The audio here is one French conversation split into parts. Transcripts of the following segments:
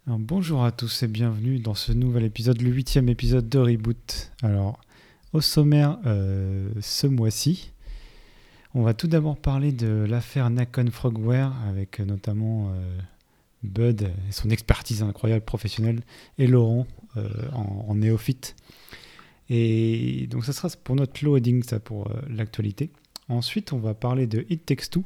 Alors, bonjour à tous et bienvenue dans ce nouvel épisode, le 8e épisode de Reboot. Alors, au sommaire ce mois-ci, on va tout d'abord parler de l'affaire Nakon Frogware avec notamment Bud et son expertise incroyable professionnelle et Laurent en néophyte. Et donc ça sera pour notre loading, ça pour l'actualité. Ensuite, on va parler de It Takes Two,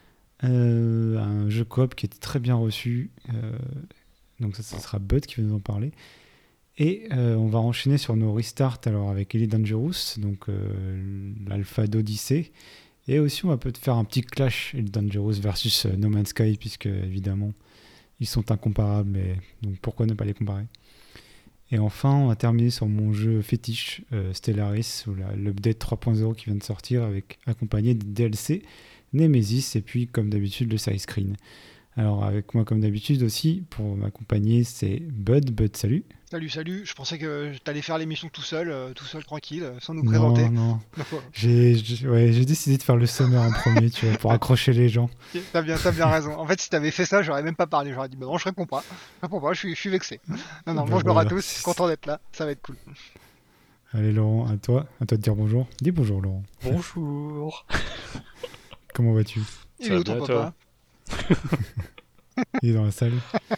un jeu coop qui était très bien reçu. Donc ça sera Bud qui va nous en parler. Et on va enchaîner sur nos restarts alors avec Elite Dangerous, donc l'alpha d'Odyssey. Et aussi on va peut-être faire un petit clash Elite Dangerous versus No Man's Sky, puisque évidemment ils sont incomparables, mais donc pourquoi ne pas les comparer. Et enfin on va terminer sur mon jeu fétiche Stellaris, ou l'update 3.0 qui vient de sortir, accompagné des DLC Nemesis et puis comme d'habitude le side screen. Alors avec moi comme d'habitude aussi, pour m'accompagner, c'est Bud. Bud, salut. Salut, je pensais que t'allais faire l'émission tout seul, tranquille, sans nous Non, présenter. non. Donc, voilà. J'ai décidé de faire le sommaire en premier, tu vois, pour accrocher les gens. Ok, t'as bien raison. En fait, si t'avais fait ça, j'aurais même pas parlé. J'aurais dit, bah non, je réponds pas, je suis vexé. Non, Ben bonjour à voilà. tous, je suis content d'être là, ça va être cool. Allez Laurent, à toi de dire bonjour. Dis bonjour Laurent. Bonjour. Comment vas-tu? Il Ça est va où ton bien toi? papa? Il est dans la salle.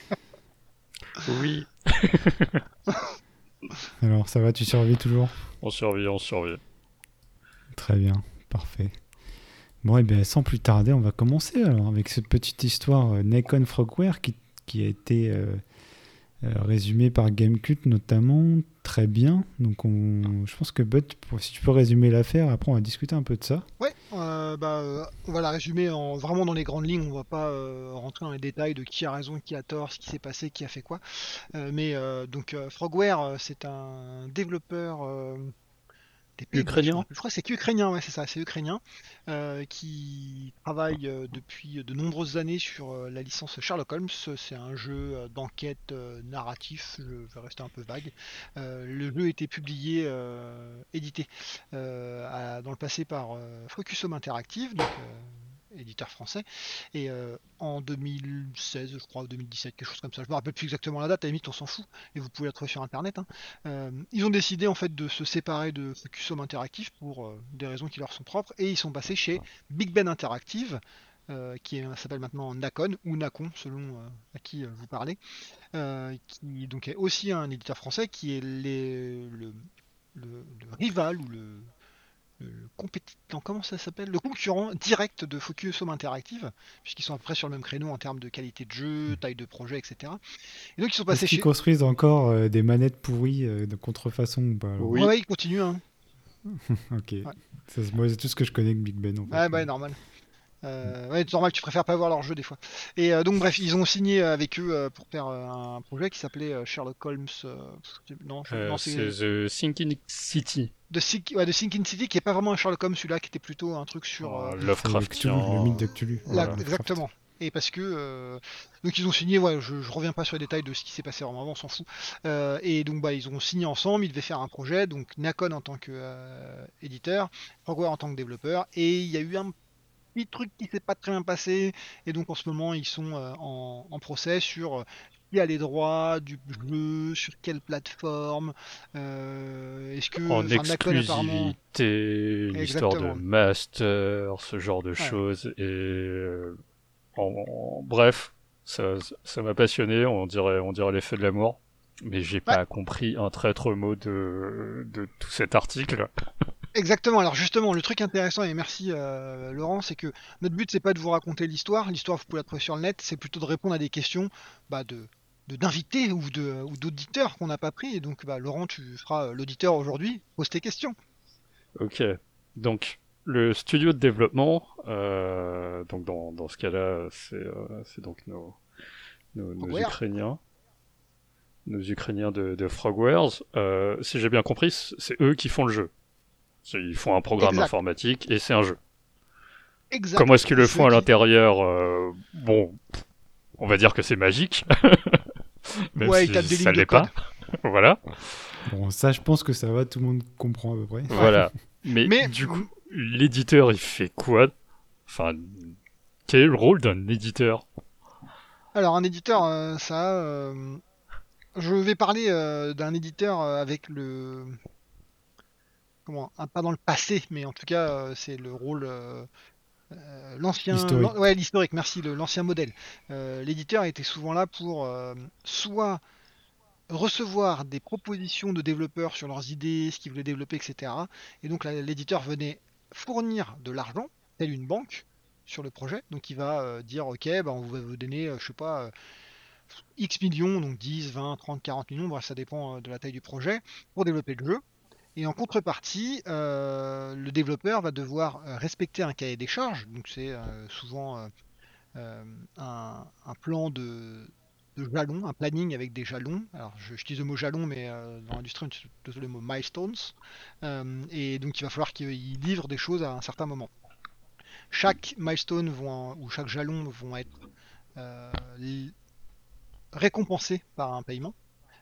Oui. Alors ça va, tu survis toujours? On survit, on survit. Très bien, parfait. Bon et bien sans plus tarder, on va commencer alors avec cette petite histoire Nakon Frogware qui a été résumée par Gamecult notamment, très bien. Donc je pense que Bud, si tu peux résumer l'affaire, après on va discuter un peu de ça. Ouais, on va la résumer vraiment dans les grandes lignes. On va pas rentrer dans les détails de qui a raison, qui a tort, ce qui s'est passé, qui a fait quoi. Frogware, c'est un développeur des Pays-Bas, je me Ukrainien? rappelle. Je crois que c'est ukrainien, ouais, c'est ça, c'est ukrainien, qui travaille depuis de nombreuses années sur la licence Sherlock Holmes. C'est un jeu d'enquête narratif, je vais rester un peu vague. Le jeu a été publié, édité dans le passé par Focus Home Interactive, donc éditeur français, et en 2016, je crois, ou 2017, quelque chose comme ça. Je me rappelle plus exactement la date, à la limite on s'en fout, et vous pouvez la trouver sur internet, hein. Ils ont décidé en fait de se séparer de Focus Home Interactive pour des raisons qui leur sont propres, et ils sont passés chez Big Ben Interactive, s'appelle maintenant Nacon ou Nacon selon à qui vous parlez, qui donc est aussi un éditeur français qui est le rival ou le compétiteur, comment ça s'appelle? Le concurrent direct de Focus Home Interactive, puisqu'ils sont à peu près sur le même créneau en termes de qualité de jeu, taille de projet, etc. Et donc ils sont Est-ce passés qu'ils chez. construisent encore des manettes pourries de contrefaçon ou pas alors? Ouais, Oui. ouais, ils continuent, hein. Ok. Ouais, Moi, c'est tout ce que je connais de Big Ben en fait. ouais, bah, normal. Ouais, c'est normal, tu préfères pas voir leur jeu des fois. Et donc bref, ils ont signé avec eux pour faire un projet qui s'appelait Sherlock Holmes. Non, C'est c'est The Sinking City. de Sinking City, qui est pas vraiment un Sherlock Holmes, celui-là, qui était plutôt un truc sur C'est Cthulhu, le mythe Lovecraftien. de Cthulhu. Voilà. Lovecraft. exactement. Et parce que donc ils ont signé, ouais, je reviens pas sur les détails de ce qui s'est passé vraiment avant, on s'en fout. Et donc bah ils ont signé ensemble, ils devaient faire un projet, donc Nacon en tant que éditeur, Frogware en tant que développeur, et il y a eu un petit truc qui s'est pas très bien passé, et donc en ce moment ils sont en procès sur qui a les droits du jeu, sur quelle plateforme, est-ce que, En enfin Nacon apparemment, exclusivité, une histoire de exactement, master, ce genre de ouais. choses. Et bref, ça m'a passionné, on dirait l'effet de l'amour. Mais j'ai Ouais, pas compris un traître mot de tout cet article. exactement. Alors justement, le truc intéressant, et merci Laurent, c'est que notre but c'est pas de vous raconter l'histoire. L'histoire vous pouvez la trouver sur le net. C'est plutôt de répondre à des questions bah, d'invités ou d'auditeurs qu'on n'a pas pris. Et donc bah, Laurent, tu feras l'auditeur aujourd'hui. Pose tes questions. Ok. Donc, le studio de développement, donc dans ce cas-là, c'est donc nos Frogware. Ukrainiens, de Frogwares. Si j'ai bien compris, c'est eux qui font le jeu. Ils font un programme Exact, informatique et c'est un jeu. Comment est-ce exact. qu'ils le C'est eux font à qui. l'intérieur? Bon, on va dire que c'est magique, même Ouais, ils si tapent des ça lignes de l'est code. pas. Voilà, Bon, ça, je pense que ça va, tout le monde comprend à peu près. Ouais. voilà. Mais Mais du coup, l'éditeur, il fait quoi? Enfin, quel est le rôle d'un éditeur? Alors, un éditeur, je vais parler d'un éditeur avec pas dans le passé, mais en tout cas, c'est le rôle. Historique. L'historique, merci, l'ancien modèle. L'éditeur était souvent là pour soit recevoir des propositions de développeurs sur leurs idées, ce qu'ils voulaient développer, etc. Et donc l'éditeur venait fournir de l'argent, tel une banque, sur le projet. Donc il va dire, ok, bah, on va vous donner, je sais pas, X millions, donc 10, 20, 30, 40 millions, bref, ça dépend de la taille du projet, pour développer le jeu. Et en contrepartie, le développeur va devoir respecter un cahier des charges. Donc c'est souvent un plan de jalons, un planning avec des jalons. Alors j'utilise le mot jalon, mais dans l'industrie on utilise plutôt le mot milestones. Et donc il va falloir qu'il livre des choses à un certain moment. Chaque milestone ou chaque jalon vont être euh, récompensés par un paiement.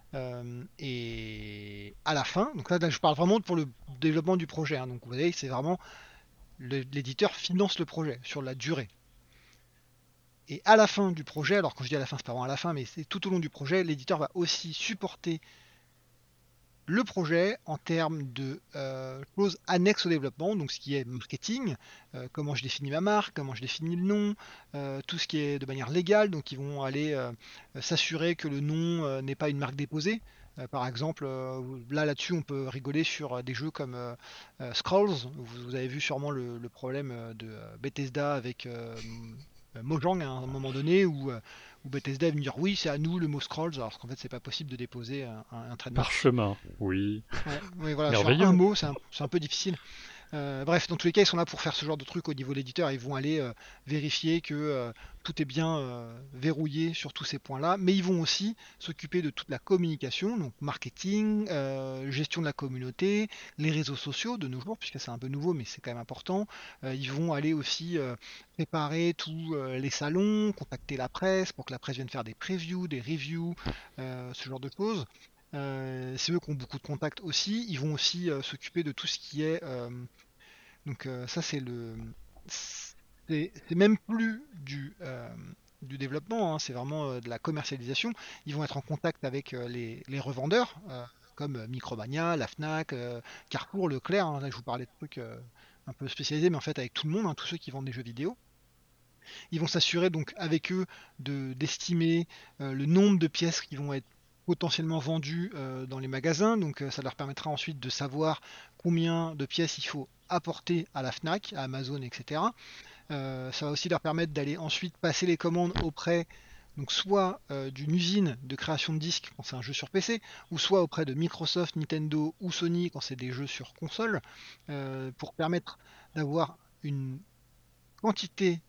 Et à la fin, donc là je parle vraiment pour le développement du projet, hein. Donc vous voyez, c'est vraiment l'éditeur finance le projet sur la durée. Et à la fin du projet, alors quand je dis à la fin, c'est pas vraiment à la fin, mais c'est tout au long du projet, l'éditeur va aussi supporter le projet en termes de choses annexes au développement, donc ce qui est marketing, comment je définis ma marque, comment je définis le nom, tout ce qui est de manière légale, donc ils vont aller s'assurer que le nom n'est pas une marque déposée. Par exemple, là-dessus, on peut rigoler sur des jeux comme Scrolls. Vous avez vu sûrement le problème de Bethesda avec Mojang à un moment donné où Bethesda est venu dire oui, c'est à nous le mot Scrolls, alors qu'en fait, c'est pas possible de déposer un trademark. Parchemin, oui. Ouais, oui, voilà, sur un Merveilleux. mot, c'est un peu difficile. Bref, dans tous les cas, ils sont là pour faire ce genre de truc au niveau de l'éditeur. Ils vont aller vérifier que tout est bien verrouillé sur tous ces points-là. Mais ils vont aussi s'occuper de toute la communication, donc marketing, gestion de la communauté, les réseaux sociaux de nos jours, puisque c'est un peu nouveau, mais c'est quand même important. Ils vont aller aussi préparer tous les salons, contacter la presse pour que la presse vienne faire des previews, des reviews, ce genre de choses. C'est eux qui ont beaucoup de contacts aussi. Ils vont aussi s'occuper de tout ce qui est ça, c'est même plus du développement, hein, c'est vraiment de la commercialisation. Ils vont être en contact avec les revendeurs, comme Micromania, la Fnac, Carrefour, Leclerc, hein. Là, je vous parlais de trucs un peu spécialisés, mais en fait avec tout le monde, hein, tous ceux qui vendent des jeux vidéo. Ils vont s'assurer donc avec eux d'estimer le nombre de pièces qui vont être potentiellement vendues dans les magasins. Donc ça leur permettra ensuite de savoir combien de pièces il faut apporter à la Fnac, à Amazon, etc. Ça va aussi leur permettre d'aller ensuite passer les commandes auprès donc soit d'une usine de création de disques quand c'est un jeu sur PC, ou soit auprès de Microsoft, Nintendo ou Sony quand c'est des jeux sur console, pour permettre d'avoir une quantité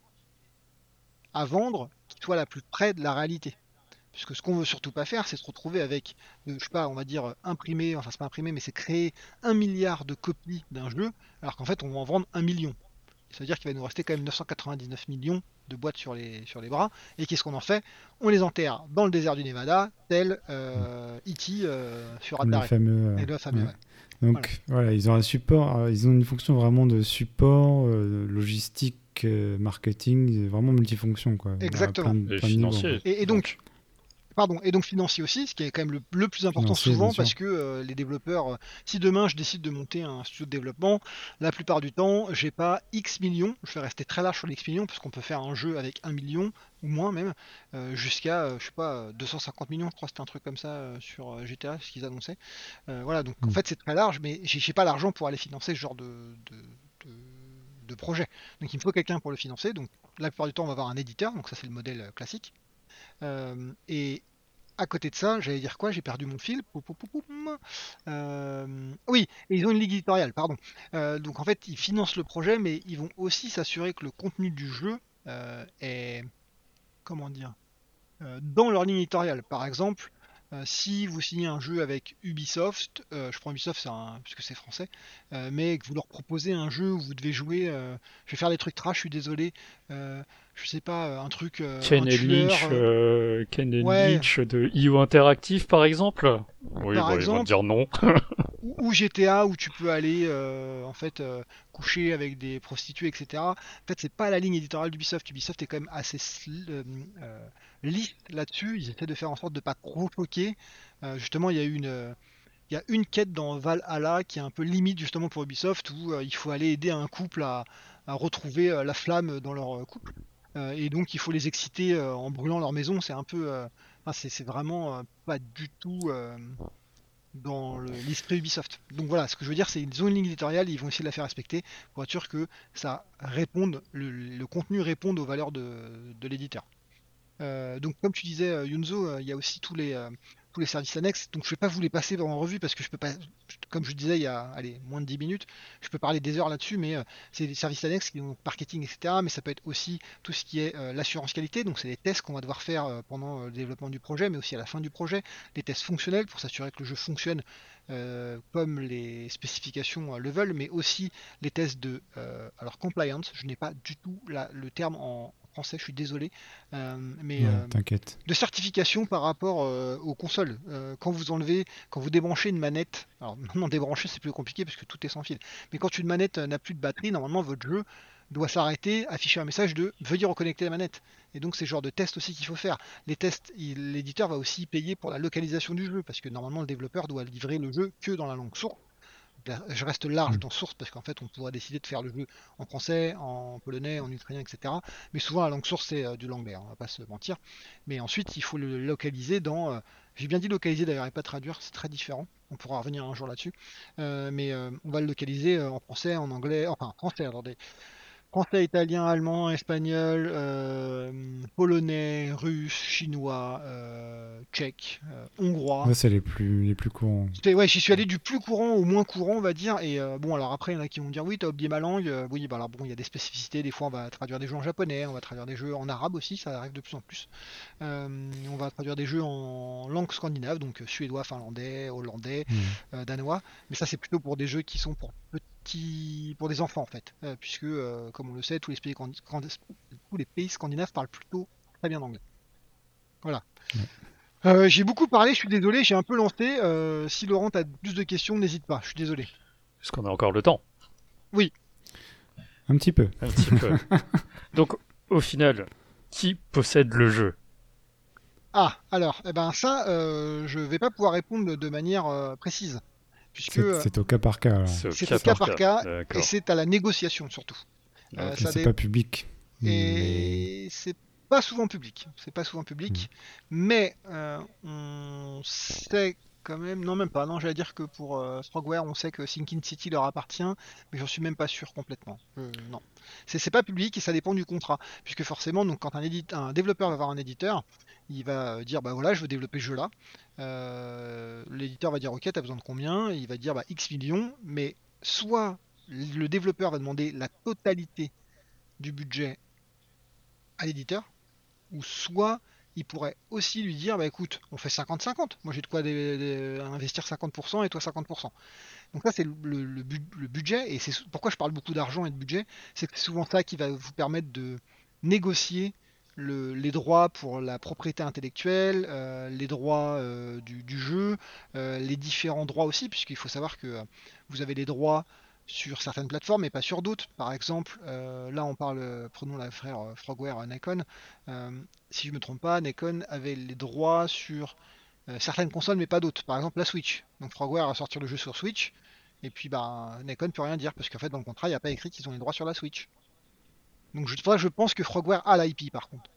à vendre qui soit la plus près de la réalité. Puisque ce qu'on veut surtout pas faire, c'est se retrouver avec, je sais pas, on va dire imprimer, enfin c'est pas imprimer, mais c'est créer 1 milliard de copies d'un jeu, alors qu'en fait on va en vendre 1 million. Ça veut dire qu'il va nous rester quand même 999 millions de boîtes sur les bras. Et qu'est-ce qu'on en fait? On les enterre dans le désert du Nevada, tel E.T. Sur Comme les Atari. fameux. Et le fameux, Ouais. ouais. Voilà. Donc voilà, ils ont un support, ils ont une fonction vraiment de support, logistique, marketing, vraiment multifonction quoi. À Exactement. Et plein de niveaux, financier. quoi. Et donc, pardon, et donc financier aussi, ce qui est quand même le plus important Financier, bien souvent, sûr. parce que les développeurs, si demain je décide de monter un studio de développement, la plupart du temps, j'ai pas X millions, je vais rester très large sur les X millions, parce qu'on peut faire un jeu avec 1 million, ou moins même, jusqu'à, je sais pas, 250 millions, je crois que c'était un truc comme ça sur GTA, ce qu'ils annonçaient. Voilà, donc en Mm. fait c'est très large, mais j'ai pas l'argent pour aller financer ce genre de, de projet. Donc il me faut quelqu'un pour le financer, donc la plupart du temps on va avoir un éditeur, donc ça c'est le modèle classique. Et à côté de ça, j'allais dire quoi? J'ai perdu mon fil. Pou, pou, pou, poum. Oui, et ils ont une ligue éditoriale, pardon. Donc en fait, ils financent le projet, mais ils vont aussi s'assurer que le contenu du jeu est, comment dire, dans leur ligne éditoriale. Par exemple, si vous signez un jeu avec Ubisoft, je prends Ubisoft puisque c'est français, mais que vous leur proposez un jeu où vous devez jouer, je vais faire des trucs trash, je suis désolé, je sais pas, un truc, un Ken et tueur, Lynch, Ken et ouais, Lynch de IO Interactive, par exemple. Oui, par bah, ils vont te exemple, dire non. ou GTA où tu peux aller en fait coucher avec des prostituées, etc. En fait, c'est pas la ligne éditoriale d'Ubisoft. Ubisoft est quand même assez lisse là-dessus. Ils essaient de faire en sorte de pas trop choquer. Justement, il y a une quête dans Valhalla qui est un peu limite justement pour Ubisoft où il faut aller aider un couple à retrouver la flamme dans leur couple. Et donc il faut les exciter en brûlant leur maison. C'est un peu, enfin, c'est vraiment pas du tout dans l'esprit Ubisoft. Donc voilà, ce que je veux dire, c'est ils ont une ligne éditoriale, ils vont essayer de la faire respecter pour être sûr que ça réponde, le contenu réponde aux valeurs de l'éditeur. Donc comme tu disais Yunzo, il y a aussi tous les services annexes. Donc je vais pas vous les passer en revue parce que je peux pas, comme je disais il y a allez, moins de 10 minutes, je peux parler des heures là-dessus, mais c'est des services annexes qui ont marketing, etc. Mais ça peut être aussi tout ce qui est l'assurance qualité. Donc c'est des tests qu'on va devoir faire pendant le développement du projet, mais aussi à la fin du projet, des tests fonctionnels pour s'assurer que le jeu fonctionne comme les spécifications le veulent, mais aussi les tests de alors compliance. Je n'ai pas du tout le terme en français, je suis désolé, mais Ouais, t'inquiète. de certification par rapport aux consoles. Quand vous débranchez une manette, alors maintenant débrancher c'est plus compliqué parce que tout est sans fil, mais quand une manette n'a plus de batterie, normalement votre jeu doit s'arrêter, afficher un message de veuillez reconnecter la manette. Et donc c'est le genre de test aussi qu'il faut faire. Les tests, l'éditeur va aussi payer pour la localisation du jeu parce que normalement le développeur doit livrer le jeu que dans la langue source. Je reste large Mm. dans source parce qu'en fait on pourrait décider de faire le jeu en français, en polonais, en ukrainien, etc. Mais souvent la langue source c'est du l'anglais, on va pas se mentir. Mais ensuite il faut le localiser dans. J'ai bien dit localiser d'ailleurs et pas traduire, c'est très différent. On pourra revenir un jour là-dessus. Mais on va le localiser en français, en anglais, enfin en français, attendez, français, italien, allemand, espagnol, polonais, russe, chinois, tchèque, hongrois. Ouais, c'est les plus courants. Ouais, j'y suis allé du plus courant au moins courant, on va dire. Et bon, alors après, il y en a qui vont dire oui, t'as oublié ma langue. Oui, bah alors bon, il y a des spécificités. Des fois, on va traduire des jeux en japonais, on va traduire des jeux en arabe aussi, ça arrive de plus en plus. On va traduire des jeux en langue scandinave, donc suédois, finlandais, hollandais, Mm. danois. Mais ça, c'est plutôt pour des jeux qui sont pour des enfants en fait, puisque comme on le sait, tous les pays scandinaves parlent plutôt très bien anglais. Voilà. Ouais. J'ai beaucoup parlé, je suis désolé, j'ai un peu lancé. Si Laurent a plus de questions, n'hésite pas, je suis désolé. Est-ce qu'on a encore le temps? Oui, Un petit peu. Un petit peu. Donc, au final, qui possède le jeu? alors, eh ben ça, je vais pas pouvoir répondre de manière précise, puisque C'est au cas par cas, alors. c'est au cas par cas, et D'accord. c'est à la négociation surtout. Ok. Et Ça c'est dé- pas public. Mais Et c'est pas souvent public. C'est pas souvent public. Mais on sait quand même. Non, même pas. Non, j'allais dire que pour Frogware, on sait que Sinking City leur appartient, mais j'en suis même pas sûr complètement. Non. C'est pas public et ça dépend du contrat. Puisque forcément, donc, quand un développeur va voir un éditeur, il va dire bah voilà, je veux développer ce jeu-là. L'éditeur va dire ok, t'as besoin de combien? Et il va dire bah X millions, mais soit le développeur va demander la totalité du budget à l'éditeur, ou soit il pourrait aussi lui dire bah écoute, on fait 50-50, moi j'ai de quoi investir 50% et toi 50%. Donc ça c'est le budget, et c'est pourquoi je parle beaucoup d'argent et de budget, c'est que c'est souvent ça qui va vous permettre de négocier les droits pour la propriété intellectuelle, les droits du jeu, les différents droits aussi, puisqu'il faut savoir que vous avez les droits sur certaines plateformes et pas sur d'autres. Par exemple, là on parle, prenons la frère Frogware Nikon. Si je me trompe pas, Nikon avait les droits sur certaines consoles mais pas d'autres. Par exemple la Switch. Donc Frogware va sortir le jeu sur Switch. Et puis bah Nikon peut rien dire parce qu'en fait dans le contrat il n'y a pas écrit qu'ils ont les droits sur la Switch. Donc je pense que Frogware a l'IP par contre.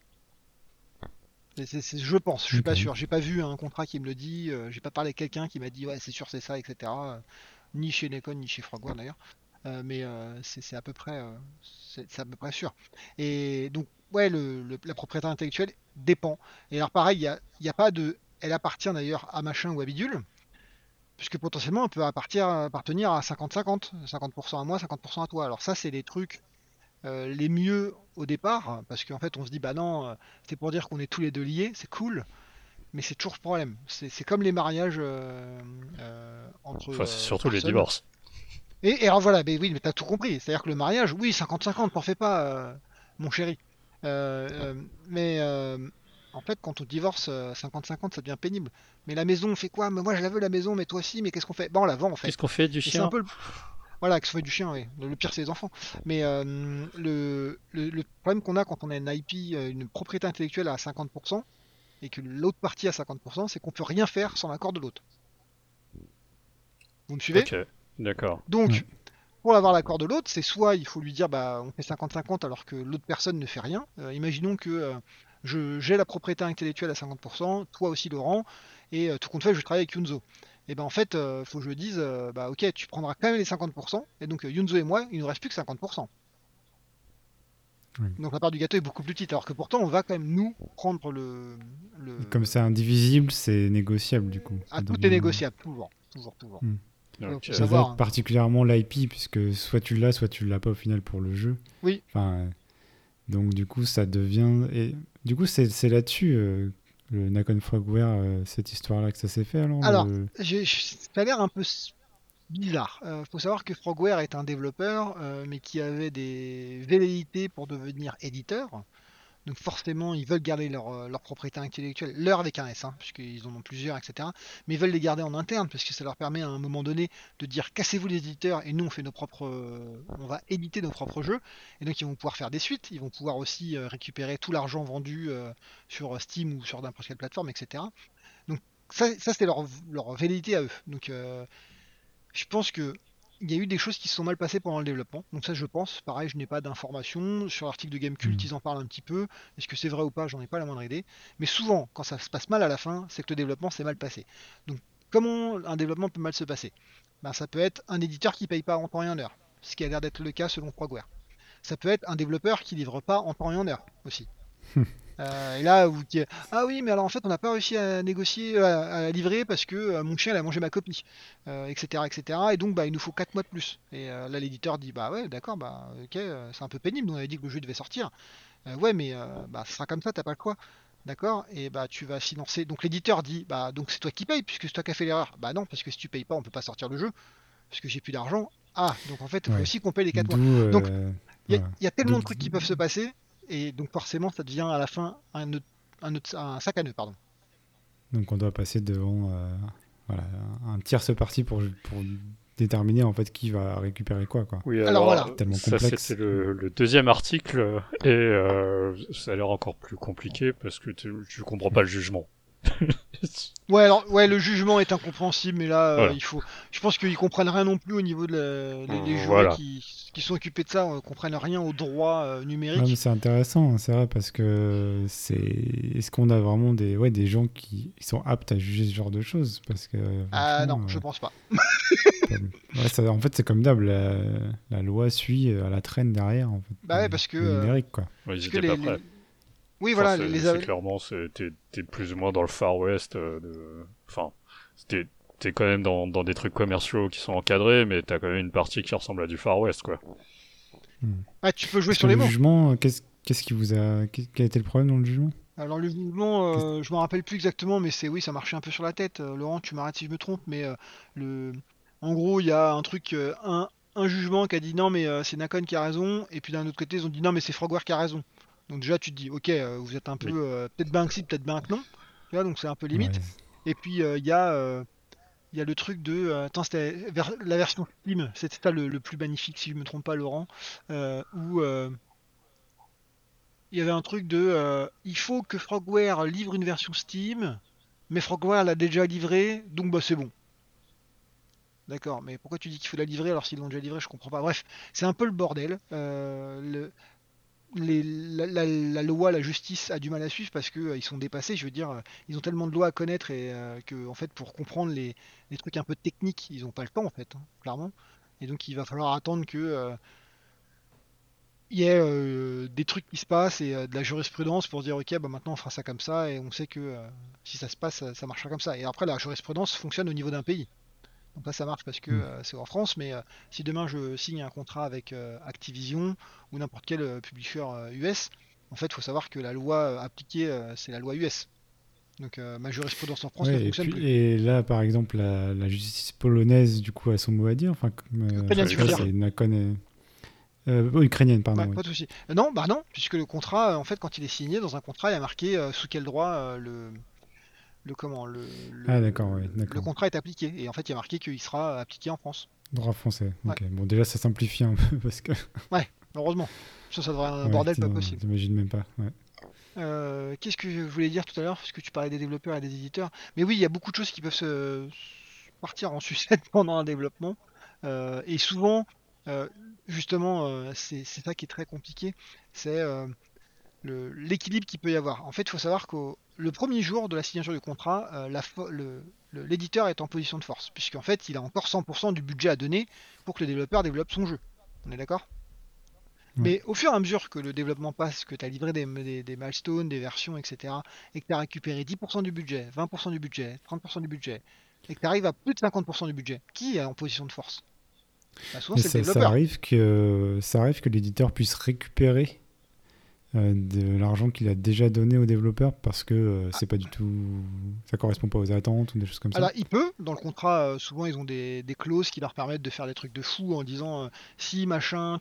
Je pense, je suis pas Ok. sûr. J'ai pas vu un contrat qui me le dit. J'ai pas parlé avec quelqu'un qui m'a dit ouais c'est sûr c'est ça, etc. Ni chez Nikon ni chez Frogware d'ailleurs. Mais c'est à peu près c'est à peu près sûr. Et donc ouais la propriété intellectuelle dépend. Et alors pareil il y a pas de elle appartient d'ailleurs à machin ou à bidule. Puisque potentiellement, elle peut appartenir à 50-50, 50% à moi, 50% à toi. Alors ça, c'est les trucs les mieux au départ, parce qu'en fait, on se dit, bah non, c'est pour dire qu'on est tous les deux liés, c'est cool, mais c'est toujours le problème. C'est comme les mariages entre Enfin, c'est surtout les personnes. divorces. Et alors voilà, mais oui, mais t'as tout compris. C'est-à-dire que le mariage, oui, 50-50, t'en fais pas, mon chéri. Mais En fait, quand on divorce 50-50, ça devient pénible. Mais la maison, on fait quoi? Mais moi, je la veux la maison, mais toi aussi, mais qu'est-ce qu'on fait? Bon, on la vend en Qu'est-ce fait. qu'on fait du Et c'est un chien? peu voilà, que ce soit du chien, oui. Le pire, c'est les enfants. Mais le problème qu'on a quand on a une IP, une propriété intellectuelle à 50%, et que l'autre partie à 50%, c'est qu'on peut rien faire sans l'accord de l'autre. Vous me suivez? Ok, d'accord. Ouais. Donc, pour avoir l'accord de l'autre, c'est soit il faut lui dire bah on fait 50-50 alors que l'autre personne ne fait rien. Imaginons que j'ai la propriété intellectuelle à 50%, toi aussi Laurent, et tout compte fait je travaille avec Yunzo. Et ben en fait, faut que je dise bah ok, tu prendras quand même les 50%, et donc Yunzo et moi, il nous reste plus que 50%. Ouais. Donc la part du gâteau est beaucoup plus petite, alors que pourtant on va quand même nous prendre le... Comme c'est indivisible, c'est négociable du coup. Ah, Ça tout est devient- négociable, toujours, toujours, toujours. Hmm. Ok. Faut Ça savoir, va hein. particulièrement l'IP, puisque soit tu l'as pas au final pour le jeu. Oui, Enfin, donc du coup, ça devient... Et du coup, c'est là-dessus, le Nakon Frogware, cette histoire-là que ça s'est fait alors alors, ça a l'air un peu bizarre. Faut savoir que Frogware est un développeur, mais qui avait des velléités pour devenir éditeur. Donc forcément, ils veulent garder leur propriété intellectuelle, leur avec un S, hein, puisqu'ils en ont plusieurs, etc. Mais ils veulent les garder en interne, parce que ça leur permet à un moment donné de dire cassez-vous les éditeurs et nous on fait on va éditer nos propres jeux. Et donc ils vont pouvoir faire des suites, ils vont pouvoir aussi récupérer tout l'argent vendu sur Steam ou sur n'importe quelle plateforme, etc. Donc ça c'était leur velléité à eux. Donc je pense que il y a eu des choses qui se sont mal passées pendant le développement. Donc ça, je pense. Pareil, je n'ai pas d'informations. Sur l'article de Gamecult, Hmm. ils en parlent un petit peu. Est-ce que c'est vrai ou pas? J'en ai pas la moindre idée. Mais souvent, quand ça se passe mal à la fin, c'est que le développement s'est mal passé. Donc, comment un développement peut mal se passer? Ben, ça peut être un éditeur qui paye pas en temps et en heure, ce qui a l'air d'être le cas selon Frogware. Ça peut être un développeur qui livre pas en temps et en heure aussi. Et là, ah oui, mais alors en fait, on n'a pas réussi à négocier, à livrer parce que mon chien il a mangé ma copie, etc., etc. Et donc, bah, il nous faut 4 mois de plus. Et là, l'éditeur dit, bah ouais, d'accord, bah ok, c'est un peu pénible. Nous, on avait dit que le jeu devait sortir. Ouais, mais bah, ce sera comme ça, t'as pas le choix. D'accord? Et bah, tu vas financer. Donc, l'éditeur dit, bah, donc c'est toi qui payes puisque c'est toi qui as fait l'erreur. Bah non, parce que si tu payes pas, on peut pas sortir le jeu parce que j'ai plus d'argent. Ah, donc en fait, il faut Ouais. aussi qu'on paye les 4 mois. D'où... Donc, voilà. il y a tellement D'où- de trucs qui peuvent se passer, et donc forcément, ça devient à la fin un sac à nœud, pardon. Donc on doit passer devant voilà, un tierce parti pour déterminer en fait qui va récupérer quoi. Oui, Alors alors, voilà. C'est tellement ça complexe. c'était le deuxième article, et ça a l'air encore plus compliqué parce que tu comprends pas le jugement. Ouais, alors, ouais, le jugement est incompréhensible, mais là, Voilà. je pense qu'ils comprennent rien non plus au niveau de les jurys Voilà. qui sont occupés de ça, comprennent rien au droit Ouais, mais numérique. c'est intéressant, c'est vrai, parce que est-ce qu'on a vraiment des gens qui sont aptes à juger ce genre de choses? Parce que Ah non, franchement, je pense pas. ouais, en fait, c'est comme d'hab, la loi suit à la traîne derrière, en fait, Bah ouais, parce que, le numérique, quoi. Ouais, ils parce que étaient pas prêts. oui, Enfin, voilà, c'est clairement, t'es plus ou moins dans le Far West. Enfin, t'es quand même dans des trucs commerciaux qui sont encadrés, mais t'as quand même une partie qui ressemble à du Far West, quoi. Ah, tu peux jouer Parce sur que les le mots. jugement, qu'est-ce qui vous a... Quel a été le problème dans le jugement? Alors le jugement, Qu'est-ce- je me rappelle plus exactement, mais oui, ça marchait un peu sur la tête. Laurent, tu m'arrêtes si je me trompe, mais le, en gros, il y a un truc, un jugement qui a dit non, mais c'est Nakon qui a raison, et puis d'un autre côté, ils ont dit non, mais c'est Frogware qui a raison. Donc déjà, tu te dis, ok, vous êtes un peu, Oui. peut-être ben que si, peut-être ben que non, tu vois, donc c'est un peu limite. Ouais, Et puis il y a le truc de, attends, c'était la version Steam, c'était ça le plus magnifique si je me trompe pas, Laurent, où il y avait un truc de il faut que Frogware livre une version Steam, mais Frogware l'a déjà livrée, donc bah c'est bon. D'accord, mais pourquoi tu dis qu'il faut la livrer alors s'ils l'ont déjà livrée, je comprends pas. Bref, c'est un peu le bordel. La loi, la justice a du mal à suivre parce que ils sont dépassés. Je veux dire, ils ont tellement de lois à connaître et que en fait pour comprendre les trucs un peu techniques, ils n'ont pas le temps en fait, hein, clairement. Et donc il va falloir attendre que il y ait des trucs qui se passent et de la jurisprudence pour se dire ok bah maintenant on fera ça comme ça et on sait que si ça se passe ça marchera comme ça et après la jurisprudence fonctionne au niveau d'un pays donc là ça marche parce que hmm. c'est en France mais si demain je signe un contrat avec Activision ou n'importe quel publisher US en fait il faut savoir que la loi appliquée c'est la loi US donc ma jurisprudence en France ne Ouais, fonctionne plus. et là, par exemple, la justice polonaise, du coup, a son mot à dire. Enfin, Très bien parce que là, sûr. c'est Nakon Ukrainienne, pardon. Ouais, Oui. pas de souci. Non, bah non, puisque le contrat, en fait, quand il est signé, dans un contrat, il y a marqué sous quel droit le comment Ah, d'accord, oui, le d'accord. contrat est appliqué. Et en fait, il y a marqué qu'il sera appliqué en France. Droit français. Ouais, Ok. Bon, déjà, ça simplifie un peu parce que. ouais, heureusement. Ça devrait être un Ouais, bordel pas sinon, possible. j'imagine même pas. Ouais. Qu'est-ce que je voulais dire tout à l'heure, parce que tu parlais des développeurs et des éditeurs. Mais oui, il y a beaucoup de choses qui peuvent partir en sucette pendant un développement. Et souvent, euh, justement, c'est ça qui est très compliqué. C'est l'équilibre qu'il peut y avoir. En fait, il faut savoir que le premier jour de la signature du contrat, l'éditeur est en position de force, puisqu'en fait, il a encore 100% du budget à donner pour que le développeur développe son jeu. On est d'accord? Ouais. Mais au fur et à mesure que le développement passe, que tu as livré des milestones, des versions, etc., et que tu as récupéré 10% du budget, 20% du budget, 30% du budget, et que tu arrives à plus de 50% du budget, qui est en position de force? Bah, souvent, Mais c'est le ça développeur. arrive que l'éditeur puisse récupérer de l'argent qu'il a déjà donné au développeur parce que c'est pas du tout, ça correspond pas aux attentes ou des choses comme ça. Alors, il peut, dans le contrat, souvent ils ont des clauses qui leur permettent de faire des trucs de fou en disant si machin,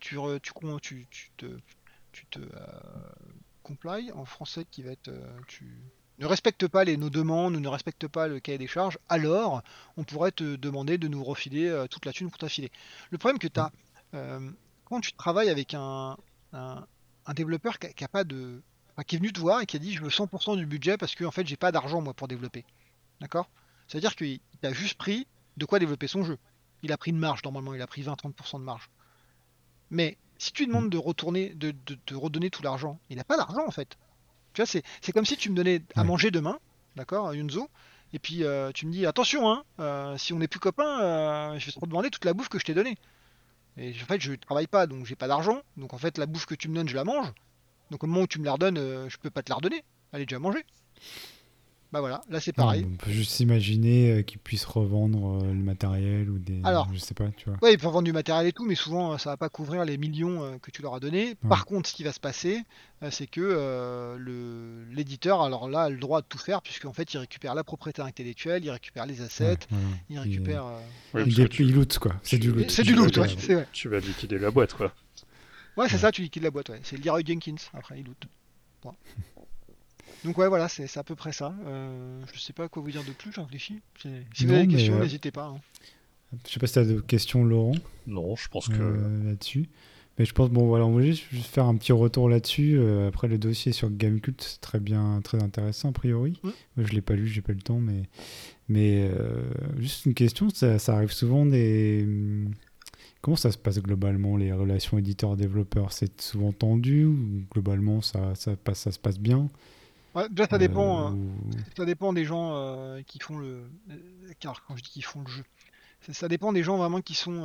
tu te comply en français qui va être tu ne respectes pas nos demandes ou ne respectes pas le cahier des charges, alors on pourrait te demander de nous refiler toute la thune pour t'affiler. Le problème que tu Mm. as quand tu travailles avec un, un développeur qui a pas de. Enfin, qui est venu te voir et qui a dit je veux 100% du budget parce que en fait j'ai pas d'argent moi pour développer. D'accord? C'est-à-dire qu'il a juste pris de quoi développer son jeu. Il a pris une marge, normalement, il a pris 20-30% de marge. Mais si tu lui Mm. demandes de retourner, de te redonner tout l'argent, il n'a pas d'argent en fait. Tu vois, c'est comme si tu me donnais à Ouais. manger demain, d'accord, Yunzo, et puis tu me dis attention, hein, si on n'est plus copains, je vais te redemander toute la bouffe que je t'ai donnée. Et en fait, je travaille pas, donc j'ai pas d'argent. Donc en fait, la bouffe que tu me donnes, je la mange. Donc au moment où tu me la redonnes, je peux pas te la redonner. Elle est déjà mangée. Bah voilà, là c'est Non, pareil. on peut juste s'imaginer qu'ils puissent revendre le matériel ou des, Alors, je sais pas, tu vois. ouais, ils peuvent vendre du matériel et tout, mais souvent ça va pas couvrir les millions que tu leur as donnés. Ouais. Par contre, ce qui va se passer, c'est que l'éditeur, alors là, a le droit de tout faire, puisqu'en fait, il récupère la propriété intellectuelle, il récupère les assets, Ouais, voilà. il récupère. Oui, Voilà. parce que Il loot quoi. C'est du tu, loot. C'est du tu vas loot, ouais, Ok. liquider, c'est vrai. tu vas liquider la boîte, quoi. Ouais, c'est Ouais. ça, tu liquides la boîte, ouais. C'est Leroy Jenkins, après, il loot. Bon. Donc ouais, voilà, c'est à peu près ça. Je sais pas quoi vous dire de plus, j'en réfléchis. Si vous avez Non, des mais questions, n'hésitez pas, hein. je sais pas si tu as de questions, Laurent, Non, je pense que... là-dessus. Mais je pense, bon, voilà, on va juste faire un petit retour là-dessus. Après, le dossier sur Gamecult, c'est très bien, très intéressant, a priori. Mm. Moi, je l'ai pas lu, j'ai pas eu le temps, mais juste une question, ça arrive souvent des. Comment ça se passe globalement, les relations éditeurs-développeurs? C'est souvent tendu ou globalement, ça se passe bien? Ouais, déjà, Ou... ça dépend des gens qui font car quand je dis qu'ils font le jeu, ça dépend des gens vraiment qui sont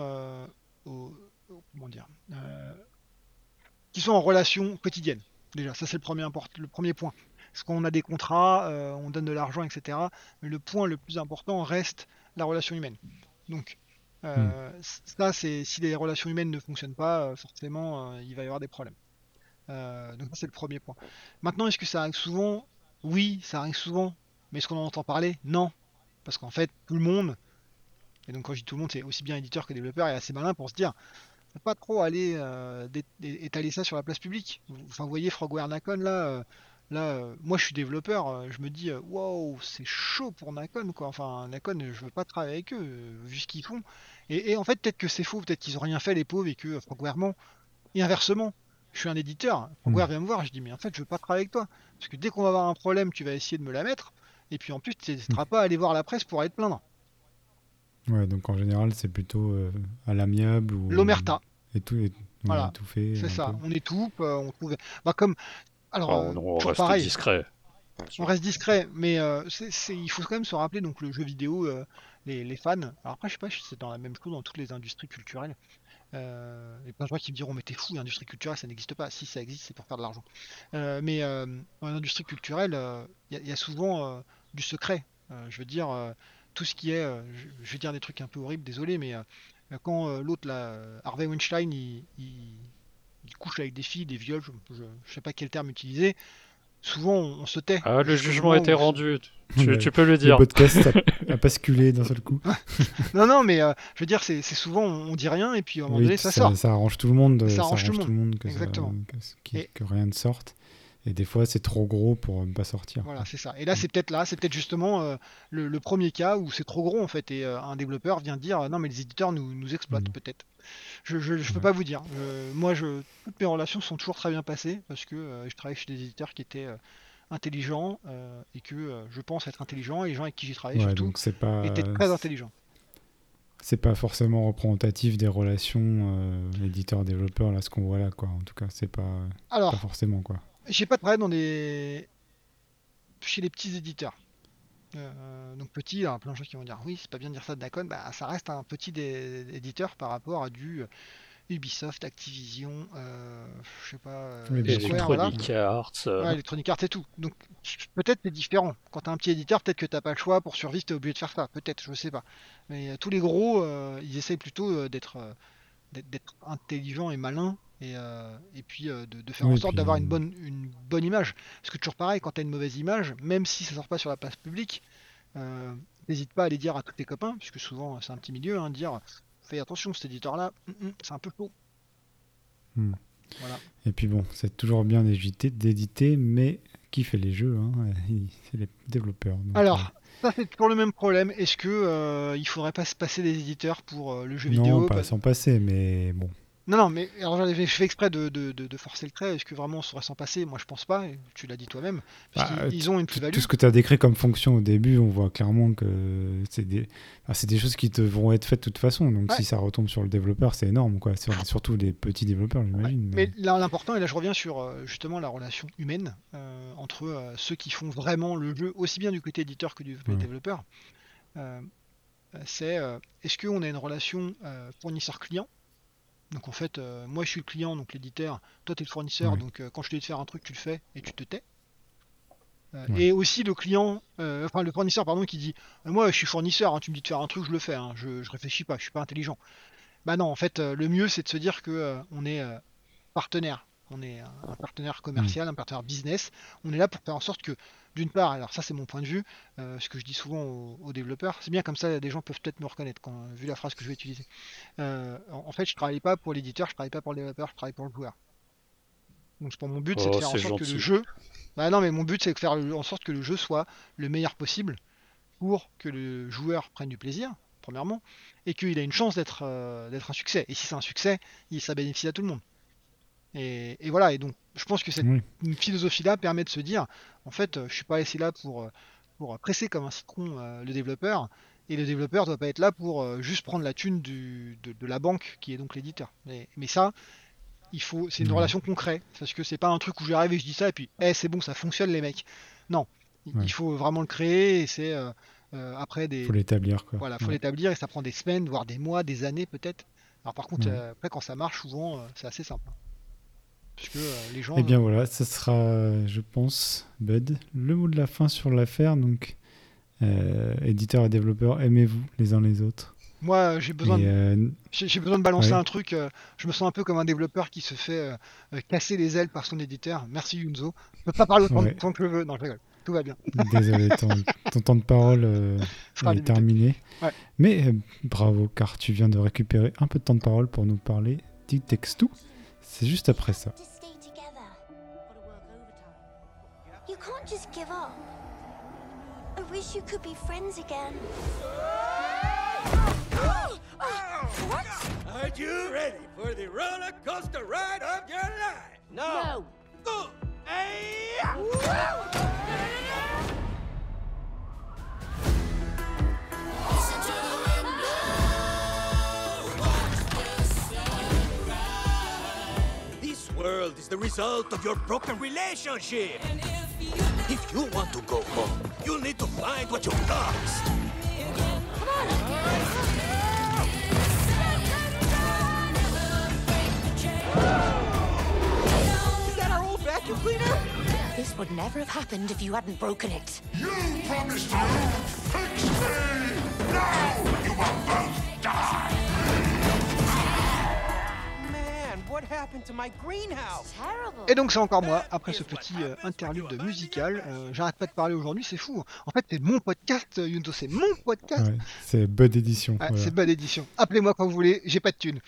comment dire, qui sont en relation quotidienne. Déjà, ça c'est le premier point. Parce qu'on a des contrats, on donne de l'argent, etc. Mais le point le plus important reste la relation humaine. Donc, Hmm. ça, c'est si les relations humaines ne fonctionnent pas, forcément, il va y avoir des problèmes. Donc ça c'est le premier point. Maintenant, est-ce que ça arrive souvent? Oui, ça arrive souvent. Mais est-ce qu'on en entend parler? Non. Parce qu'en fait, tout le monde, et donc quand je dis tout le monde, c'est aussi bien éditeur que développeur, est assez malin pour se dire, faut pas trop aller étaler ça sur la place publique. Enfin, vous voyez Frogware Nacon moi je suis développeur, je me dis, wow, c'est chaud pour Nacon quoi. Enfin, Nacon, je veux pas travailler avec eux, vu ce qu'ils font. Et en fait, peut-être que c'est faux, peut-être qu'ils ont rien fait les pauvres et que Frogware ment. Et inversement, je suis un éditeur, Hmm. Frogware vient me voir, je dis mais en fait je veux pas travailler avec toi. Parce que dès qu'on va avoir un problème, tu vas essayer de me la mettre, et puis en plus tu Hmm. n'hésiteras pas à aller voir la presse pour aller te plaindre. Ouais, donc en général, c'est plutôt à l'amiable ou L'omerta, et tout, ouais, voilà, tout fait c'est un peu. ça. On étoupe, on trouve. Bah comme. Alors, Enfin, on toujours reste pareil, discret, bien on sûr. reste discret, mais il faut quand même se rappeler donc le jeu vidéo, les fans. Alors après, je sais pas si c'est dans la même chose dans toutes les industries culturelles. Et plein de gens qui me diront, mais t'es fou, l'industrie culturelle ça n'existe pas. Si ça existe, c'est pour faire de l'argent. Mais dans l'industrie culturelle, il y a souvent du secret. Je veux dire, tout ce qui est, je vais dire des trucs un peu horribles, désolé, mais quand l'autre là, Harvey Weinstein, il couche avec des filles, des viols, je sais pas quel terme utiliser. souvent on se tait. Ah, le jusqu'au jugement moment a été où- rendu. Ouais. Tu peux le Le dire. podcast a basculé d'un seul coup. Non, mais je veux dire, c'est souvent on dit rien et puis à un moment Oui, donné ça sort. ça arrange tout le monde. Ça arrange tout le monde. que, Exactement. Et- que rien ne sorte. Et des fois, c'est trop gros pour ne pas sortir. Voilà, c'est ça. Et là, c'est peut-être justement le premier cas où c'est trop gros en fait, et un développeur vient dire non, mais les éditeurs nous exploitent Mhm. peut-être. Je peux Ouais. pas vous dire. Moi, toutes mes relations sont toujours très bien passées parce que je travaille chez des éditeurs qui étaient intelligents et que je pense être intelligents, et les gens avec qui j'ai travaillé Ouais, surtout donc étaient très intelligents. c'est pas forcément représentatif des relations éditeur-développeur, là, ce qu'on voit là, quoi. En tout cas, c'est pas Alors, forcément, quoi. j'ai pas travaillé chez les petits éditeurs. Donc petit, alors plein de gens qui vont dire oui, c'est pas bien de dire ça de Nacon, bah ça reste un petit éditeur par rapport à du Ubisoft, Activision, je sais pas, Oui, bien sûr. Square, voilà. Electronic Arts. Ouais, Electronic Arts et tout. Donc peut-être c'est différent. Quand t'as un petit éditeur, peut-être que t'as pas le choix pour survivre, t'es obligé de faire ça. Peut-être, je sais pas. Mais tous les gros, ils essayent plutôt d'être intelligents et malins. Et puis de faire Oui, en sorte puis- d'avoir une bonne image. Parce que toujours pareil, quand tu as une mauvaise image, même si ça sort pas sur la place publique, n'hésite pas à aller dire à tous tes copains, puisque souvent c'est un petit milieu, hein, dire fais attention, cet éditeur-là, c'est un peu chaud. Hmm. Voilà. Et puis bon, c'est toujours bien d'éditer, mais qui fait les jeux, hein, c'est les développeurs. Donc, Alors, ça c'est toujours le même problème. Est-ce que il faudrait pas se passer des éditeurs pour le jeu non, vidéo? pas s'en passer, mais bon. Non, mais alors je fais exprès de forcer le trait. Est-ce que vraiment on saurait s'en passer? Moi je pense pas, et tu l'as dit toi-même. Parce Bah, qu'ils ont une plus-value. Tout ce que tu as décrit comme fonction au début, on voit clairement que c'est des choses qui devront être faites de toute façon. Donc Ouais. si ça retombe sur le développeur, c'est énorme, quoi. Surtout les petits développeurs, j'imagine. Mais là, l'important, et là je reviens sur justement la relation humaine entre ceux qui font vraiment le jeu, aussi bien du côté éditeur que du côté Ouais. développeur, c'est est-ce qu'on a une relation fournisseur-client? Donc en fait, moi je suis le client, donc l'éditeur, toi tu es le fournisseur, Ouais. donc quand je te dis de faire un truc, tu le fais et tu te tais. Ouais. Et aussi le client, enfin le fournisseur, pardon, qui dit moi je suis fournisseur, hein, tu me dis de faire un truc, je le fais, hein, je réfléchis pas, je suis pas intelligent. Bah non, en fait, le mieux c'est de se dire que on est partenaire. On est un partenaire commercial, un partenaire business. On est là pour faire en sorte que, d'une part, alors ça c'est mon point de vue, ce que je dis souvent aux développeurs, c'est bien comme ça, des gens peuvent peut-être me reconnaître vu la phrase que je vais utiliser. En fait, je travaille pas pour l'éditeur, je travaille pas pour le développeur, je travaille pour le joueur. Donc pour mon but, c'est de Oh, faire en c'est sorte que le gentil. jeu. Bah non, mais mon but c'est de faire en sorte que le jeu soit le meilleur possible pour que le joueur prenne du plaisir, premièrement, et qu'il ait une chance d'être un succès. Et si c'est un succès, ça bénéficie à tout le monde. Et voilà, et donc je pense que cette Oui. philosophie-là permet de se dire, en fait, je suis pas ici là pour presser comme un citron le développeur, et le développeur doit pas être là pour juste prendre la thune de la banque qui est donc l'éditeur. Mais ça, c'est une Ouais. relation concrète, parce que c'est pas un truc où j'arrive et je dis ça et puis, c'est bon, ça fonctionne les mecs. Non, Ouais. il faut vraiment le créer, et c'est après Faut l'établir, quoi. voilà, faut Ouais. l'établir, et ça prend des semaines, voire des mois, des années peut-être. Alors par contre, Ouais. après quand ça marche, souvent, c'est assez simple. Puisque les gens. Eh bien voilà, ça sera, je pense, Bud, le mot de la fin sur l'affaire. Donc, éditeur et développeur, aimez-vous les uns les autres. Moi, j'ai besoin, Et, j'ai besoin de balancer ouais. un truc. Je me sens un peu comme un développeur qui se fait casser les ailes par son éditeur. Merci Yunzo. Je peux pas parler autant de Ouais. temps que je veux. Non, je rigole. Tout va bien. Désolé, ton temps de parole Sera est limité. terminé. Ouais. Mais bravo, car tu viens de récupérer un peu de temps de parole pour nous parler d'It Takes Two. C'est juste après ça. To stay together. You can't just give up. I wish you could be friends again. What? Are you ready for the roller coaster ride of your life? No. Go! Hey! This world is the result of your broken relationship. If you want to go home, you'll need to find what you lost. Is that our old vacuum cleaner? This would never have happened if you hadn't broken it. You promised to fix me! Now you will both die! Man, what happened to my greenhouse. Terrible. Et donc c'est encore moi, après ce petit interlude musical. J'arrête pas de parler aujourd'hui, c'est fou. En fait, c'est mon podcast, Yunto, c'est mon podcast. Ouais, c'est Bud Edition. Ouais, voilà. c'est bonne édition. Appelez-moi quand vous voulez, j'ai pas de thune.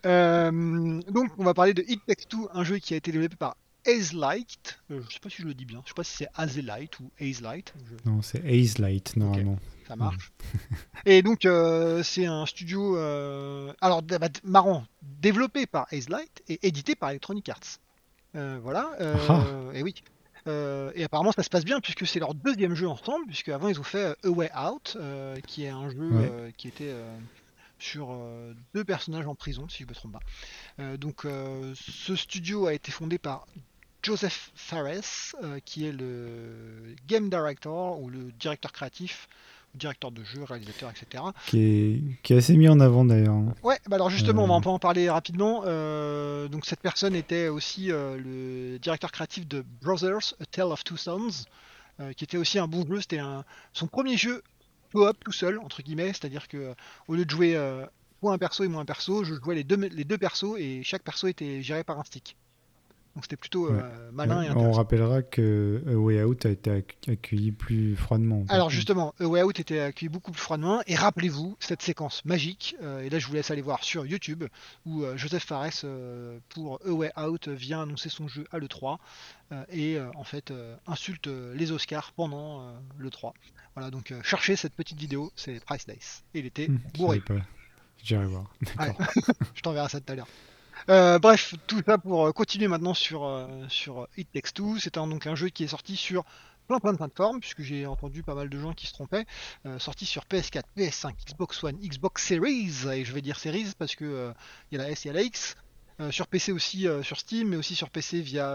Donc on va parler de It Takes Two, un jeu qui a été développé par Hazelight. Je sais pas si je le dis bien, je sais pas si c'est Hazelight ou Hazelight. Non, c'est Haze Light, normalement. Ça marche. Et donc c'est un studio marrant, développé par Hazelight et édité par Electronic Arts. Voilà. Et oui. Et apparemment ça se passe bien puisque c'est leur deuxième jeu ensemble, puisque avant ils ont fait A Way Out, qui est un jeu qui était sur deux personnages en prison, si je me trompe pas. Donc ce studio a été fondé par Joseph Fares, qui est le game director ou le directeur créatif, directeur de jeu, réalisateur, etc. Qui est assez mis en avant d'ailleurs. Ouais, bah alors justement, on va en parler rapidement. Donc cette personne était aussi le directeur créatif de Brothers, A Tale of Two Sons, qui était aussi un bon jeu. C'était son premier jeu co-op tout seul, entre guillemets, c'est-à-dire que au lieu de jouer moi un perso et moi un perso, je jouais les deux persos et chaque perso était géré par un stick. Donc c'était plutôt malin et On intéressant. rappellera que A Way Out a été accueilli plus froidement. par Alors contre. justement, A Way Out était accueilli beaucoup plus froidement, et rappelez-vous cette séquence magique, et là je vous laisse aller voir sur YouTube, où Joseph Fares pour A Way Out vient annoncer son jeu à l'E3, et en fait insulte les Oscars pendant l'E3. Voilà, donc cherchez cette petite vidéo, c'est priceless. Et il était Je bourré. savais pas. J'irai voir. Ouais. D'accord. Je t'enverrai ça tout à l'heure. Bref, tout ça pour continuer maintenant sur It Takes Two. C'est donc un jeu qui est sorti sur plein de plateformes, puisque j'ai entendu pas mal de gens qui se trompaient. Sorti sur PS4, PS5, Xbox One, Xbox Series, et je vais dire Series parce que il y a la S et il y a la X. Sur PC aussi, sur Steam, mais aussi sur PC via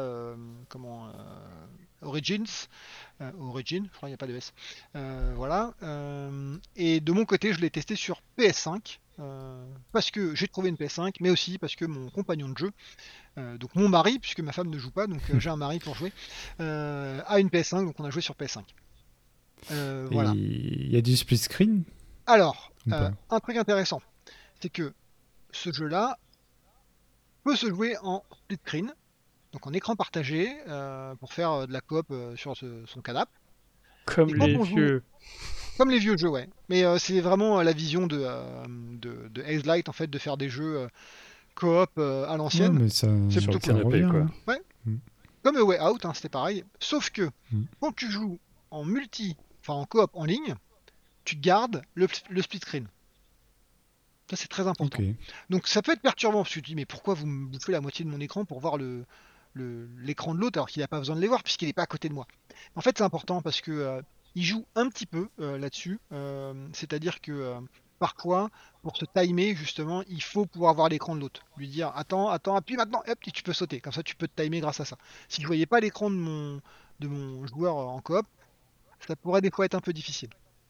Origins. Origin, je crois qu'il n'y a pas de S. Voilà. Et de mon côté, je l'ai testé sur PS5. Parce que j'ai trouvé une PS5, mais aussi parce que mon compagnon de jeu, donc mon mari, puisque ma femme ne joue pas, donc j'ai un mari pour jouer, a une PS5, donc on a joué sur PS5. Voilà. Il y a du split screen Alors, ou pas un truc intéressant, c'est que ce jeu-là peut se jouer en split screen, donc en écran partagé, pour faire de la coop sur son canapé. Comme Et quand les on joue- vieux. Comme les vieux jeux, ouais. Mais c'est vraiment la vision de Hazelight, en fait, de faire des jeux coop à Ouais, l'ancienne. mais ça, C'est Sur plutôt le ça canapé, revient, quoi. hein. Comme A Way Out, hein, c'était pareil. Sauf que Mm. quand tu joues en multi, enfin en coop en ligne, tu gardes le split screen. Ça, c'est très important. Ok. Donc ça peut être perturbant, parce que tu te dis, mais pourquoi vous me bouffez la moitié de mon écran pour voir l'écran de l'autre alors qu'il n'a pas besoin de les voir puisqu'il n'est pas à côté de moi. En fait, c'est important parce que il joue un petit peu là-dessus. C'est-à-dire que parfois, pour se timer, justement, il faut pouvoir voir l'écran de l'autre. Lui dire attends, appuie maintenant, hop, et tu peux sauter. Comme ça, tu peux te timer grâce à ça. Si je voyais pas l'écran de mon joueur en coop, ça pourrait des fois être un peu difficile.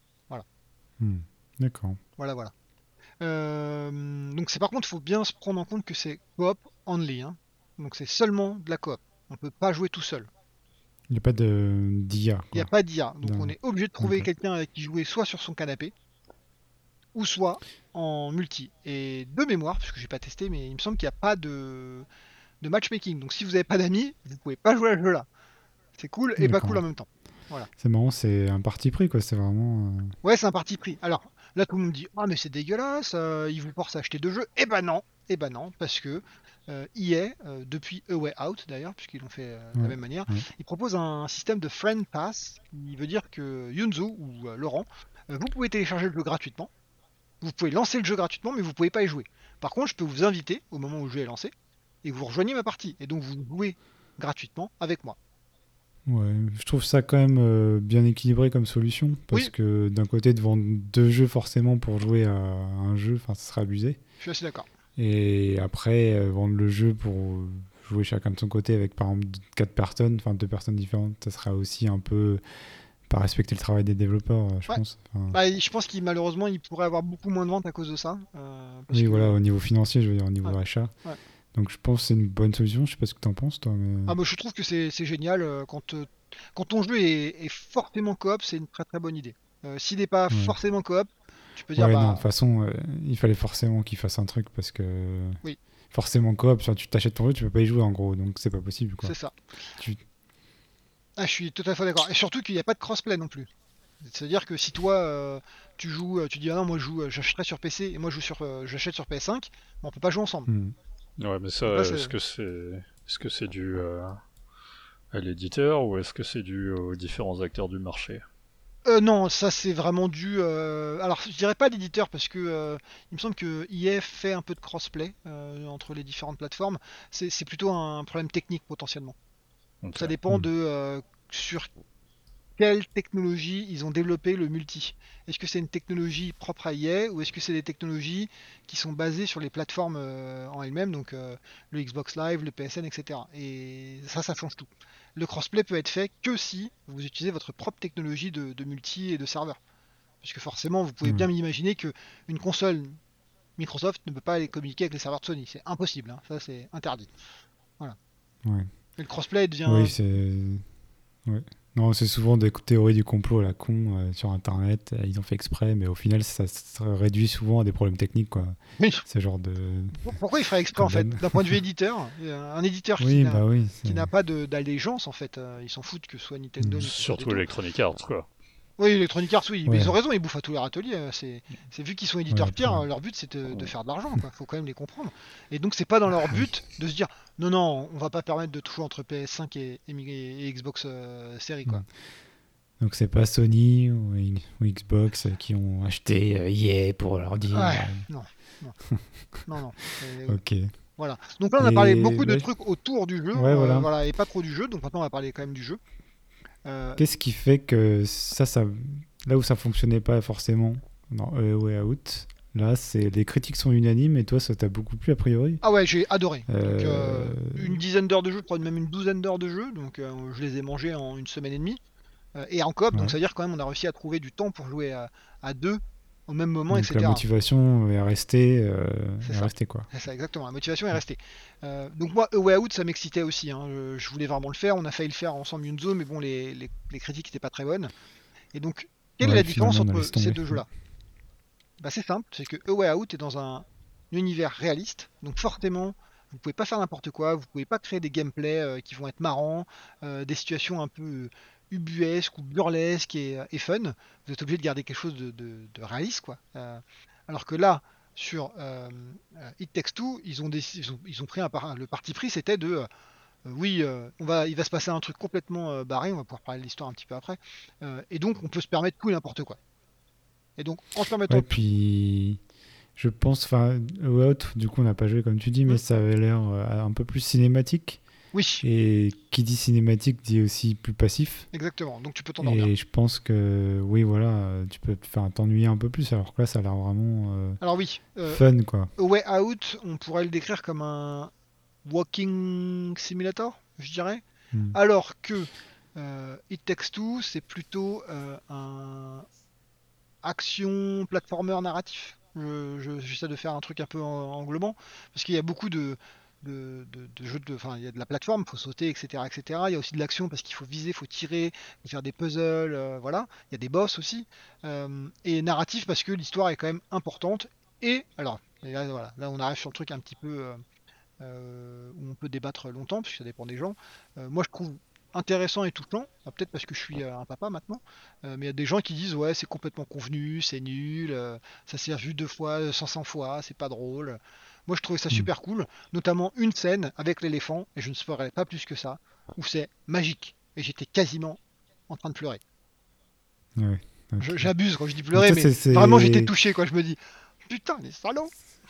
D'accord. Voilà. Donc c'est par contre, il faut bien se prendre en compte que c'est coop only. Hein. Donc c'est seulement de la coop. On peut pas jouer tout seul. Il n'y a pas d'IA. Il n'y a pas d'IA. Donc Non. on est obligé de trouver Ok. quelqu'un avec qui jouer soit sur son canapé, ou soit en multi. Et de mémoire, parce que j'ai pas testé, mais il me semble qu'il n'y a pas de matchmaking. Donc si vous n'avez pas d'amis, vous pouvez pas jouer à ce jeu-là. C'est cool et pas D'accord. cool en même temps. C'est marrant, c'est un parti pris, quoi. C'est vraiment. Ouais, c'est un parti pris. Alors là, tout le monde me dit ah mais c'est dégueulasse, ils vous forcent à acheter 2 jeux. Eh ben non, parce que EA, depuis A Way Out d'ailleurs, puisqu'ils l'ont fait de la Ouais, même manière, ouais. ils proposent un système de Friend Pass, qui veut dire que Yunzo ou Laurent, vous pouvez télécharger le jeu gratuitement, vous pouvez lancer le jeu gratuitement, mais vous pouvez pas y jouer. Par contre, je peux vous inviter au moment où le jeu est lancé, et que vous rejoignez ma partie, et donc vous jouez gratuitement avec moi. Ouais, je trouve ça quand même bien équilibré comme solution. Parce Oui. que d'un côté, de vendre 2 jeux forcément pour jouer à un jeu, ça serait abusé. Je suis assez d'accord. Et après, vendre le jeu pour jouer chacun de son côté avec par exemple 4 personnes, enfin 2 personnes différentes, ça serait aussi un peu pas respecter le travail des développeurs, je Ouais. pense. Enfin, Bah, je pense qu'il malheureusement il pourrait avoir beaucoup moins de ventes à cause de ça. Parce oui, que- voilà, au niveau financier, je veux dire, au niveau Ouais. achat. Ouais. Donc je pense que c'est une bonne solution. Je sais pas ce que t'en penses, toi. Mais... Ah, bah, je trouve que c'est génial quand ton jeu est fortement coop, c'est une très très bonne idée. S'il n'est pas Ouais. forcément coop, tu peux dire Ouais, non, de bah toute façon, il fallait forcément qu'ils fassent un truc parce que. Oui. forcément coop. Tu t'achètes ton jeu, tu peux pas y jouer en gros, donc c'est pas possible quoi. C'est ça. Tu- Ah, je suis tout à fait d'accord. Et surtout qu'il n'y a pas de crossplay non plus. C'est-à-dire que si toi tu joues, tu dis ah non moi je joue, j'achèterai sur PC et moi je joue j'achète sur PS5, on peut pas jouer ensemble. Hmm. Ouais, mais ça, Là, est-ce que c'est dû à l'éditeur ou est-ce que c'est dû aux différents acteurs du marché? Non, ça c'est vraiment dû. Alors je dirais pas l'éditeur parce que il me semble que EA fait un peu de crossplay entre les différentes plateformes. C'est plutôt un problème technique potentiellement. Ok. Ça dépend Hmm. de sur quelle technologie ils ont développé le multi. Est-ce que c'est une technologie propre à EA ou est-ce que c'est des technologies qui sont basées sur les plateformes en elles-mêmes, donc le Xbox Live, le PSN, etc. Et ça change tout. Le crossplay peut être fait que si vous utilisez votre propre technologie de multi et de serveur. Puisque forcément, vous pouvez bien imaginer que une console Microsoft ne peut pas aller communiquer avec les serveurs de Sony. C'est impossible, hein. Ça c'est interdit. Voilà. Ouais. Et le crossplay devient... Oui, c'est. Ouais. Non, c'est souvent des théories du complot à la con sur Internet. Ils ont fait exprès, mais au final, ça se réduit souvent à des problèmes techniques, quoi. Oui. C'est genre de. Pourquoi il ferait exprès en fait? Comme D'un point de vue éditeur, un éditeur Oui, bah oui. qui n'a pas d'allégeance en fait, ils s'en foutent que ce soit Nintendo, Microsoft et Surtout tout. Electronic Arts, quoi. Oui, Electronic Arts, oui, mais Ouais. ils ont raison, ils bouffent à tous les râteliers. C'est vu qu'ils sont éditeurs Ouais, tiers, après. leur but c'est de faire de l'argent, quoi. Faut quand même les comprendre. Et donc c'est pas dans leur but de se dire non, non, on va pas permettre de jouer entre PS5 et Xbox Series, quoi. Donc c'est pas Sony ou Xbox qui ont acheté EA pour leur dire. Ouais, non, non, non, non. Ok. Voilà. Donc là on a parlé Et, beaucoup de ouais. trucs autour du jeu, Ouais, voilà. voilà, et pas trop du jeu. Donc maintenant on va parler quand même du jeu. Qu'est-ce qui fait que ça, là où ça fonctionnait pas forcément dans A Way Out, là, les critiques sont unanimes et toi, ça t'a beaucoup plu a priori. Ah ouais, j'ai adoré. Donc, Euh, une dizaine d'heures de jeu, je crois même une douzaine d'heures de jeu. Donc je les ai mangés en une semaine et demie. Et en coop, donc Ouais. ça veut dire quand même on a réussi à trouver du temps pour jouer à deux au même moment, Donc etc. la motivation est restée, C'est ça. quoi. C'est ça, exactement. La motivation est restée. Donc moi, A Way Out, ça m'excitait aussi, hein. Je voulais vraiment le faire. On a failli le faire ensemble une zone, mais bon, les critiques n'étaient pas très bonnes. Et donc, quelle est Ouais, la différence finalement, on a entre laissé ces tomber. deux jeux-là? Bah, c'est simple, c'est que A Way Out est dans un univers réaliste, donc forcément, vous pouvez pas faire n'importe quoi, vous pouvez pas créer des gameplays qui vont être marrants, des situations un peu ubuesques ou burlesques et fun. Vous êtes obligé de garder quelque chose de réaliste, quoi. Alors que là, sur It Takes Two, ils ont pris le parti pris, c'était de oui, il va se passer un truc complètement barré, on va pouvoir parler de l'histoire un petit peu après, et donc on peut se permettre tout et n'importe quoi. Et donc en se permettant Ouais, puis je pense, enfin, A Way Out, du coup, on n'a pas joué comme tu dis, mais ça avait l'air un peu plus cinématique. oui, Et qui dit cinématique dit aussi plus passif. exactement, donc tu peux t'endormir. Et je pense que, oui, voilà, tu peux t'ennuyer un peu plus, alors que là, ça a l'air vraiment Alors oui, fun, quoi. A Way Out, on pourrait le décrire comme un walking simulator, je dirais. Hmm. Alors que It Takes Two, c'est plutôt un action platformer narratif. J'essaie de faire un truc un peu englobant, parce qu'il y a beaucoup de jeux enfin, il y a de la plateforme, il faut sauter, etc., etc. Il y a aussi de l'action parce qu'il faut viser, il faut tirer, il faut faire des puzzles, voilà. Il y a des boss aussi. Et narratif parce que l'histoire est quand même importante. Et alors, et là, voilà, là on arrive sur le truc un petit peu où on peut débattre longtemps, parce que ça dépend des gens. Moi je trouve intéressant et touchant, peut-être parce que je suis un papa maintenant, mais il y a des gens qui disent ouais c'est complètement convenu, c'est nul, ça s'est vu 2 fois, 500 fois, c'est pas drôle. Moi je trouvais ça super cool, notamment une scène avec l'éléphant, et je ne spoilerai pas plus que ça, où c'est magique, et j'étais quasiment en train de pleurer. Ouais, ok. J'abuse quand je dis pleurer, Donc ça, mais vraiment j'étais touché, quoi. Je me dis putain les salauds.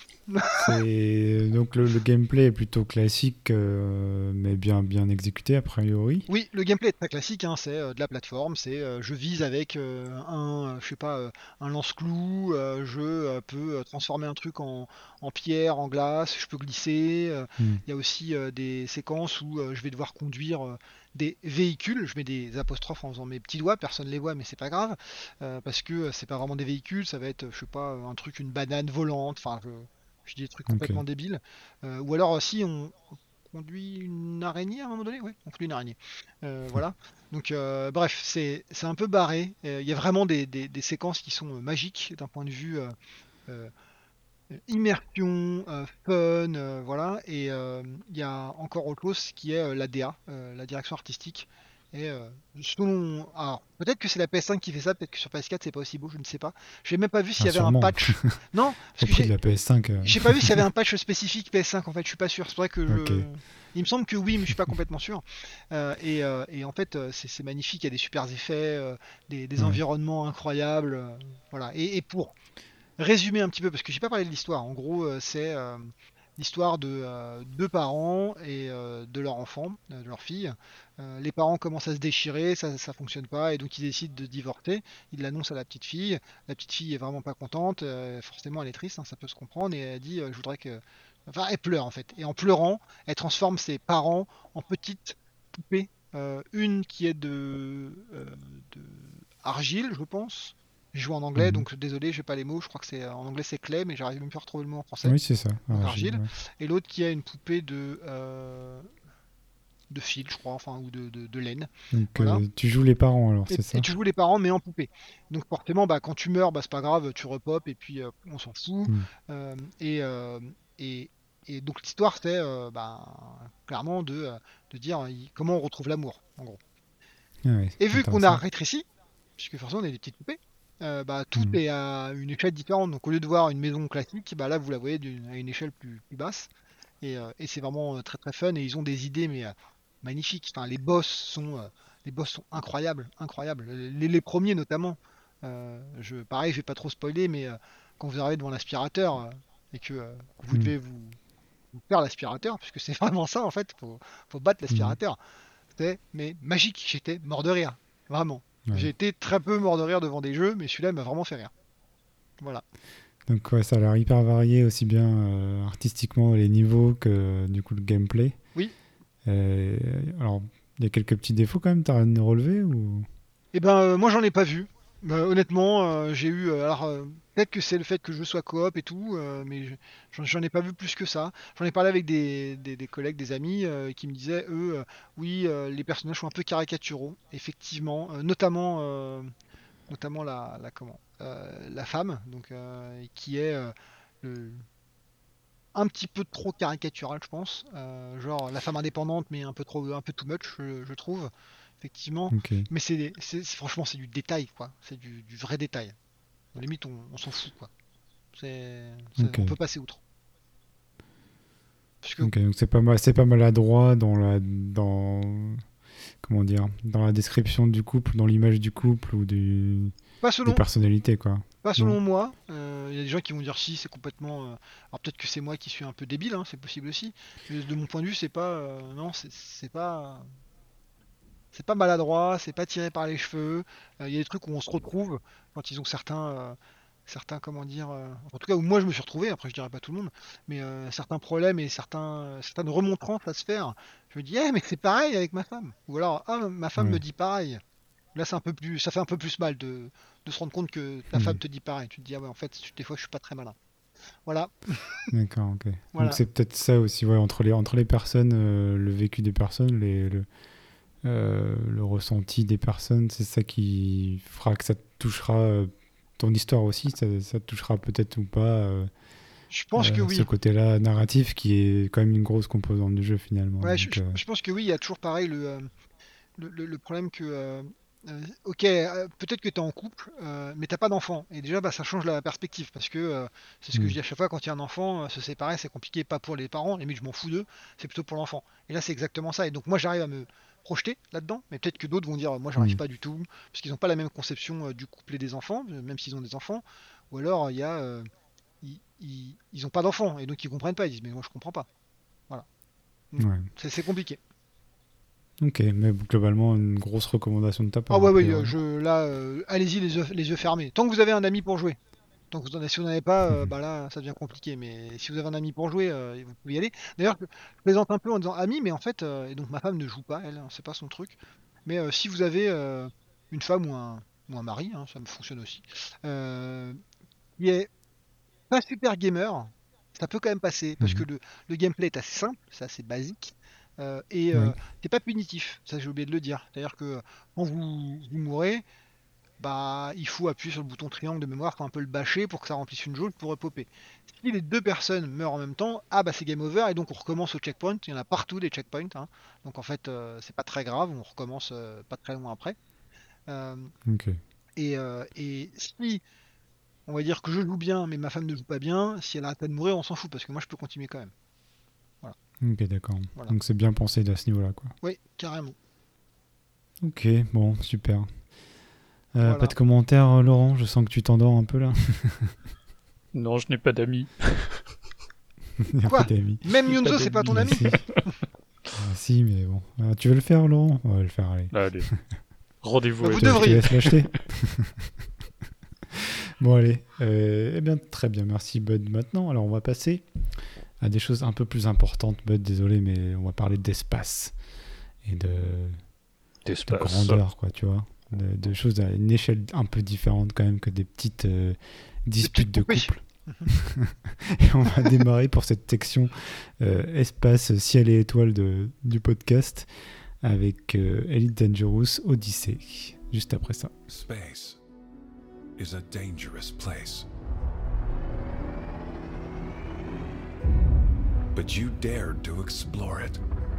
Donc le gameplay est plutôt classique, mais bien exécuté a priori. Oui, le gameplay est très classique, hein, c'est de la plateforme, c'est je vise avec je sais pas, un lance-clou, je peux transformer un truc en pierre, en glace, je peux glisser. Il y a aussi des séquences où je vais devoir conduire des véhicules. Je mets des apostrophes en faisant mes petits doigts, personne les voit, mais c'est pas grave, parce que c'est pas vraiment des véhicules, ça va être, je sais pas, un truc, une banane volante, enfin je dis des trucs complètement débiles. Ou alors si on conduit une araignée à un moment donné, ouais, on conduit une araignée. Voilà. Donc bref, c'est un peu barré. Il y a vraiment des séquences qui sont magiques d'un point de vue immersion, fun, voilà. Et il y a encore autre chose qui est la DA, la direction artistique. Et alors, peut-être que c'est la PS5 qui fait ça, peut-être que sur PS4 c'est pas aussi beau, je ne sais pas. J'ai même pas vu s'il y avait un Sûrement. patch. Non, parce Au que prix de la PS5. j'ai pas vu s'il y avait un patch spécifique PS5 en fait, je suis pas sûr. C'est vrai que Ok. il me semble que oui, mais je suis pas complètement sûr. Et en fait, c'est magnifique, il y a des super effets, des Ouais. environnements incroyables, voilà. Et pour résumer un petit peu, parce que j'ai pas parlé de l'histoire. En gros, c'est l'histoire de deux parents et de leur enfant, de leur fille. Les parents commencent à se déchirer, ça fonctionne pas, et donc ils décident de divorcer. Ils l'annoncent à la petite fille. La petite fille est vraiment pas contente. Forcément, elle est triste, hein, ça peut se comprendre, et elle dit, je voudrais que. Enfin, elle pleure en fait. Et en pleurant, elle transforme ses parents en petites poupées. Une qui est de argile, je pense. Je joue en anglais, Mhm. donc désolé, j'ai pas les mots. Je crois que c'est en anglais c'est clay, mais j'arrive même plus à retrouver le mot en français. Oui, c'est ça. Donc Argile, argile. ouais. Et l'autre qui a une poupée de fil, je crois, enfin, ou de laine. Donc, Voilà. tu joues les parents alors, Et, c'est et ça? tu joues les parents, mais en poupée. Donc forcément, bah, quand tu meurs, bah, c'est pas grave, tu repopes et puis on s'en fout. Hmm. Euh, et, euh, et, et donc l'histoire, c'est bah, clairement de dire comment on retrouve l'amour, en gros. Ah ouais, Et vu qu'on a intéressant. rétréci, puisque forcément on a des petites poupées, bah, tout Hmm. est à une échelle différente. Donc au lieu de voir une maison classique, bah, là vous la voyez à une échelle plus basse. Et c'est vraiment très très fun. Et ils ont des idées mais magnifiques. Enfin, les boss sont incroyables, incroyables. Les premiers notamment. Pareil, je vais pas trop spoiler, mais quand vous arrivez devant l'aspirateur et que vous Hmm. devez vous faire l'aspirateur, puisque c'est vraiment ça en fait, faut battre Hmm. l'aspirateur. C'était mais magique. J'étais mort de rire, vraiment. J'ai Ouais. été très peu mort de rire devant des jeux, mais celui-là il m'a vraiment fait rire. Voilà. Donc ouais, ça a l'air hyper varié, aussi bien artistiquement les niveaux que du coup le gameplay. Oui. Euh, alors, il y a quelques petits défauts quand même, t'as rien de relevé ou... Et ben moi j'en ai pas vu. Honnêtement, j'ai eu alors peut-être que c'est le fait que je sois coop et tout, mais j'en ai pas vu plus que ça. J'en ai parlé avec des collègues, des amis qui me disaient eux, oui, les personnages sont un peu caricaturaux, effectivement, notamment la femme, donc qui est le- un petit peu trop caricaturale, je pense. Genre la femme indépendante, mais un peu too much, je trouve, effectivement. Ok, Mais franchement, c'est du détail, quoi. C'est du vrai détail. À la limite, on s'en fout, quoi. ok. On peut passer outre. Parce que, Ok, donc c'est pas maladroit dans comment dire, dans la description du couple, dans l'image du couple ou pas des selon, personnalités quoi. pas Non? selon moi, il y a des gens qui vont dire si, c'est complètement. Alors peut-être que c'est moi qui suis un peu débile, hein, c'est possible aussi. Mais de mon point de vue, c'est pas. Non, c'est pas. C'est pas maladroit, c'est pas tiré par les cheveux. Il y a des trucs où on se retrouve quand ils ont certains comment dire, en tout cas où moi je me suis retrouvé. Après je dirais pas tout le monde, mais certains problèmes et certaines remontrances à se faire. Je me dis, mais c'est pareil avec ma femme. Ou alors, ah, ma femme me Ouais. dit pareil. Là, ça fait un peu plus mal de se rendre compte que ta Hmm. femme te dit pareil. Tu te dis, ah ouais, en fait, des fois je suis pas très malin. Voilà, D'accord, ok. Donc voilà. c'est peut-être ça aussi, ouais, entre les personnes, le vécu des personnes, le ressenti des personnes, c'est ça qui fera que ça te touchera ton histoire aussi, ça te touchera peut-être ou pas Je pense que ce oui. côté-là narratif qui est quand même une grosse composante du jeu finalement. Ouais, Donc, je pense que oui. Il y a toujours pareil le problème que, ok, peut-être que tu es en couple, mais t'as pas d'enfant. Et déjà, bah, ça change la perspective, parce que c'est ce que je hmm, dis à chaque fois, quand il y a un enfant, se séparer, c'est compliqué, pas pour les parents, limite je m'en fous d'eux, c'est plutôt pour l'enfant. Et là, c'est exactement ça. Et donc moi, j'arrive à me projeter là-dedans, mais peut-être que d'autres vont dire, moi, j'arrive hmm, pas du tout, parce qu'ils n'ont pas la même conception du couple et des enfants, même s'ils ont des enfants. Ou alors, ils ont pas d'enfants, et donc ils comprennent pas, ils disent, mais moi, je comprends pas. Voilà. Mm. ouais. C'est compliqué. Ok, mais globalement, une grosse recommandation de ta Ah part, a ouais, ouais, priori. allez-y les yeux fermés. Tant que vous avez un ami pour jouer. Donc si vous n'en avez pas, bah là, ça devient compliqué. Mais si vous avez un ami pour jouer, vous pouvez y aller. D'ailleurs, je plaisante un peu en disant ami, mais en fait, et donc ma femme ne joue pas, elle, hein, c'est pas son truc. Mais si vous avez une femme ou un mari, hein, ça me fonctionne aussi, euh, qui est pas super gamer, ça peut quand même passer parce que Mhm. le gameplay est assez simple, c'est assez basique. Et Oui. c'est pas punitif, ça j'ai oublié de le dire. C'est-à-dire que quand vous mourrez, il faut appuyer sur le bouton triangle de mémoire pour un peu le bâcher pour que ça remplisse une jaune pour repopper. Si les 2 personnes meurent en même temps, c'est game over et donc on recommence au checkpoint. Il y en a partout des checkpoints, hein. Donc en fait c'est pas très grave, on recommence pas très loin après. Ok. Et si on va dire que je joue bien mais ma femme ne joue pas bien, si elle arrête pas de mourir on s'en fout parce que moi je peux continuer quand même. Ok, d'accord. Voilà. Donc c'est bien pensé à ce niveau-là, quoi. Oui, carrément. Ok, bon, super. Voilà. Pas de commentaires, Laurent? Je sens que tu t'endors un peu là. Non, je n'ai pas d'amis. Il y a Quoi pas d'amis. Même Yunzo pas c'est pas ton Mais ami? si. Si, mais bon. Tu veux le faire, Laurent? On va le faire, allez. Allez. Rendez-vous Bah, avec vous Je te devriez. laisse l'acheter. Bon, allez. Eh bien, très bien. Merci, Bud. Maintenant, alors on va passer à des choses un peu plus importantes. Bud, désolé, mais on va parler d'espace et de d'espace. grandeur, quoi, tu vois. De choses à une échelle un peu différente, quand même, que des petites disputes de poupées. couple. Et on va démarrer pour cette section espace, ciel et étoiles du podcast avec Elite Dangerous Odyssey. Juste après ça. Space is a dangerous place. But you dared to explore it.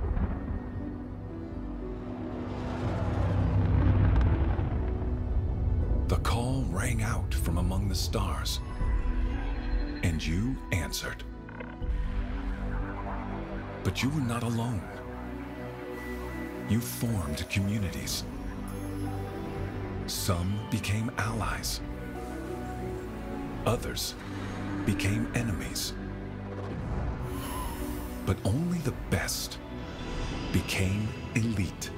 The call rang out from among the stars, and you answered. But you were not alone. You formed communities. Some became allies. Others became enemies. But only the best became elite.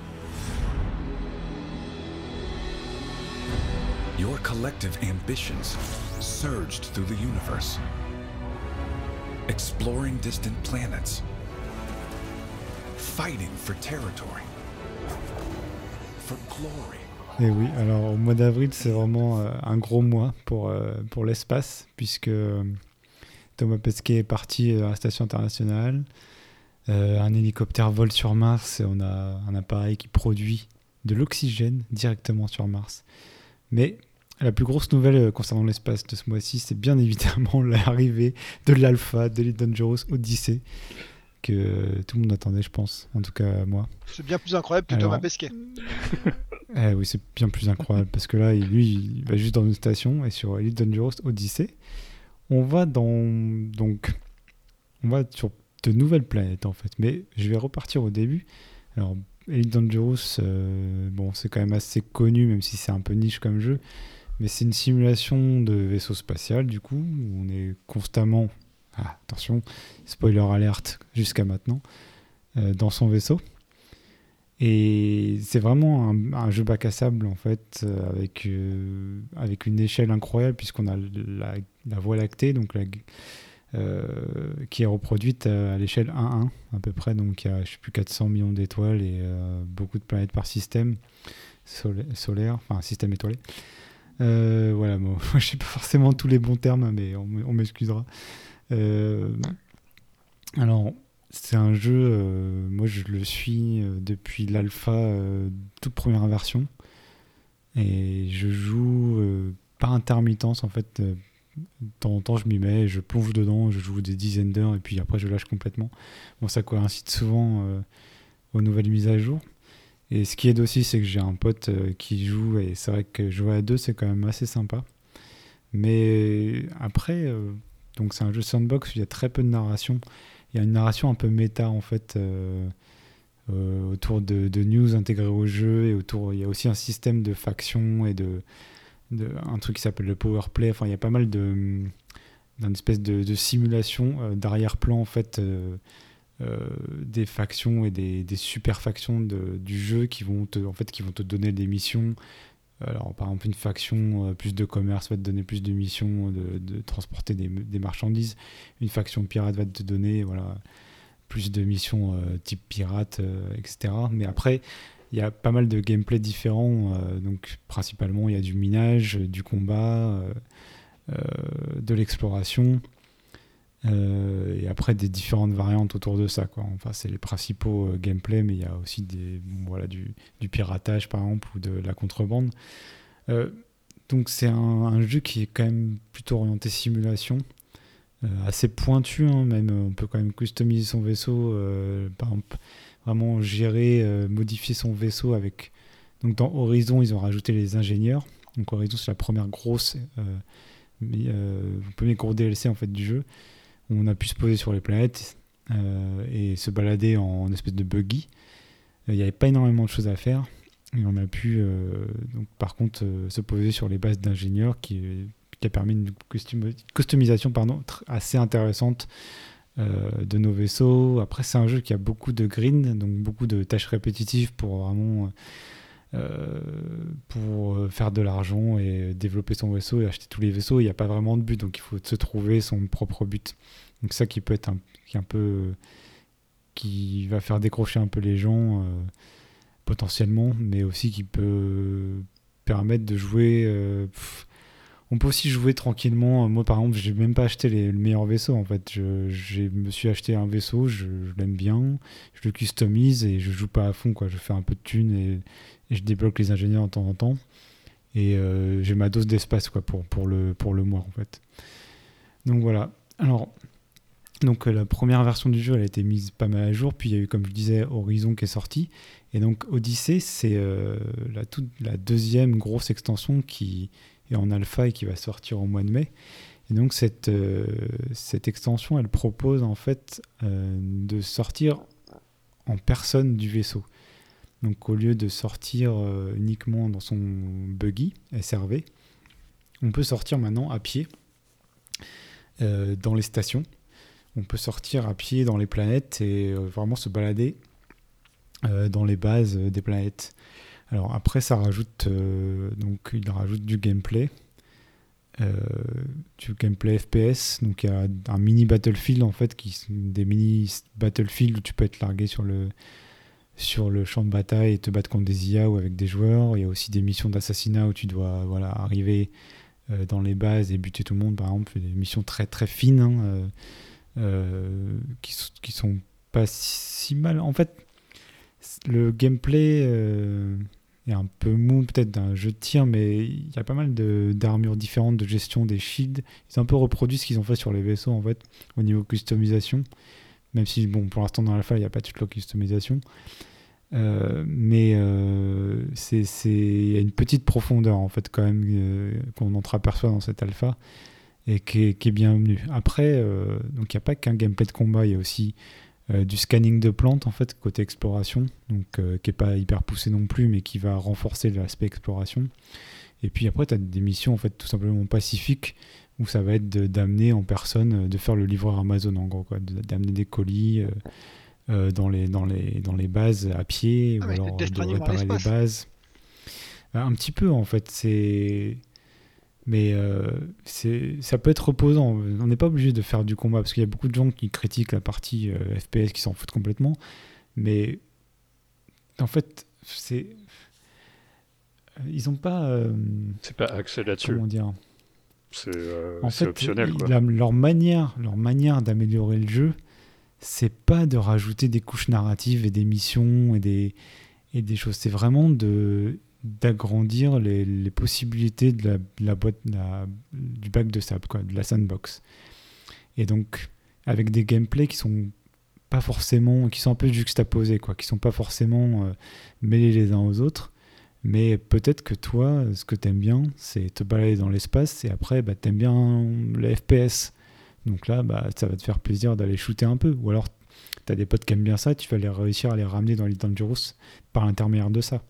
Your collective ambitions surged through the universe, exploring distant planets, fighting for territory, for glory. Et oui, alors au mois d'avril, c'est vraiment un gros mois pour l'espace, puisque Thomas Pesquet est parti à la station internationale, un hélicoptère vole sur Mars, et on a un appareil qui produit de l'oxygène directement sur Mars. Mais la plus grosse nouvelle concernant l'espace de ce mois-ci, c'est bien évidemment l'arrivée de l'alpha d'Elite Dangerous Odyssey, que tout le monde attendait, je pense, en tout cas moi. C'est bien plus incroyable que Alors, Thomas Pesquet. Oui, c'est bien plus incroyable parce que là, il va juste dans une station et sur Elite Dangerous Odyssey, on va sur de nouvelles planètes en fait. Mais je vais repartir au début. Alors, Elite Dangerous, c'est quand même assez connu, même si c'est un peu niche comme jeu. Mais c'est une simulation de vaisseau spatial, du coup, où on est constamment, attention, spoiler alerte jusqu'à maintenant, dans son vaisseau. Et c'est vraiment un jeu bac à sable, en fait, avec une échelle incroyable, puisqu'on a la Voie lactée, donc qui est reproduite à l'échelle 1-1, à peu près. Donc il y a, je sais plus, 400 millions d'étoiles et beaucoup de planètes par système solaire, enfin système étoilé. Voilà, bon, je sais pas forcément tous les bons termes, mais on m'excusera. Alors, c'est un jeu, moi je le suis depuis l'alpha, toute première version, et je joue par intermittence en fait. De temps en temps, je m'y mets, je plonge dedans, je joue des dizaines d'heures et puis après je lâche complètement. Bon, ça coïncide souvent aux nouvelles mises à jour. Et ce qui aide aussi, c'est que j'ai un pote qui joue, et c'est vrai que jouer à deux, c'est quand même assez sympa. Mais après, donc c'est un jeu sandbox où il y a très peu de narration. Il y a une narration un peu méta en fait, autour de news intégrées au jeu, et il y a aussi un système de factions et un truc qui s'appelle le power play. Enfin, il y a pas mal d'une espèce de simulation d'arrière-plan en fait, des factions et des super factions du jeu qui vont te donner des missions. Alors, par exemple, une faction plus de commerce va te donner plus de missions de transporter des marchandises. Une faction pirate va te donner plus de missions type pirate, etc. Mais après, il y a pas mal de gameplay différents. Donc, principalement, il y a du minage, du combat, de l'exploration. Et après, des différentes variantes autour de ça, quoi. Enfin, c'est les principaux gameplay, mais il y a aussi du piratage, par exemple, ou de la contrebande. Donc c'est un jeu qui est quand même plutôt orienté simulation, assez pointu, hein, même on peut quand même customiser son vaisseau, par exemple vraiment gérer, modifier son vaisseau avec... Donc dans Horizon ils ont rajouté les ingénieurs, donc Horizon c'est la première grosse premier gros DLC en fait du jeu, où on a pu se poser sur les planètes et se balader en espèce de buggy. Il n'y avait pas énormément de choses à faire. Et on a pu, donc, par contre, se poser sur les bases d'ingénieurs qui a permis une customisation assez intéressante de nos vaisseaux. Après, c'est un jeu qui a beaucoup de grind, donc beaucoup de tâches répétitives pour vraiment pour faire de l'argent et développer son vaisseau et acheter tous les vaisseaux. Il n'y a pas vraiment de but, donc il faut se trouver son propre but. Donc ça qui peut être qui va faire décrocher un peu les gens potentiellement, mais aussi qui peut permettre de jouer. On peut aussi jouer tranquillement. Moi, par exemple, j'ai même pas acheté le meilleur vaisseau. En fait, je me suis acheté un vaisseau, je l'aime bien, je le customise et je joue pas à fond, quoi. Je fais un peu de thunes et je débloque les ingénieurs de temps en temps. Et j'ai ma dose d'espace, quoi, pour le mois, en fait. Donc voilà. Alors. Donc la première version du jeu, elle a été mise pas mal à jour, puis il y a eu, comme je disais, Horizon qui est sorti, et donc Odyssey, c'est la deuxième grosse extension qui est en alpha et qui va sortir au mois de mai. Et donc cette extension, elle propose en fait de sortir en personne du vaisseau. Donc au lieu de sortir uniquement dans son buggy SRV, on peut sortir maintenant à pied dans les stations. On peut sortir à pied dans les planètes et vraiment se balader dans les bases des planètes. Alors après, ça rajoute, il rajoute du gameplay FPS. Donc il y a un mini battlefield en fait, des mini battlefields où tu peux être largué sur le champ de bataille et te battre contre des IA ou avec des joueurs. Il y a aussi des missions d'assassinat où tu dois arriver dans les bases et buter tout le monde, par exemple. Des missions très très fines. Hein, qui sont pas si mal. En fait, le gameplay est un peu mou peut-être d'un jeu de tir, mais il y a pas mal d'armures différentes, de gestion des shields. Ils ont un peu reproduit ce qu'ils ont fait sur les vaisseaux en fait, au niveau customisation, même si bon, pour l'instant dans l'alpha il n'y a pas toute la customisation, mais il y a une petite profondeur en fait quand même qu'on entreaperçoit dans cette alpha et qui est bienvenue. Après, donc il n'y a pas qu'un gameplay de combat, il y a aussi du scanning de plantes en fait côté exploration, donc qui est pas hyper poussé non plus, mais qui va renforcer l'aspect exploration. Et puis après, tu as des missions en fait tout simplement pacifiques où ça va être d'amener en personne, de faire le livreur Amazon en gros, quoi, d'amener des colis dans les bases à pied, ou alors de réparer les bases. Un petit peu en fait, mais ça peut être reposant. On n'est pas obligé de faire du combat parce qu'il y a beaucoup de gens qui critiquent la partie FPS qui s'en foutent complètement, mais en fait ils n'ont pas c'est pas axé là-dessus. Comment dire, c'est optionnel quoi. Leur manière d'améliorer le jeu, c'est pas de rajouter des couches narratives et des missions et des choses, c'est vraiment d'agrandir les possibilités de la boîte du bac de sable, quoi, de la sandbox. Et donc avec des gameplays qui sont pas forcément, qui sont un peu juxtaposés, quoi, qui sont pas forcément mêlés les uns aux autres, mais peut-être que toi ce que t'aimes bien c'est te balader dans l'espace et après t'aimes bien le FPS, donc là ça va te faire plaisir d'aller shooter un peu, ou alors t'as des potes qui aiment bien ça, tu vas réussir à les ramener dans les Dangerous par l'intermédiaire de ça.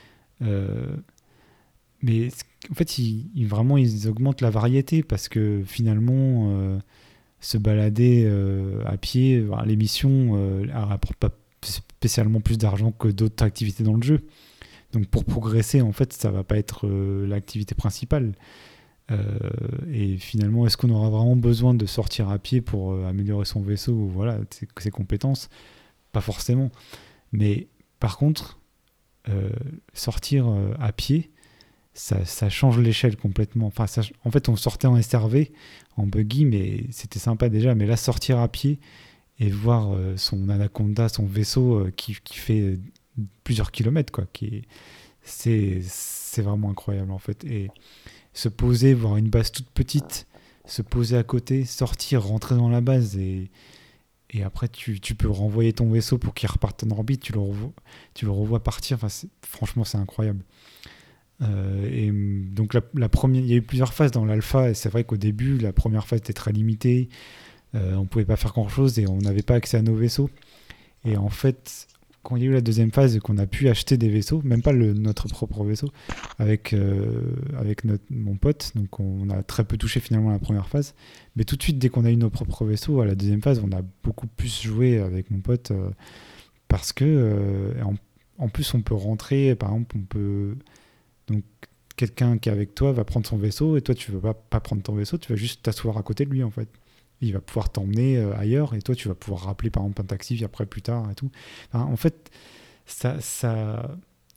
Mais en fait ils augmentent la variété parce que finalement se balader à pied, les missions elles rapportent pas spécialement plus d'argent que d'autres activités dans le jeu, donc pour progresser en fait ça va pas être l'activité principale, et finalement est-ce qu'on aura vraiment besoin de sortir à pied pour améliorer son vaisseau ou ses compétences? Pas forcément, mais par contre sortir à pied, ça change l'échelle complètement. Enfin, en fait, on sortait en SRV, en buggy, mais c'était sympa déjà. Mais là, sortir à pied et voir son Anaconda, son vaisseau qui fait plusieurs kilomètres, quoi, c'est c'est vraiment incroyable en fait. Et se poser, voir une base toute petite, se poser à côté, sortir, rentrer dans la base et après tu peux renvoyer ton vaisseau pour qu'il reparte en orbite, tu le revois partir, enfin, franchement c'est incroyable. Et donc la première, il y a eu plusieurs phases dans l'alpha et c'est vrai qu'au début la première phase était très limitée, on pouvait pas faire grand chose et on n'avait pas accès à nos vaisseaux. Et en fait, quand il y a eu la deuxième phase et qu'on a pu acheter des vaisseaux, même pas notre propre vaisseau, avec mon pote, donc on a très peu touché finalement à la première phase, mais tout de suite dès qu'on a eu nos propres vaisseaux, à la deuxième phase, on a beaucoup plus joué avec mon pote parce que en plus on peut rentrer, par exemple, donc quelqu'un qui est avec toi va prendre son vaisseau et toi tu veux pas prendre ton vaisseau, tu vas juste t'asseoir à côté de lui en fait. Il va pouvoir t'emmener ailleurs et toi tu vas pouvoir rappeler par exemple un taxi après plus tard et tout. Enfin, en fait ça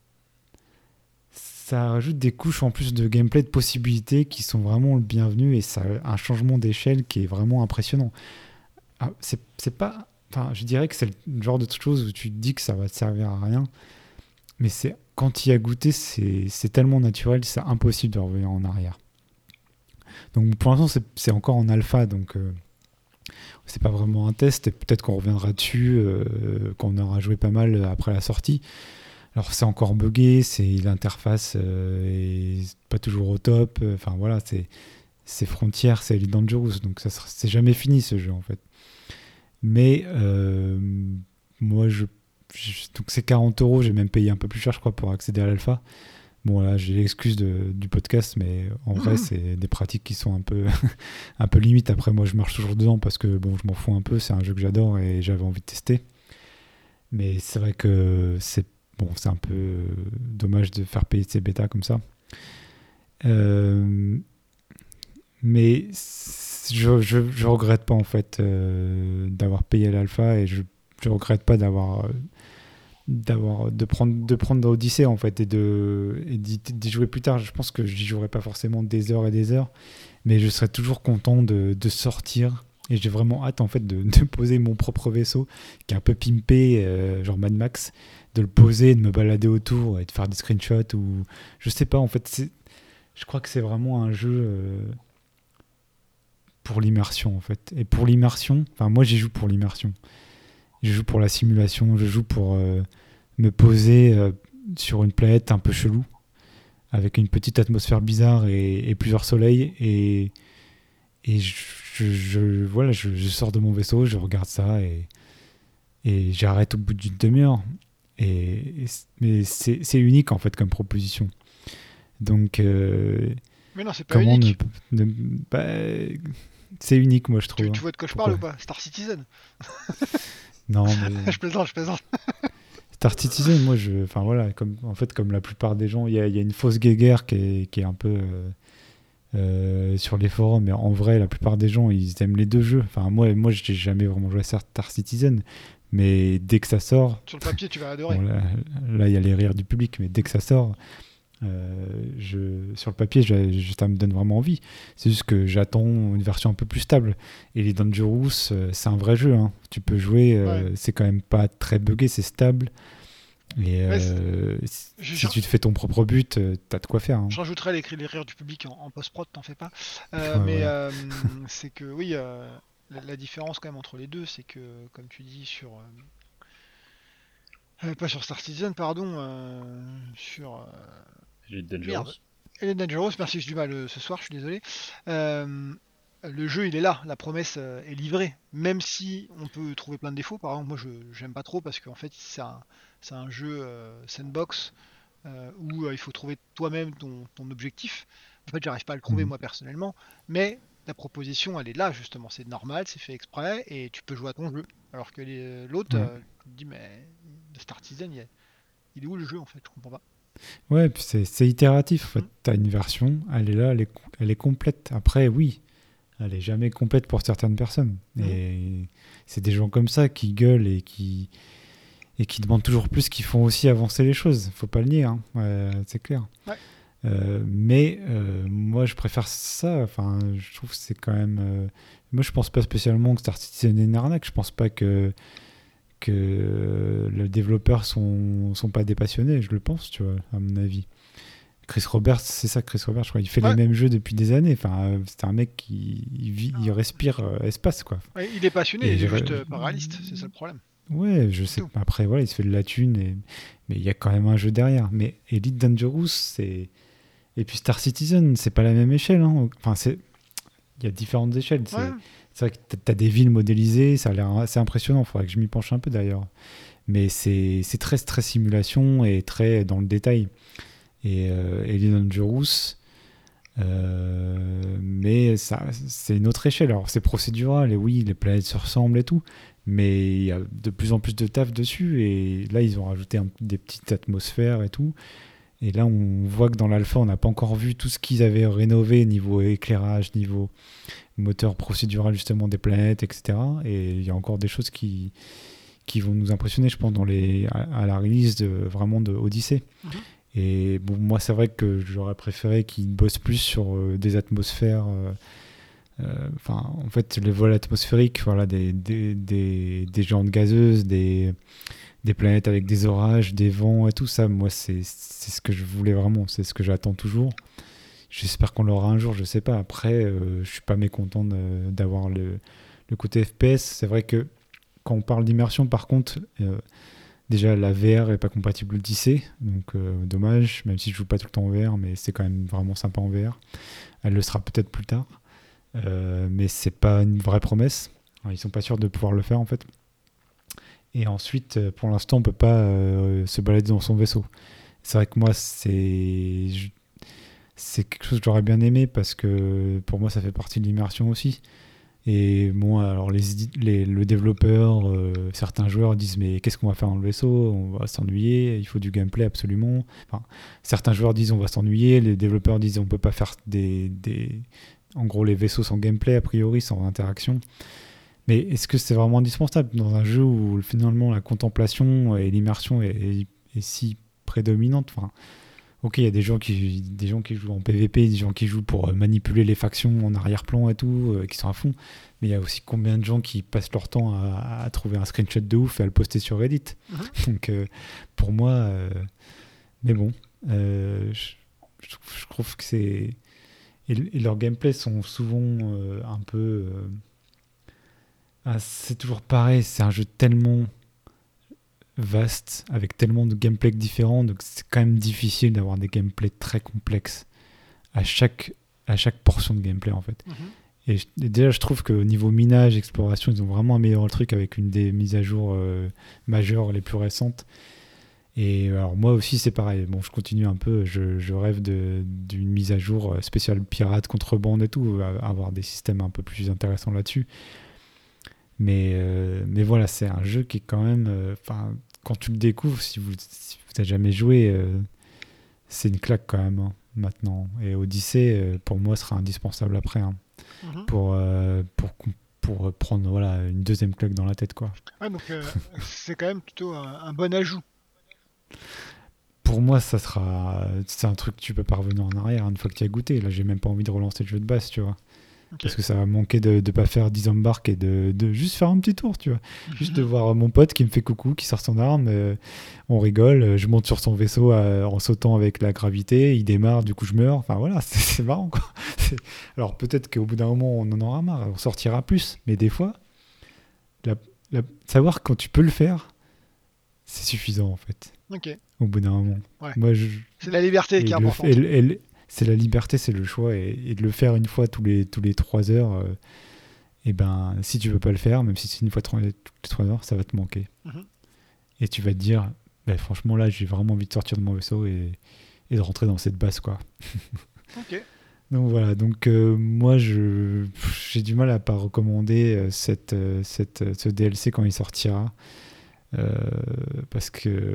rajoute des couches en plus de gameplay, de possibilités qui sont vraiment le bienvenu et ça a un changement d'échelle qui est vraiment impressionnant. C'est pas, enfin, je dirais que c'est le genre de chose où tu te dis que ça va te servir à rien, mais quand tu y as goûté, c'est tellement naturel, c'est impossible de revenir en arrière. Donc pour l'instant c'est encore en alpha, donc c'est pas vraiment un test et peut-être qu'on reviendra dessus quand on aura joué pas mal après la sortie. Alors c'est encore buggé, l'interface est pas toujours au top, enfin voilà, c'est Frontier, c'est Elite Dangerous, donc c'est jamais fini ce jeu en fait. Mais moi donc c'est 40€, j'ai même payé un peu plus cher je crois pour accéder à l'alpha. Bon là j'ai l'excuse du podcast, mais en vrai c'est des pratiques qui sont un peu un peu limite. Après moi je marche toujours dedans parce que bon je m'en fous un peu, c'est un jeu que j'adore et j'avais envie de tester. Mais c'est vrai que c'est un peu dommage de faire payer ces bêtas comme ça. Mais je regrette pas en fait d'avoir payé l'alpha et je regrette pas de prendre Odyssey en fait et d'y jouer plus tard. Je pense que j'y jouerai pas forcément des heures et des heures, mais je serai toujours content de sortir et j'ai vraiment hâte en fait de poser mon propre vaisseau qui est un peu pimpé genre Mad Max, de le poser, de me balader autour et de faire des screenshots ou je sais pas en fait. Je crois que c'est vraiment un jeu pour l'immersion en fait. Et pour l'immersion, enfin moi j'y joue pour l'immersion. Je joue pour la simulation, je joue pour me poser sur une planète un peu chelou, avec une petite atmosphère bizarre et plusieurs soleils. Et je sors de mon vaisseau, je regarde ça et j'arrête au bout d'une demi-heure. Mais c'est unique en fait comme proposition. Donc, mais non, c'est pas unique. C'est unique, moi je trouve. Tu vois de quoi je parle ou pas? Star Citizen. Non, mais... je plaisante. Star Citizen, moi, comme la plupart des gens, il y a une fausse guéguerre qui est un peu sur les forums, mais en vrai, la plupart des gens, ils aiment les deux jeux. Enfin, moi, j'ai jamais vraiment joué à Star Citizen, mais dès que ça sort... Sur le papier, tu vas adorer. Bon, là, il y a les rires du public, mais dès que ça sort... sur le papier ça me donne vraiment envie. C'est juste que j'attends une version un peu plus stable et les Dangerous c'est un vrai jeu hein. Tu peux jouer c'est quand même pas très buggé, c'est stable et si tu te fais ton propre but t'as de quoi faire hein. Je rajouterai les rires du public en post-prod, t'en fais pas c'est que oui la différence quand même entre les deux, c'est que comme tu dis sur pas sur Star Citizen pardon sur Elite Dangerous. Elite Dangerous, merci, j'ai du mal ce soir, je suis désolé. Le jeu il est là, la promesse est livrée, même si on peut trouver plein de défauts. Par exemple, moi j'aime pas trop parce qu'en fait c'est un jeu sandbox où il faut trouver toi-même ton objectif. En fait, j'arrive pas à le trouver moi personnellement, mais la proposition elle est là justement, c'est normal, c'est fait exprès et tu peux jouer à ton jeu. Alors que l'autre, tu te dis mais Star Citizen, il est où le jeu en fait, je comprends pas. Ouais, puis c'est itératif. En fait, t'as une version, elle est là, elle est complète. Après, oui, elle est jamais complète pour certaines personnes. Et c'est des gens comme ça qui gueulent et qui demandent toujours plus, qui font aussi avancer les choses. Faut pas le nier, hein. C'est clair. Ouais. Mais moi, je préfère ça. Enfin, je trouve que c'est quand même. Moi, je pense pas spécialement que Star Citizen est une arnaque. Je pense pas que les développeurs sont pas des passionnés, je le pense, tu vois, à mon avis. Chris Roberts, c'est ça, Chris Roberts, je crois, il fait Ouais. les mêmes jeux depuis des années. Enfin, c'est un mec qui il respire espace, quoi. Ouais, il est passionné, Et il est j'ai- juste pas réaliste, c'est ça le problème. Ouais, je sais. Tout. Après, voilà, il se fait de la thune, mais il y a quand même un jeu derrière. Mais Elite Dangerous, c'est. Et puis Star Citizen, c'est pas la même échelle. Hein. Enfin, il y a différentes échelles. Ouais. C'est vrai que t'as des villes modélisées, ça a l'air assez impressionnant. Il faudrait que je m'y penche un peu d'ailleurs. Mais c'est très simulation et très dans le détail. Et Elite Dangerous, mais ça, c'est une autre échelle. Alors c'est procédural, et oui, les planètes se ressemblent et tout, mais il y a de plus en plus de taf dessus. Et là, ils ont rajouté des petites atmosphères et tout. Et là, on voit que dans l'alpha, on n'a pas encore vu tout ce qu'ils avaient rénové niveau éclairage, niveau moteur procédural justement des planètes, etc. Et il y a encore des choses qui vont nous impressionner, je pense, à la release vraiment de Odyssey. Mhm. Et bon, moi, c'est vrai que j'aurais préféré qu'ils bossent plus sur des atmosphères. Enfin, en fait, les vols atmosphériques, voilà, des géantes gazeuses, des planètes avec des orages, des vents et tout ça. Moi, c'est ce que je voulais vraiment. C'est ce que j'attends toujours. J'espère qu'on l'aura un jour, je sais pas. Après, je suis pas mécontent d'avoir le côté FPS. C'est vrai que quand on parle d'immersion, par contre, déjà la VR est pas compatible Odyssey, donc dommage, même si je joue pas tout le temps en VR, mais c'est quand même vraiment sympa en VR. Elle le sera peut-être plus tard, mais c'est pas une vraie promesse. Alors, ils sont pas sûrs de pouvoir le faire en fait. Et ensuite, pour l'instant, on peut pas se balader dans son vaisseau. C'est vrai que moi, c'est quelque chose que j'aurais bien aimé parce que pour moi, ça fait partie de l'immersion aussi. Et bon, alors le développeur, certains joueurs disent mais qu'est-ce qu'on va faire dans le vaisseau? On va s'ennuyer, il faut du gameplay absolument. Enfin, certains joueurs disent on va s'ennuyer, les développeurs disent on peut pas faire en gros les vaisseaux sans gameplay a priori, sans interaction. Mais est-ce que c'est vraiment indispensable dans un jeu où finalement la contemplation et l'immersion est si prédominante? Enfin, ok, il y a des gens qui jouent en PVP, des gens qui jouent pour manipuler les factions en arrière-plan et tout, qui sont à fond. Mais il y a aussi combien de gens qui passent leur temps à trouver un screenshot de ouf et à le poster sur Reddit. Donc pour moi, mais bon, je trouve que c'est... Et leurs gameplays sont souvent un peu... c'est toujours pareil, c'est un jeu tellement vaste, avec tellement de gameplays différents, donc c'est quand même difficile d'avoir des gameplays très complexes à chaque portion de gameplay en fait. Et déjà je trouve qu'au niveau minage, exploration, ils ont vraiment amélioré le truc avec une des mises à jour majeures les plus récentes. Et alors moi aussi c'est pareil, bon je continue un peu, je rêve d'une mise à jour spéciale pirate, contrebande et tout, avoir des systèmes un peu plus intéressants là-dessus. Mais voilà, c'est un jeu qui est quand même... quand tu le découvres, si vous n'avez jamais joué, c'est une claque quand même, hein, maintenant. Et Odyssey, pour moi, sera indispensable après, hein, pour prendre voilà, une deuxième claque dans la tête, quoi. Ouais, donc c'est quand même plutôt un bon ajout. Pour moi, c'est un truc que tu peux pas revenir en arrière une fois que tu as goûté. Là, j'ai même pas envie de relancer le jeu de base, tu vois. Okay. Parce que ça va manquer de pas faire 10 embarques et de juste faire un petit tour, tu vois. Juste de voir mon pote qui me fait coucou, qui sort son arme, on rigole, je monte sur son vaisseau en sautant avec la gravité, il démarre, du coup je meurs, enfin voilà, c'est marrant quoi. Alors peut-être qu'au bout d'un moment on en aura marre, on sortira plus, mais des fois, savoir quand tu peux le faire, c'est suffisant en fait. Ok. Au bout d'un moment. Ouais. Moi, c'est la liberté qui est importante. C'est la liberté, c'est le choix, et de le faire une fois tous les 3 heures, et ben si tu veux pas le faire, même si c'est une fois toutes les 3 heures, ça va te manquer. Et tu vas te dire, bah, franchement là j'ai vraiment envie de sortir de mon vaisseau et de rentrer dans cette base quoi. Ok. Donc voilà, donc moi j'ai du mal à pas recommander ce DLC quand il sortira, parce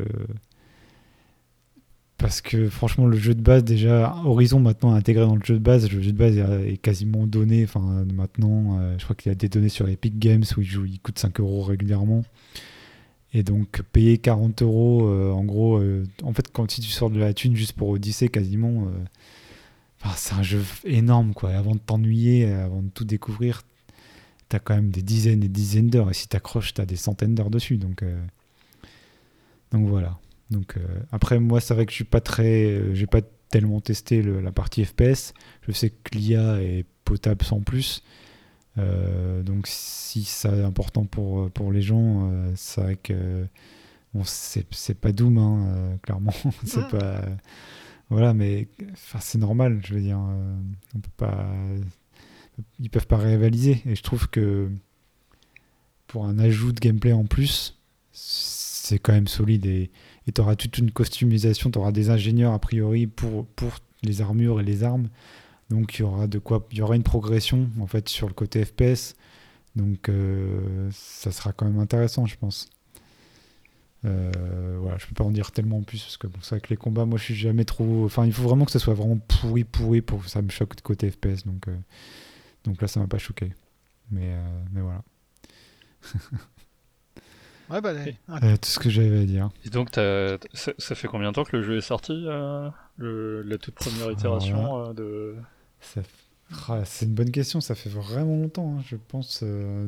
que franchement le jeu de base, déjà Horizon maintenant intégré dans le jeu de base est quasiment donné, enfin maintenant je crois qu'il y a des données sur Epic Games où il coûte 5 € régulièrement, et donc payer 40 € en gros, en fait si tu sors de la thune juste pour Odyssey quasiment, c'est un jeu énorme quoi, et avant de t'ennuyer, avant de tout découvrir, t'as quand même des dizaines et dizaines d'heures, et si t'accroches t'as des centaines d'heures dessus, donc voilà. Donc après moi c'est vrai que je suis pas très, j'ai pas tellement testé la partie FPS. Je sais que l'IA est potable sans plus. Donc si ça est important pour les gens, c'est vrai que bon, c'est pas Doom, hein, clairement. C'est pas... Voilà, mais c'est normal, je veux dire. On peut pas... Ils peuvent pas rivaliser. Et je trouve que pour un ajout de gameplay en plus, c'est quand même solide. Et tu auras toute une customisation, tu auras des ingénieurs a priori pour les armures et les armes. Donc il y aura une progression en fait sur le côté FPS. Donc ça sera quand même intéressant, je pense. Voilà, je peux pas en dire tellement plus parce que bon, c'est vrai que les combats, moi je suis jamais trop. Enfin, il faut vraiment que ça soit vraiment pourri pour que ça me choque de côté FPS. Donc là, ça m'a pas choqué. Mais voilà. Ouais, bah, Tout ce que j'avais à dire. Et donc, ça fait combien de temps que le jeu est sorti, la toute première itération de... C'est une bonne question, ça fait vraiment longtemps, hein. Je pense.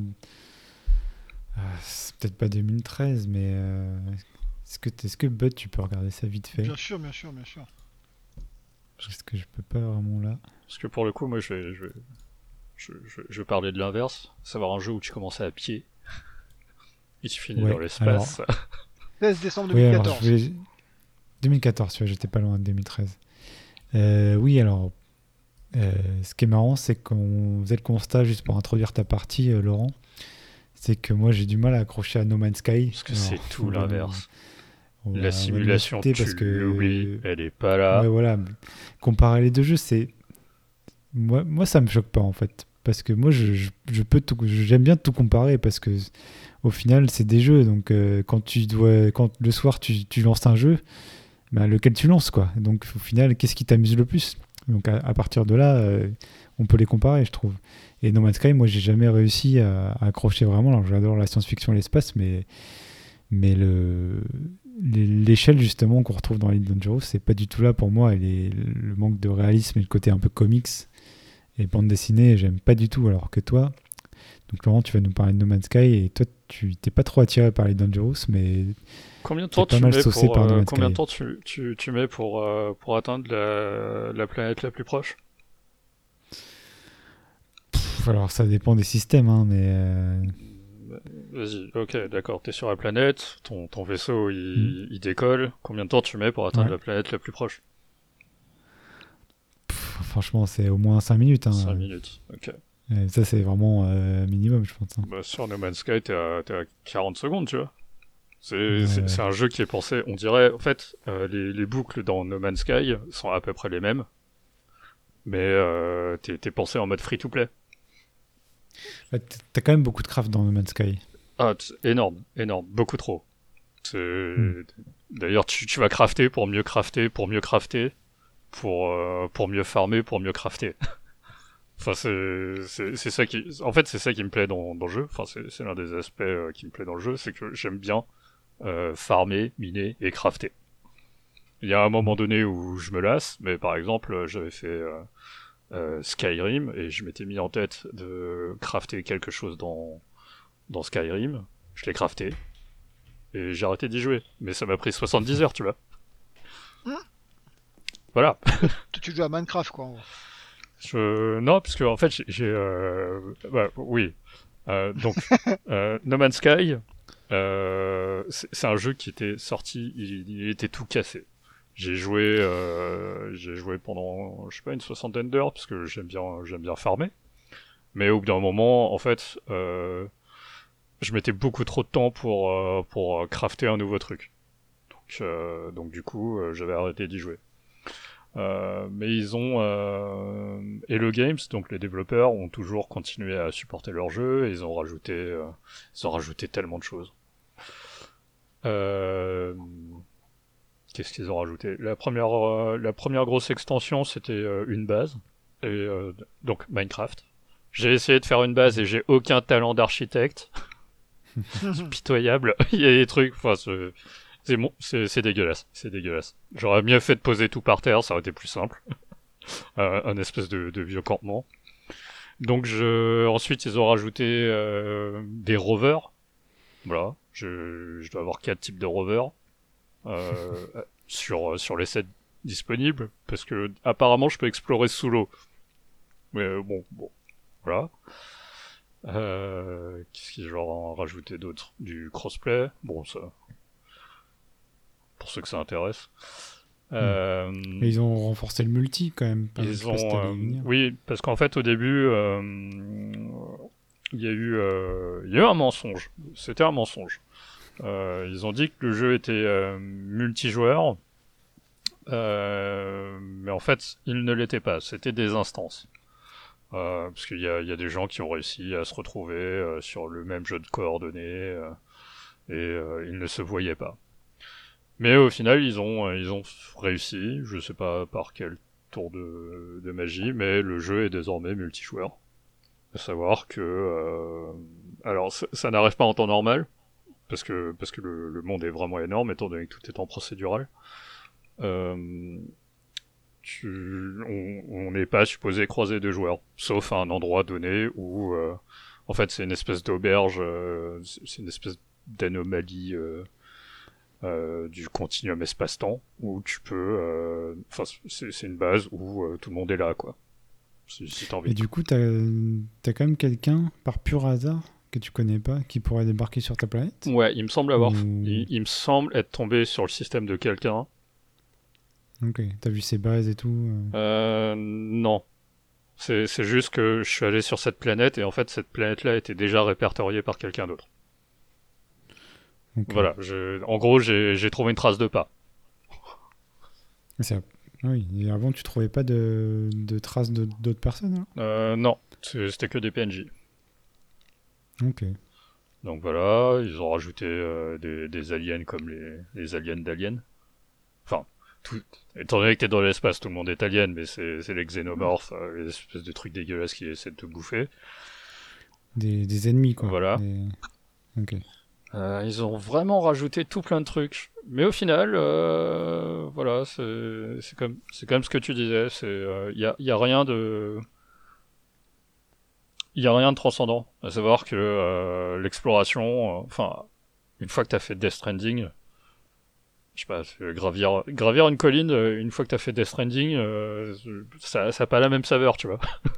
C'est peut-être pas 2013, mais est-ce que Bud, tu peux regarder ça vite fait? Bien sûr. Parce que je peux pas vraiment là. Parce que pour le coup, moi, je vais parler de l'inverse, savoir un jeu où tu commençais à pied et tu finis dans l'espace. Alors... 16 décembre Oui, 2014. alors, 2014, tu vois, j'étais pas loin de 2013. Oui, alors, ce qui est marrant, c'est qu'on faisait le constat, juste pour introduire ta partie, Laurent, c'est que moi, j'ai du mal à accrocher à No Man's Sky. Parce que c'est tout l'inverse. La simulation, tu l'oublies, elle est pas là. Ouais, voilà. Comparer les deux jeux, c'est... Moi, ça me choque pas, en fait. Parce que moi, j'aime bien tout comparer, parce que au final, c'est des jeux. Donc, quand le soir, tu lances un jeu, bah, lequel tu lances, quoi. Donc, au final, qu'est-ce qui t'amuse le plus? Donc, à partir de là, on peut les comparer, je trouve. Et No Man's Sky, moi, j'ai jamais réussi à accrocher vraiment. Alors, j'adore la science-fiction et l'espace, mais l'échelle, justement, qu'on retrouve dans Elite Dangerous, c'est pas du tout là pour moi. Et le manque de réalisme et le côté un peu comics et bande dessinée, j'aime pas du tout. Alors que toi, donc Laurent, tu vas nous parler de No Man's Sky, et toi, tu t'es pas trop attiré par les Dangerous, mais combien de temps tu mets pour atteindre la planète la plus proche? Alors ça dépend des systèmes, hein, mais... Vas-y, ok, d'accord, t'es sur la planète, ton vaisseau il décolle, combien de temps tu mets pour atteindre la planète la plus proche? Franchement, c'est au moins 5 minutes. Hein. 5 minutes, ok. Et ça, c'est vraiment minimum, je pense. Hein. Bah, sur No Man's Sky, t'es à 40 secondes, tu vois. C'est un jeu qui est pensé, on dirait, en fait, les boucles dans No Man's Sky sont à peu près les mêmes, mais t'es pensé en mode free-to-play. T'as quand même beaucoup de craft dans No Man's Sky. Ah, énorme, beaucoup trop. D'ailleurs, tu vas crafter, pour mieux crafter, pour mieux farmer, pour mieux crafter. Enfin, c'est ça qui, en fait, c'est ça qui me plaît dans le jeu. Enfin, c'est l'un des aspects qui me plaît dans le jeu, c'est que j'aime bien farmer, miner et crafter. Il y a un moment donné où je me lasse, mais par exemple, j'avais fait Skyrim et je m'étais mis en tête de crafter quelque chose dans Skyrim. Je l'ai crafté et j'ai arrêté d'y jouer. Mais ça m'a pris 70 heures, tu vois. Voilà. Tu joues à Minecraft, quoi. Non, parce que en fait, oui. Donc, No Man's Sky, c'est un jeu qui était sorti, il était tout cassé. J'ai joué pendant, je sais pas, une 60aine d'heures, parce que j'aime bien farmer. Mais au bout d'un moment, en fait, je mettais beaucoup trop de temps pour crafter un nouveau truc. Donc du coup, j'avais arrêté d'y jouer. Mais ils ont Hello Games, donc les développeurs, ont toujours continué à supporter leur jeu, et ils ont rajouté tellement de choses. Qu'est-ce qu'ils ont rajouté? La première grosse extension, c'était une base, et donc Minecraft. J'ai essayé de faire une base et j'ai aucun talent d'architecte. C'est pitoyable. Il y a des trucs, enfin, c'est dégueulasse, J'aurais mieux fait de poser tout par terre, ça aurait été plus simple. Un espèce de vieux campement. Donc ensuite ils ont rajouté des rovers. Voilà, je dois avoir 4 types de rovers sur les 7 disponible, parce que apparemment je peux explorer sous l'eau. Mais bon, voilà. Qu'est-ce qu'ils ont rajouté d'autre? Du crossplay, bon ça, pour ceux que ça intéresse. Et ils ont renforcé le multi quand même. Oui, parce qu'en fait au début, il y a eu un mensonge. C'était un mensonge. Ils ont dit que le jeu était multijoueur, mais en fait, il ne l'était pas. C'était des instances. Parce qu'il y a des gens qui ont réussi à se retrouver sur le même jeu de coordonnées et ils ne se voyaient pas. Mais au final, ils ont réussi. Je sais pas par quel tour de magie, mais le jeu est désormais multijoueur. À savoir que alors ça n'arrive pas en temps normal parce que le monde est vraiment énorme étant donné que tout est en procédural. On n'est pas supposé croiser deux joueurs, sauf à un endroit donné où en fait c'est une espèce d'auberge, c'est une espèce d'anomalie du continuum espace-temps où tu peux, enfin c'est une base où tout le monde est là quoi. Si t'as envie. Et du coup, t'as quand même quelqu'un, par pur hasard, que tu connais pas, qui pourrait débarquer sur ta planète? Ouais, il me semble il me semble être tombé sur le système de quelqu'un. Ok, t'as vu ses bases et tout Non. C'est juste que je suis allé sur cette planète et en fait cette planète-là était déjà répertoriée par quelqu'un d'autre. Okay. Voilà, en gros j'ai trouvé une trace de pas. Oui, et avant tu trouvais pas de traces d'autres personnes alors? Non, c'était que des PNJ. Ok. Donc voilà, ils ont rajouté des aliens comme les aliens d'Alien. Enfin, étant donné que t'es dans l'espace, tout le monde est alien, mais c'est les xénomorphes, les espèces de trucs dégueulasses qui essaient de te bouffer. Des ennemis quoi. Voilà. Ok. Ils ont vraiment rajouté tout plein de trucs. Mais au final, voilà, c'est quand même ce que tu disais. Y a rien de transcendant. À savoir que l'exploration, enfin, une fois que t'as fait Death Stranding, je sais pas, gravir une colline, une fois que t'as fait Death Stranding, ça a pas la même saveur, tu vois.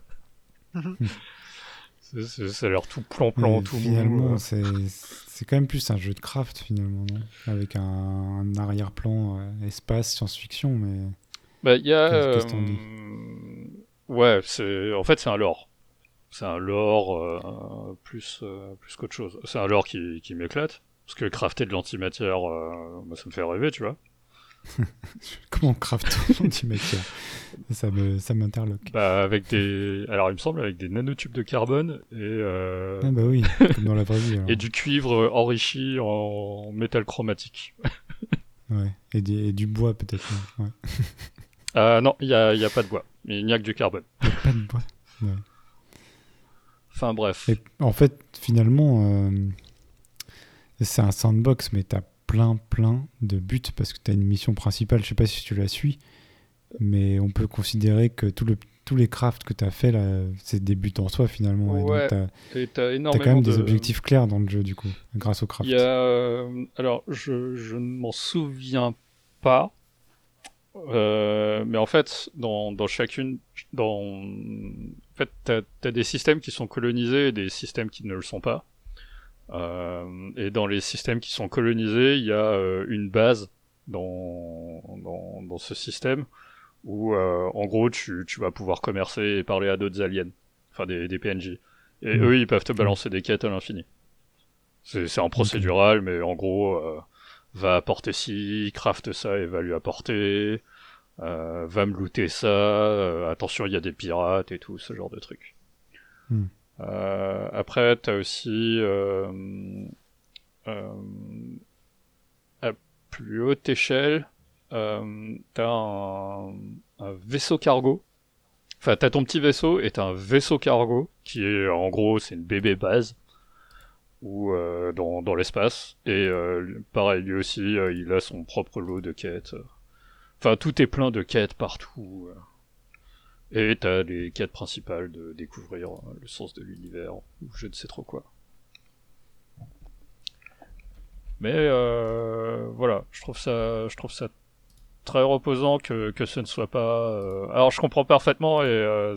Ça a l'air tout plan, tout finalement, mou. C'est quand même plus un jeu de craft, finalement, non? Avec un arrière-plan espace, science-fiction, mais... Bah, il y a... Qu'est-ce qu'on dit? Ouais, en fait, c'est un lore. C'est un lore plus qu'autre chose. C'est un lore qui m'éclate. Parce que crafter de l'antimatière, bah, ça me fait rêver, tu vois. Comment on crafte l'antimatière? Ça m'interloque. Bah, alors il me semble avec des nanotubes de carbone et Ah bah oui, comme dans la vraie vie. Alors. Et du cuivre enrichi en métal chromatique. Ouais, et du bois peut-être. Ouais. Non, il y a pas de bois. Il n'y a que du carbone. Il n'y a pas de bois. Ouais. Enfin bref. Et, en fait, finalement, c'est un sandbox, mais t'as plein de buts parce que t'as une mission principale. Je sais pas si tu la suis, mais on peut considérer que tous les crafts que t'as fait là, c'est des buts en soi finalement. Ouais. Et donc t'as énormément quand même des objectifs clairs dans le jeu du coup, grâce au craft. Alors je ne m'en souviens pas, mais en fait dans chacune, en fait t'as des systèmes qui sont colonisés et des systèmes qui ne le sont pas. Et dans les systèmes qui sont colonisés, il y a une base dans ce système où en gros tu vas pouvoir commercer et parler à d'autres aliens, enfin des PNJ. Et eux ils peuvent te balancer des quêtes à l'infini. C'est en procédural, mais en gros va apporter ci, craft ça et va lui apporter, va me looter ça, attention il y a des pirates et tout, ce genre de trucs. Après t'as aussi à plus haute échelle t'as un vaisseau cargo. Enfin, t'as ton petit vaisseau et t'as un vaisseau cargo qui est, en gros, c'est une bébé base ou dans l'espace. Et pareil, lui aussi, il a son propre lot de quêtes. Enfin, tout est plein de quêtes partout. Et t'as les quêtes principales de découvrir le sens de l'univers ou je ne sais trop quoi. Mais voilà, je trouve ça très reposant que ce ne soit pas... Alors je comprends parfaitement et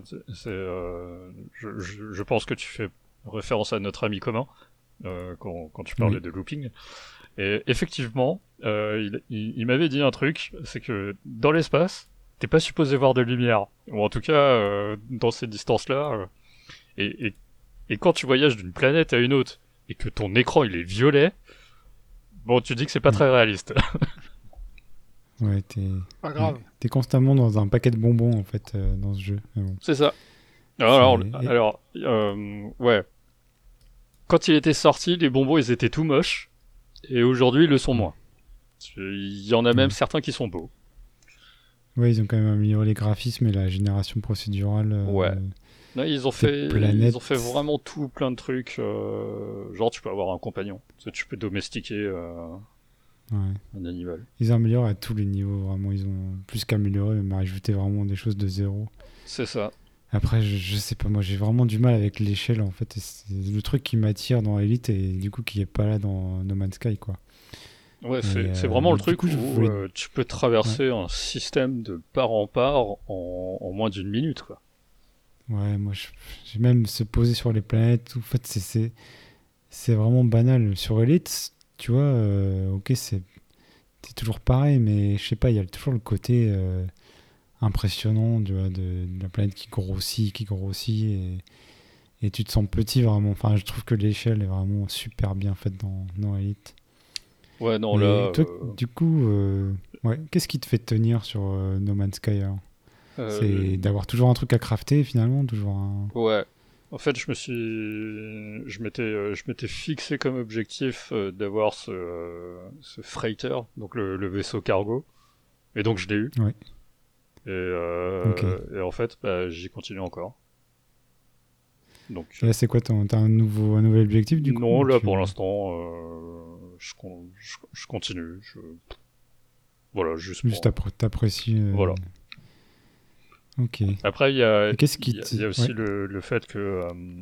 je pense que tu fais référence à notre ami commun quand tu parlais de looping. Et effectivement, il m'avait dit un truc, c'est que dans l'espace, t'es pas supposé voir de lumière. Ou en tout cas, dans ces distances-là. Et quand tu voyages d'une planète à une autre et que ton écran il est violet, bon, tu dis que c'est pas très réaliste. Ouais, Pas grave. T'es constamment dans un paquet de bonbons en fait dans ce jeu. Mais bon. C'est ça. Alors, ouais. Quand il était sorti, les bonbons ils étaient tout moches et aujourd'hui ils le sont moins. Il y en a même certains qui sont beaux. Ouais, ils ont quand même amélioré les graphismes et la génération procédurale. Ouais. Là, ils ont fait vraiment tout plein de trucs. Genre, tu peux avoir un compagnon. Tu peux domestiquer un animal. Ils améliorent à tous les niveaux, vraiment. Ils ont plus qu'amélioré, mais rajouté vraiment des choses de zéro. C'est ça. Après, je sais pas, moi j'ai vraiment du mal avec l'échelle en fait. Et c'est le truc qui m'attire dans Elite et du coup qui est pas là dans No Man's Sky, quoi. Ouais, c'est vraiment le truc où tu peux traverser un système de part en part en moins d'une minute, quoi. Ouais, moi j'ai même se poser sur les planètes. En fait, c'est vraiment banal. Sur Elite, tu vois, ok, c'est toujours pareil, mais je sais pas, il y a toujours le côté impressionnant de la planète qui grossit et tu te sens petit vraiment. Enfin, je trouve que l'échelle est vraiment super bien faite dans Elite. Ouais, non, et là... toi, du coup, qu'est-ce qui te fait tenir sur No Man's Sky alors c'est d'avoir toujours un truc à crafter finalement, toujours un... Ouais. En fait, je m'étais fixé comme objectif d'avoir ce freighter, donc le vaisseau cargo, et donc je l'ai eu. Ouais. Et en fait, j'y continue encore. Donc. Là, c'est quoi, t'as un nouvel objectif du coup? Non, là pour l'instant, je continue. Voilà, juste t'apprécies. Voilà. Ok. Après, il y a aussi ouais. le fait que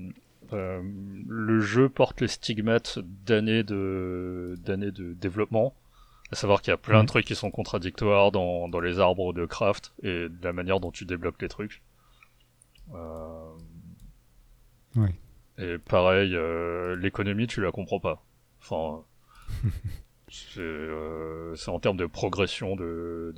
le jeu porte les stigmates d'années de développement, à savoir qu'il y a plein de trucs qui sont contradictoires dans les arbres de craft et de la manière dont tu débloques les trucs. Ouais. Et pareil, l'économie, tu la comprends pas. Enfin, c'est en termes de progression de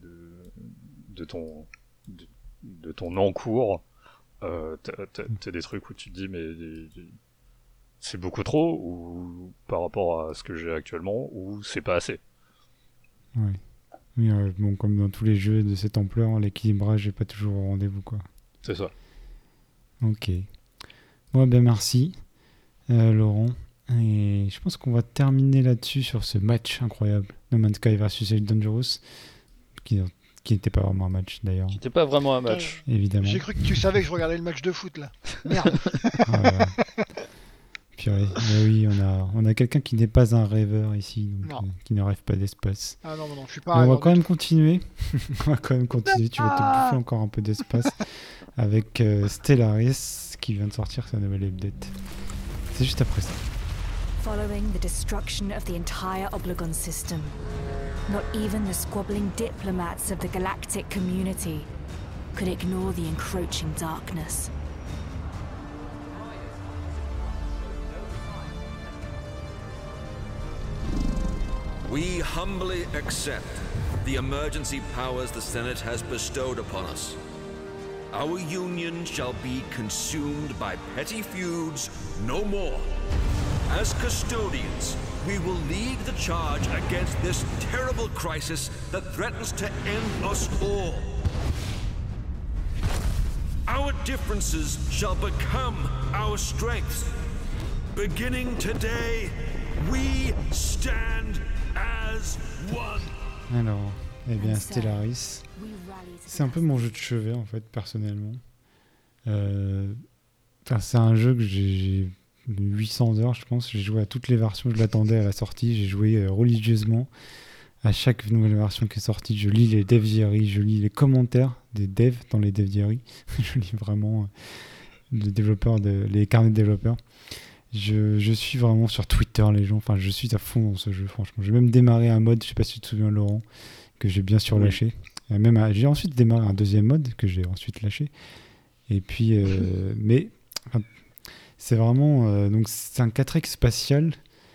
ton encours, t'as des trucs où tu te dis mais c'est beaucoup trop, ou par rapport à ce que j'ai actuellement, ou c'est pas assez. Ouais. Oui, bon, comme dans tous les jeux de cette ampleur, l'équilibrage n'est pas toujours au rendez-vous, quoi. C'est ça. Ok. Bon, ben merci, Laurent. Et je pense qu'on va terminer là-dessus sur ce match incroyable, No Man's Sky vs Elite Dangerous, qui n'était pas vraiment un match d'ailleurs. Qui n'était pas vraiment un match. Évidemment. J'ai cru que tu savais que je regardais le match de foot là. Merde. Purée. Mais oui, on a quelqu'un qui n'est pas un rêveur ici, donc, qui ne rêve pas d'espace. Ah non, je suis pas. On va quand même continuer. Tu vas te bouffer encore un peu d'espace avec Stellaris qui vient de sortir sa nouvelle update. C'est juste après ça. Following the destruction of the entire Oblogon system, not even the squabbling diplomats of the galactic community could ignore the encroaching darkness. We humbly accept the emergency powers the Senate has bestowed upon us. Our union shall be consumed by petty feuds no more. As custodians, we will lead the charge against this terrible crisis that threatens to end us all. Our differences shall become our strengths. Beginning today, we stand as one. Alors, eh bien, Stellaris, c'est un peu mon jeu de chevet en fait, personnellement. C'est un jeu que j'ai 800 heures, je pense. J'ai joué à toutes les versions, je l'attendais à la sortie. J'ai joué religieusement à chaque nouvelle version qui est sortie. Je lis les dev diaries, je lis les commentaires des devs dans les dev diaries. Je lis vraiment les carnets de développeurs. Je suis vraiment sur Twitter les gens. Enfin, je suis à fond dans ce jeu, franchement. J'ai même démarré un mode, je sais pas si tu te souviens, Laurent, que j'ai bien surlâché. Et même, j'ai ensuite démarré un deuxième mode que j'ai ensuite lâché. Et puis, mais c'est vraiment... donc c'est un 4X spatial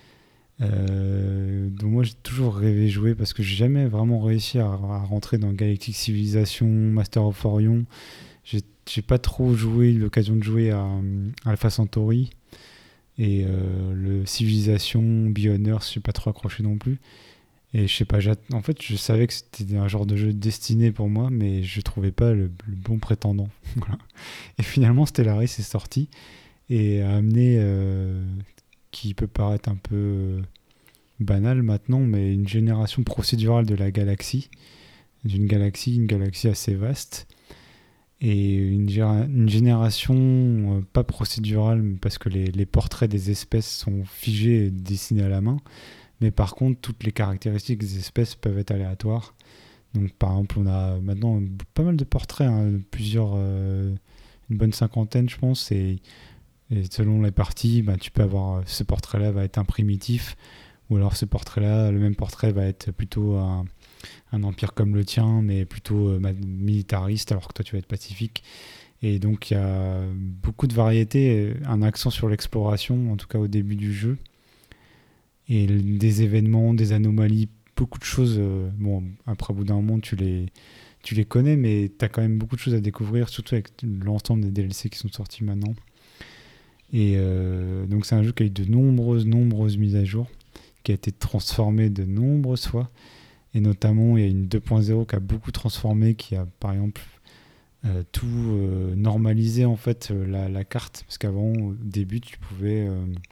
dont moi j'ai toujours rêvé jouer parce que j'ai jamais vraiment réussi à rentrer dans Galactic Civilization, Master of Orion. J'ai pas trop l'occasion de jouer à Alpha Centauri et le Civilization, Beyond Earth, je suis pas trop accroché non plus. Et je sais pas, en fait je savais que c'était un genre de jeu destiné pour moi, mais je trouvais pas le bon prétendant. Voilà. Et finalement Stellaris est sorti et a amené, qui peut paraître un peu banal maintenant, mais une génération procédurale de la galaxie, une galaxie assez vaste. Et une génération pas procédurale parce que les portraits des espèces sont figés et dessinés à la main, mais par contre toutes les caractéristiques des espèces peuvent être aléatoires. Donc par exemple on a maintenant pas mal de portraits, hein, une bonne 50aine je pense, et selon les parties tu peux avoir ce portrait là va être un primitif, ou alors ce portrait là, le même portrait va être plutôt un empire comme le tien, mais plutôt militariste, alors que toi tu vas être pacifique. Et donc il y a beaucoup de variétés, un accent sur l'exploration, en tout cas au début du jeu, et des événements, des anomalies, beaucoup de choses. Bon, après au bout d'un moment tu les connais, mais tu as quand même beaucoup de choses à découvrir, surtout avec l'ensemble des DLC qui sont sortis maintenant. Et donc c'est un jeu qui a eu de nombreuses mises à jour, qui a été transformé de nombreuses fois. Et notamment, il y a une 2.0 qui a beaucoup transformé, qui a par exemple tout normalisé en fait la carte. Parce qu'avant, au début, tu pouvais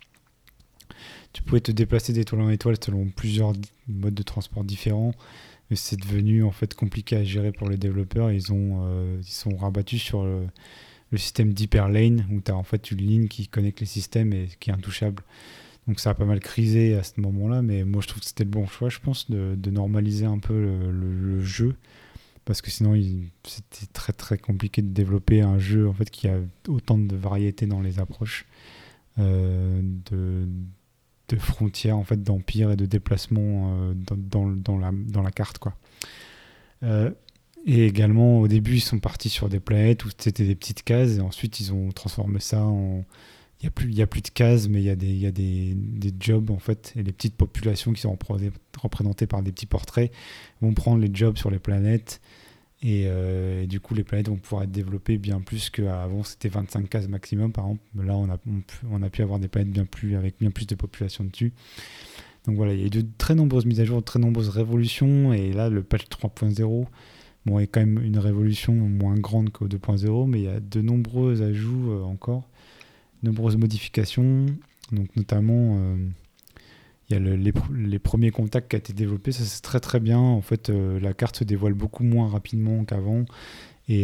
te déplacer d'étoile en étoile selon plusieurs modes de transport différents. Mais c'est devenu en fait compliqué à gérer pour les développeurs. Ils sont rabattus sur le système d'Hyperlane, où tu as en fait une ligne qui connecte les systèmes et qui est intouchable. Donc ça a pas mal crisé à ce moment-là, mais moi je trouve que c'était le bon choix, je pense, de normaliser un peu le jeu, parce que sinon c'était très très compliqué de développer un jeu en fait qui a autant de variétés dans les approches, de frontières en fait, d'empire et de déplacement dans la carte, quoi. Et également au début ils sont partis sur des planètes où c'était des petites cases, et ensuite ils ont transformé ça en... Il y a plus de cases, mais il y a des jobs en fait, et les petites populations qui sont représentées par des petits portraits vont prendre les jobs sur les planètes, et du coup les planètes vont pouvoir être développées bien plus qu'avant. C'était 25 cases maximum par exemple. Là on a pu avoir des planètes avec bien plus de population dessus. Donc voilà, il y a eu de très nombreuses mises à jour, de très nombreuses révolutions, et là le patch 3.0 est quand même une révolution moins grande qu'au 2.0, mais il y a de nombreux ajouts encore, nombreuses modifications. Donc notamment il y a les premiers contacts qui ont été développés, ça c'est très très bien. En fait la carte se dévoile beaucoup moins rapidement qu'avant, et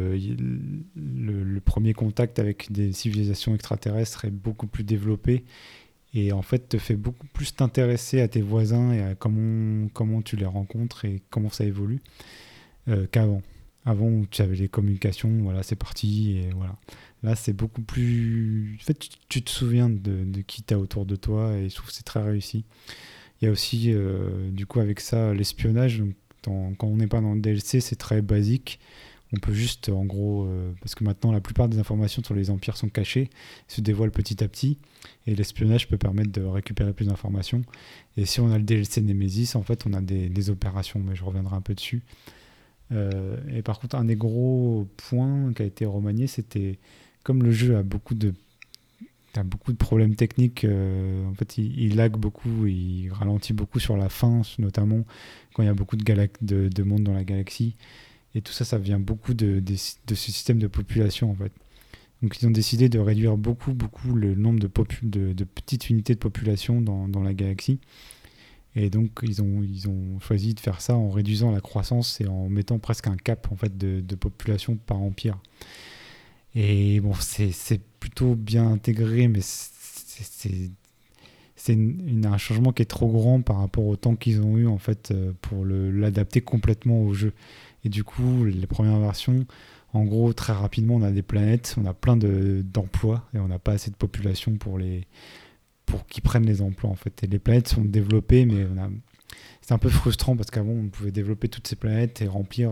le premier contact avec des civilisations extraterrestres est beaucoup plus développé, et en fait te fait beaucoup plus t'intéresser à tes voisins et à comment tu les rencontres et comment ça évolue qu'avant. Avant où tu avais les communications, voilà, c'est parti, et voilà. Là, c'est beaucoup plus... En fait, tu te souviens de qui t'as autour de toi, et je trouve que c'est très réussi. Il y a aussi, du coup, avec ça, l'espionnage. Donc, quand on n'est pas dans le DLC, c'est très basique. On peut juste, en gros... parce que maintenant, la plupart des informations sur les empires sont cachées, se dévoilent petit à petit, et l'espionnage peut permettre de récupérer plus d'informations. Et si on a le DLC Nemesis, en fait, on a des opérations, mais je reviendrai un peu dessus. Et par contre, un des gros points qui a été remanié, c'était comme le jeu a beaucoup de problèmes techniques. En fait, il lag beaucoup, il ralentit beaucoup sur la fin, notamment quand il y a beaucoup de monde dans la galaxie. Et tout ça, ça vient beaucoup de ce système de population, en fait. Donc, ils ont décidé de réduire beaucoup le nombre de petites unités de population dans la galaxie. Et donc, ils ont choisi de faire ça en réduisant la croissance et en mettant presque un cap en fait, de population par empire. Et bon, c'est plutôt bien intégré, mais c'est un changement qui est trop grand par rapport au temps qu'ils ont eu en fait, pour l'adapter complètement au jeu. Et du coup, les premières versions, en gros, très rapidement, on a des planètes, on a plein d'emplois, et on n'a pas assez de population pour qu'ils prennent les emplois en fait. Et les planètes sont développées, mais c'est un peu frustrant parce qu'avant on pouvait développer toutes ces planètes et remplir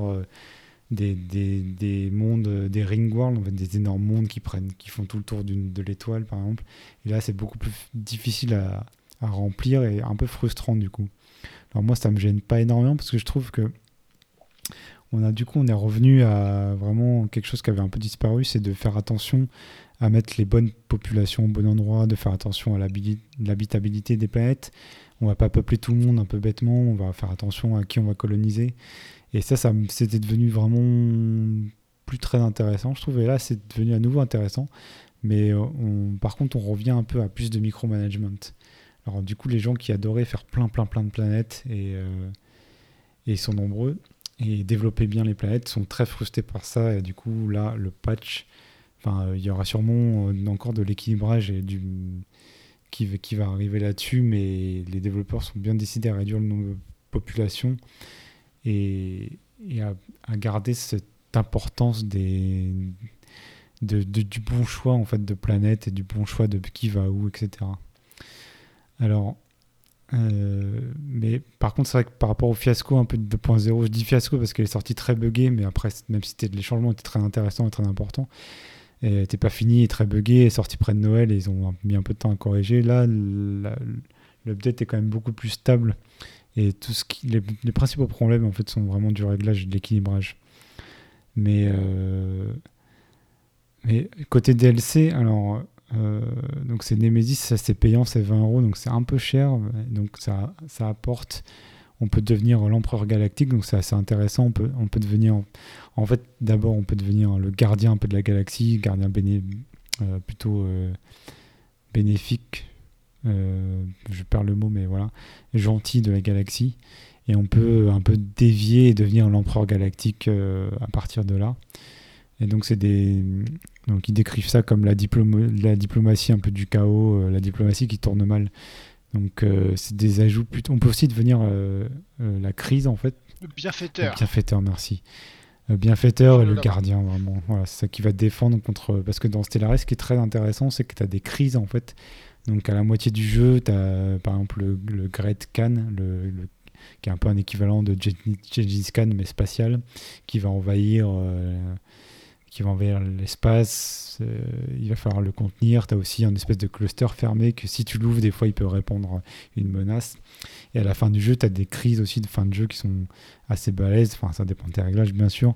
des mondes, des ring worlds, en fait, des énormes mondes qui font tout le tour de l'étoile par exemple. Et là c'est beaucoup plus difficile à remplir et un peu frustrant du coup. Alors moi ça me gêne pas énormément parce que je trouve que on est revenu à vraiment quelque chose qui avait un peu disparu, c'est de faire attention à mettre les bonnes populations au bon endroit, de faire attention à l'habitabilité des planètes. On va pas peupler tout le monde un peu bêtement, on va faire attention à qui on va coloniser. Et ça c'était devenu vraiment plus très intéressant, je trouve. Et là, c'est devenu à nouveau intéressant. Mais par contre, on revient un peu à plus de micromanagement. Alors du coup, les gens qui adoraient faire plein de planètes, et ils sont nombreux, et développer bien les planètes, sont très frustrés par ça. Et du coup, là, le patch, il y aura sûrement encore de l'équilibrage et qui va arriver là-dessus, mais les développeurs sont bien décidés à réduire le nombre de populations et à garder cette importance du bon choix en fait de planètes et du bon choix de qui va où, etc. Alors, mais par contre, c'est vrai que par rapport au fiasco un peu de 2.0, je dis fiasco parce qu'elle est sortie très buggée, mais après, même si les changements étaient très intéressants et très importants, elle n'était pas finie et très buggée, elle est sortie près de Noël et ils ont mis un peu de temps à corriger. Là, l'update est quand même beaucoup plus stable et les principaux problèmes en fait sont vraiment du réglage et de l'équilibrage. Mais côté DLC, alors donc c'est Nemesis, ça c'est payant, c'est 20€, donc c'est un peu cher, donc ça apporte. On peut devenir l'empereur galactique, donc c'est assez intéressant. On peut devenir, en fait, d'abord on peut devenir le gardien un peu de la galaxie, gardien plutôt bénéfique. Je perds le mot, mais voilà, gentil de la galaxie. Et on peut un peu dévier et devenir l'empereur galactique à partir de là. Et donc donc ils décrivent ça comme la diplomatie un peu du chaos, la diplomatie qui tourne mal. Donc c'est des ajouts on peut aussi devenir la crise en fait. Le bienfaiteur. Le bienfaiteur, merci. Le bienfaiteur et le gardien, vraiment. Voilà, c'est ça qui va te défendre contre. Parce que dans Stellaris, ce qui est très intéressant, c'est que tu as des crises en fait. Donc à la moitié du jeu, tu as par exemple le Great Khan, qui est un peu un équivalent de Gengis Khan mais spatial, qui va envahir l'espace, il va falloir le contenir. Tu as aussi un espèce de cluster fermé que si tu l'ouvres, des fois, il peut répondre une menace. Et à la fin du jeu, tu as des crises aussi de fin de jeu qui sont assez balèzes. Enfin, ça dépend de tes réglages, bien sûr.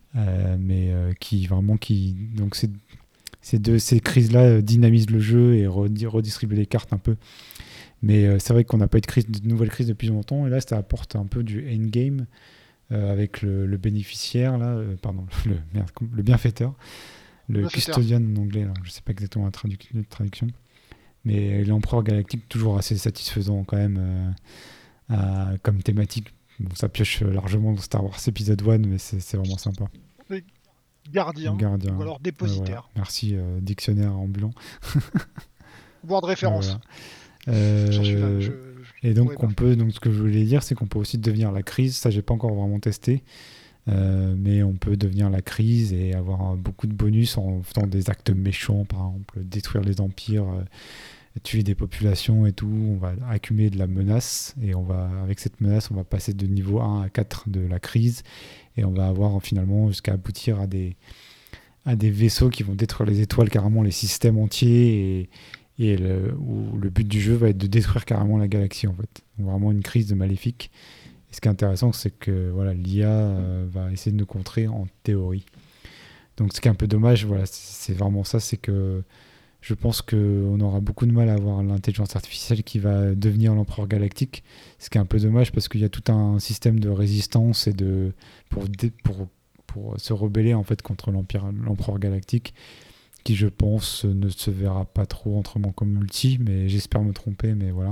Donc, ces crises-là dynamisent le jeu et redistribuent les cartes un peu. Mais c'est vrai qu'on n'a pas eu de nouvelles crises depuis longtemps. Et là, ça apporte un peu du endgame. Avec le bénéficiaire là, le bienfaiteur, le custodian en anglais là, je sais pas exactement la traduction, mais l'empereur galactique toujours assez satisfaisant quand même comme thématique. Bon, ça pioche largement dans Star Wars épisode 1, mais c'est vraiment sympa. Gardien. Ou alors dépositaire. Voilà. Merci dictionnaire ambulant. Voire de référence. Voilà. Et donc ce que je voulais dire, c'est qu'on peut aussi devenir la crise. Ça, j'ai pas encore vraiment testé, mais on peut devenir la crise et avoir beaucoup de bonus en faisant des actes méchants, par exemple détruire les empires, tuer des populations et tout. On va accumuler de la menace et avec cette menace, on va passer de niveau 1 à 4 de la crise et on va avoir finalement jusqu'à aboutir à des vaisseaux qui vont détruire les étoiles, carrément les systèmes entiers et le but du jeu va être de détruire carrément la galaxie en fait. Donc vraiment une crise de maléfique. Et ce qui est intéressant, c'est que voilà, l'IA va essayer de nous contrer en théorie. Donc ce qui est un peu dommage, voilà, c'est vraiment ça, c'est que je pense qu'on aura beaucoup de mal à avoir l'intelligence artificielle qui va devenir l'empereur galactique. Ce qui est un peu dommage parce qu'il y a tout un système de résistance et pour se rebeller en fait contre l'empereur galactique, qui je pense ne se verra pas trop autrement comme multi, mais j'espère me tromper, mais voilà.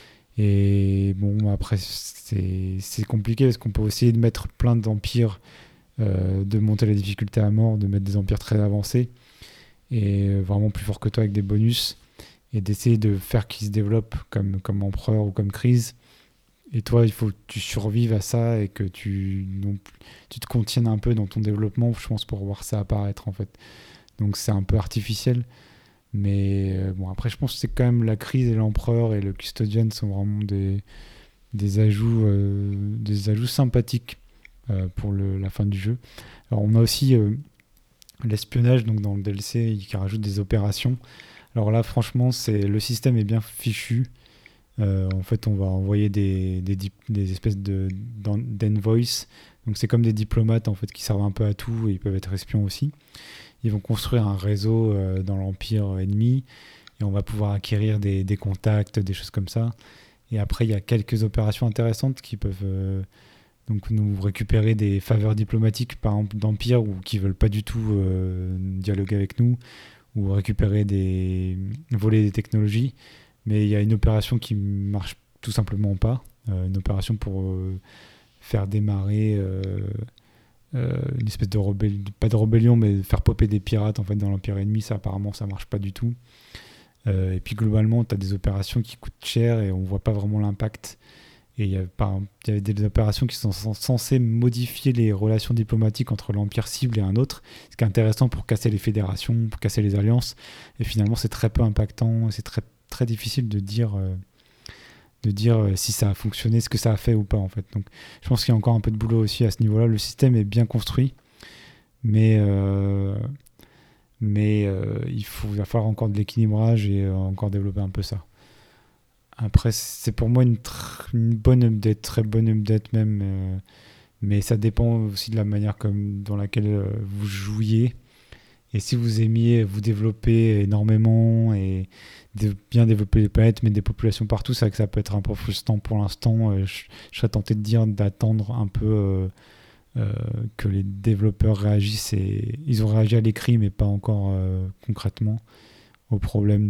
Et bon, après c'est compliqué parce qu'on peut essayer de mettre plein d'empires, de monter la difficulté à mort, de mettre des empires très avancés et vraiment plus forts que toi avec des bonus, et d'essayer de faire qu'ils se développent comme empereur ou comme crise. Et toi, il faut que tu survives à ça et que tu te contiennes un peu dans ton développement, je pense, pour voir ça apparaître en fait. Donc c'est un peu artificiel, mais bon, après je pense que c'est quand même la crise et l'empereur et le custodian sont vraiment des ajouts sympathiques pour la fin du jeu. Alors on a aussi l'espionnage, donc dans le DLC, qui rajoute des opérations. Alors là, franchement, le système est bien fichu. En fait, on va envoyer des espèces d'envoys. Donc c'est comme des diplomates en fait qui servent un peu à tout et ils peuvent être espions aussi. Ils vont construire un réseau dans l'empire ennemi et on va pouvoir acquérir des contacts, des choses comme ça. Et après, il y a quelques opérations intéressantes qui peuvent donc nous récupérer des faveurs diplomatiques, par exemple d'empire, ou qui veulent pas du tout dialoguer avec nous, ou récupérer voler des technologies. Mais il y a une opération qui marche tout simplement pas, une opération pour faire démarrer une espèce de rébellion, pas de rébellion, mais faire popper des pirates en fait dans l'empire ennemi. Ça apparemment ça marche pas du tout. Et puis globalement, tu as des opérations qui coûtent cher et on voit pas vraiment l'impact. Et il y a des opérations qui sont censées modifier les relations diplomatiques entre l'empire cible et un autre, ce qui est intéressant pour casser les fédérations, pour casser les alliances. Et finalement, c'est très peu impactant, c'est très, très difficile de dire si ça a fonctionné, ce que ça a fait ou pas en fait. Donc, je pense qu'il y a encore un peu de boulot aussi à ce niveau-là. Le système est bien construit, mais il va falloir encore de l'équilibrage et encore développer un peu ça. Après, c'est pour moi une bonne update, très bonne update même, mais ça dépend aussi de la manière dans laquelle vous jouiez. Et si vous aimiez vous développer énormément et bien développer les planètes, mettre des populations partout, c'est vrai que ça peut être un peu frustrant pour l'instant. Je serais tenté de dire d'attendre un peu que les développeurs réagissent. Ils ont réagi à l'écrit, mais pas encore concrètement aux problèmes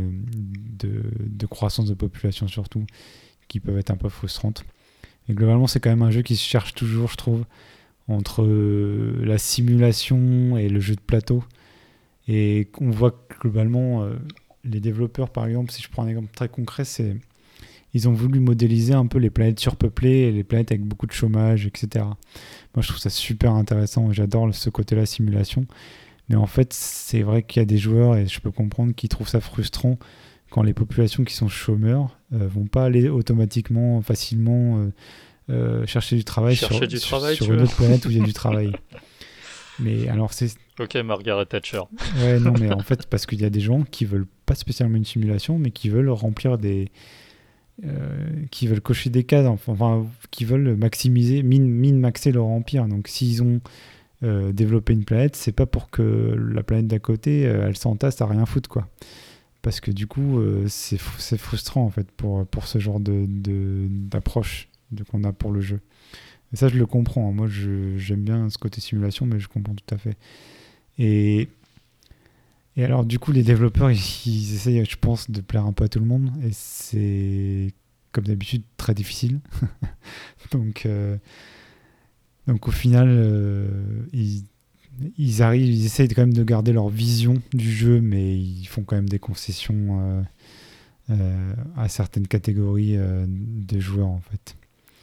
de croissance de population surtout, qui peuvent être un peu frustrantes. Et globalement, c'est quand même un jeu qui se cherche toujours, je trouve, entre la simulation et le jeu de plateau. Et on voit que globalement, les développeurs, par exemple, si je prends un exemple très concret, ils ont voulu modéliser un peu les planètes surpeuplées et les planètes avec beaucoup de chômage, etc. Moi, je trouve ça super intéressant. J'adore ce côté-là, simulation. Mais en fait, c'est vrai qu'il y a des joueurs, et je peux comprendre, qui trouvent ça frustrant quand les populations qui sont chômeurs vont pas aller automatiquement, facilement chercher du travail sur une autre planète où il y a du travail. Mais alors c'est... Ok, Margaret Thatcher. Ouais, non, mais en fait, parce qu'il y a des gens qui veulent pas spécialement une simulation, mais qui veulent remplir qui veulent cocher des cases, enfin, qui veulent maximiser, min-maxer leur empire. Donc s'ils ont développer une planète, c'est pas pour que la planète d'à côté elle s'entasse à rien foutre quoi, parce que du coup c'est frustrant en fait pour ce genre d'approche qu'on a pour le jeu. Et ça je le comprends, moi j'aime bien ce côté simulation, mais je comprends tout à fait. Et alors du coup les développeurs ils essayent, je pense, de plaire un peu à tout le monde, et c'est comme d'habitude très difficile. Donc au final, ils essayent quand même de garder leur vision du jeu, mais ils font quand même des concessions à certaines catégories de joueurs en fait.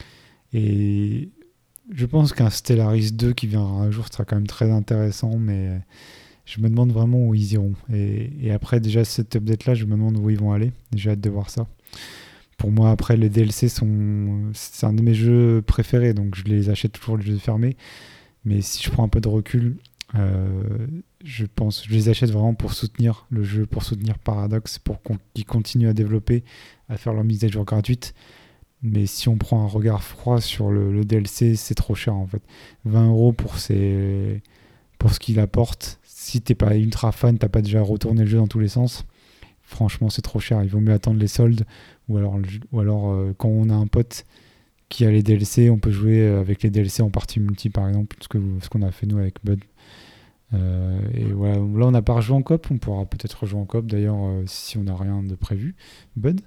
Et je pense qu'un Stellaris 2 qui viendra un jour sera quand même très intéressant, mais je me demande vraiment où ils iront. Et après, déjà, cette update-là, je me demande où ils vont aller. J'ai hâte de voir ça. Pour moi, après, les DLC c'est un de mes jeux préférés, donc je les achète toujours les yeux fermés. Mais si je prends un peu de recul, je les achète vraiment pour soutenir le jeu, pour soutenir Paradox, pour qu'ils continuent à développer, à faire leur mise à jour gratuite. Mais si on prend un regard froid sur le DLC, c'est trop cher en fait. 20€ pour ce qu'il apporte. Si t'es pas ultra fan, t'as pas déjà retourné le jeu dans tous les sens, franchement c'est trop cher. Il vaut mieux attendre les soldes, ou alors quand on a un pote qui a les DLC, on peut jouer avec les DLC en partie multi par exemple, ce qu'on a fait nous avec Bud. Et voilà, là on n'a pas rejoué en coop, on pourra peut-être rejouer en coop d'ailleurs si on n'a rien de prévu. Bud.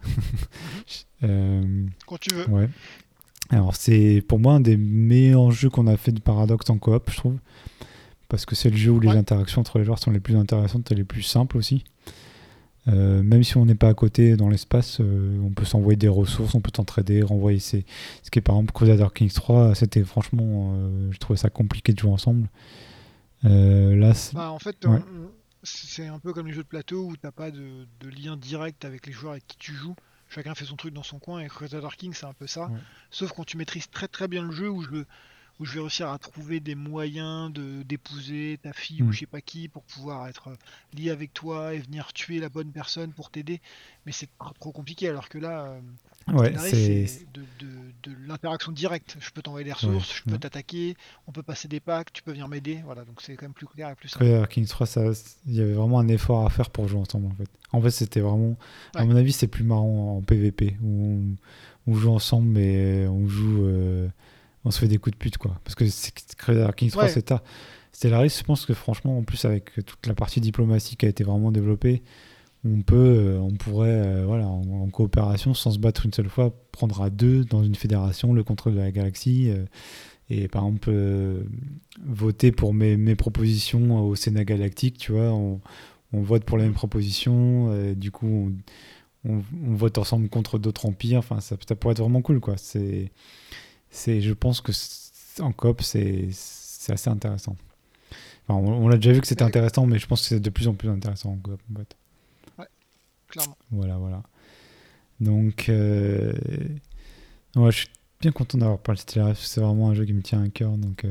Quand tu veux. Ouais. Alors c'est pour moi un des meilleurs jeux qu'on a fait de Paradox en coop, je trouve, parce que c'est le jeu où les interactions entre les joueurs sont les plus intéressantes et les plus simples aussi. Même si on n'est pas à côté dans l'espace, on peut s'envoyer des ressources, on peut s'entraider, renvoyer ce qui est par exemple Crusader Kings 3, c'était franchement, je trouvais ça compliqué de jouer ensemble. Là, en fait, c'est un peu comme les jeux de plateau où t'as pas de lien direct avec les joueurs avec qui tu joues. chacun fait son truc dans son coin, et Crusader King c'est un peu ça. Ouais. Sauf quand tu maîtrises très très bien le jeu, où je vais réussir à trouver des moyens d'épouser ta fille ou je sais pas qui pour pouvoir être lié avec toi et venir tuer la bonne personne pour t'aider. Mais c'est trop compliqué, alors que là, Ouais, Stellaris, c'est de l'interaction directe. Je peux t'envoyer des ressources, je peux ouais. t'attaquer, on peut passer des packs, tu peux venir m'aider. Voilà, donc c'est quand même plus clair et plus simple. Crusader Kings 3, il y avait vraiment un effort à faire pour jouer ensemble en fait. En fait, c'était vraiment, à Ouais. mon avis, c'est plus marrant en PVP où on joue ensemble, mais on se fait des coups de pute quoi. Parce que Crusader Kings 3, Ouais. c'est ça. Stellaris, je pense que franchement, en plus avec toute la partie diplomatie qui a été vraiment développée, on pourrait, voilà, en coopération, sans se battre une seule fois, prendre à deux dans une fédération le contrôle de la galaxie. Et par exemple, voter pour mes propositions au Sénat galactique, tu vois, on vote pour les mêmes propositions, du coup, on vote ensemble contre d'autres empires. Enfin, ça pourrait être vraiment cool, quoi. Je pense que en coop, c'est assez intéressant. Enfin, on l'a déjà vu que c'était intéressant, mais je pense que c'est de plus en plus intéressant en coop, en fait. Clairement. Voilà. Donc, ouais, je suis bien content d'avoir parlé de Stellaris, parce que c'est vraiment un jeu qui me tient à cœur. Donc,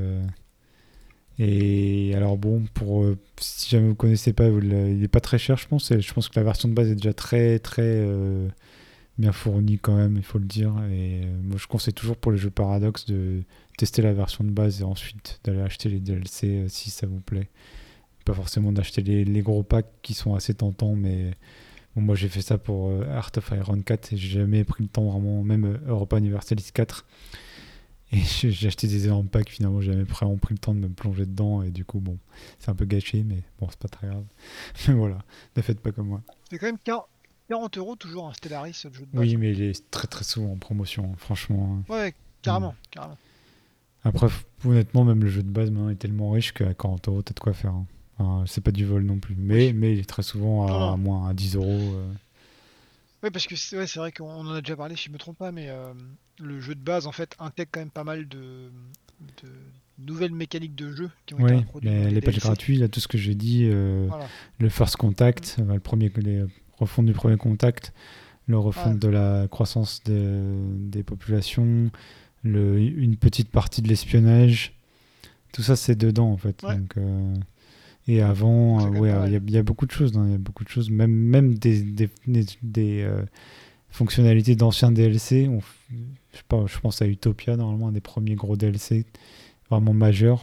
et alors bon, si jamais vous ne connaissez pas, il n'est pas très cher, je pense. Et je pense que la version de base est déjà très très bien fournie quand même, il faut le dire. Et moi, je conseille toujours pour les jeux Paradox de tester la version de base et ensuite d'aller acheter les DLC si ça vous plaît. Pas forcément d'acheter les gros packs qui sont assez tentants, mais bon, moi j'ai fait ça pour Heart of Iron 4 et j'ai jamais pris le temps vraiment, même Europa Universalis 4. Et j'ai acheté des énormes packs, finalement j'ai jamais vraiment pris le temps de me plonger dedans et du coup bon, c'est un peu gâché, mais bon, c'est pas très grave. Mais voilà, ne faites pas comme moi. C'est quand même 40 € toujours un Stellaris, ce jeu de base. Oui, mais il est très très souvent en promotion, franchement. Ouais, carrément. Après, honnêtement, même le jeu de base maintenant est tellement riche qu'à 40 € t'as de quoi faire. Enfin, c'est pas du vol non plus, mais il est très souvent à moins à 10 €. Oui, parce que c'est vrai qu'on en a déjà parlé, si je me trompe pas, mais le jeu de base en fait intègre quand même pas mal de nouvelles mécaniques de jeu qui ont été Oui, introduites dans les patchs DLC. gratuits, là, tout ce que j'ai dit, Voilà. le first contact, les refontes du premier contact, le refonte de la croissance des populations, une petite partie de l'espionnage, tout ça c'est dedans en fait. Ouais. Donc, et avant, C'est quand même pas mal. il y a beaucoup de choses, hein, il y a beaucoup de choses, même des fonctionnalités d'anciens DLC. Je sais pas, je pense à Utopia, normalement un des premiers gros DLC vraiment majeurs.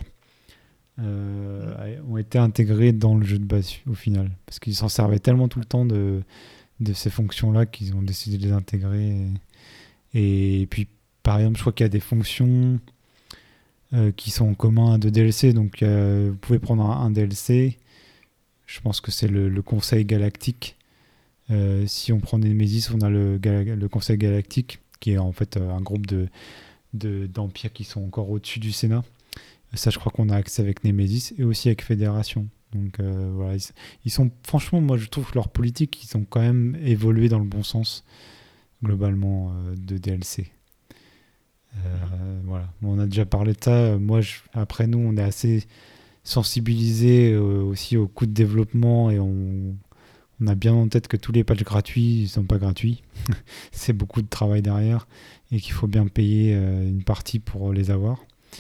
Ont été intégrés dans le jeu de base au final, parce qu'ils s'en servaient tellement tout le temps de ces fonctions-là qu'ils ont décidé de les intégrer. Et puis, par exemple, je crois qu'il y a des fonctions qui sont en commun à deux DLC, donc vous pouvez prendre un DLC, je pense que c'est le Conseil Galactique. Si on prend Nemesis, on a le Conseil Galactique, qui est en fait un groupe d'empires qui sont encore au-dessus du Sénat. Ça, je crois qu'on a accès avec Nemesis et aussi avec Fédération. Donc voilà, ils sont, franchement, moi je trouve que leur politique, ils ont quand même évolué dans le bon sens, globalement, de DLC. Voilà, on a déjà parlé de ça. Moi, après nous, on est assez sensibilisés aussi au coût de développement et on a bien en tête que tous les patchs gratuits ne sont pas gratuits. C'est beaucoup de travail derrière et qu'il faut bien payer une partie pour les avoir.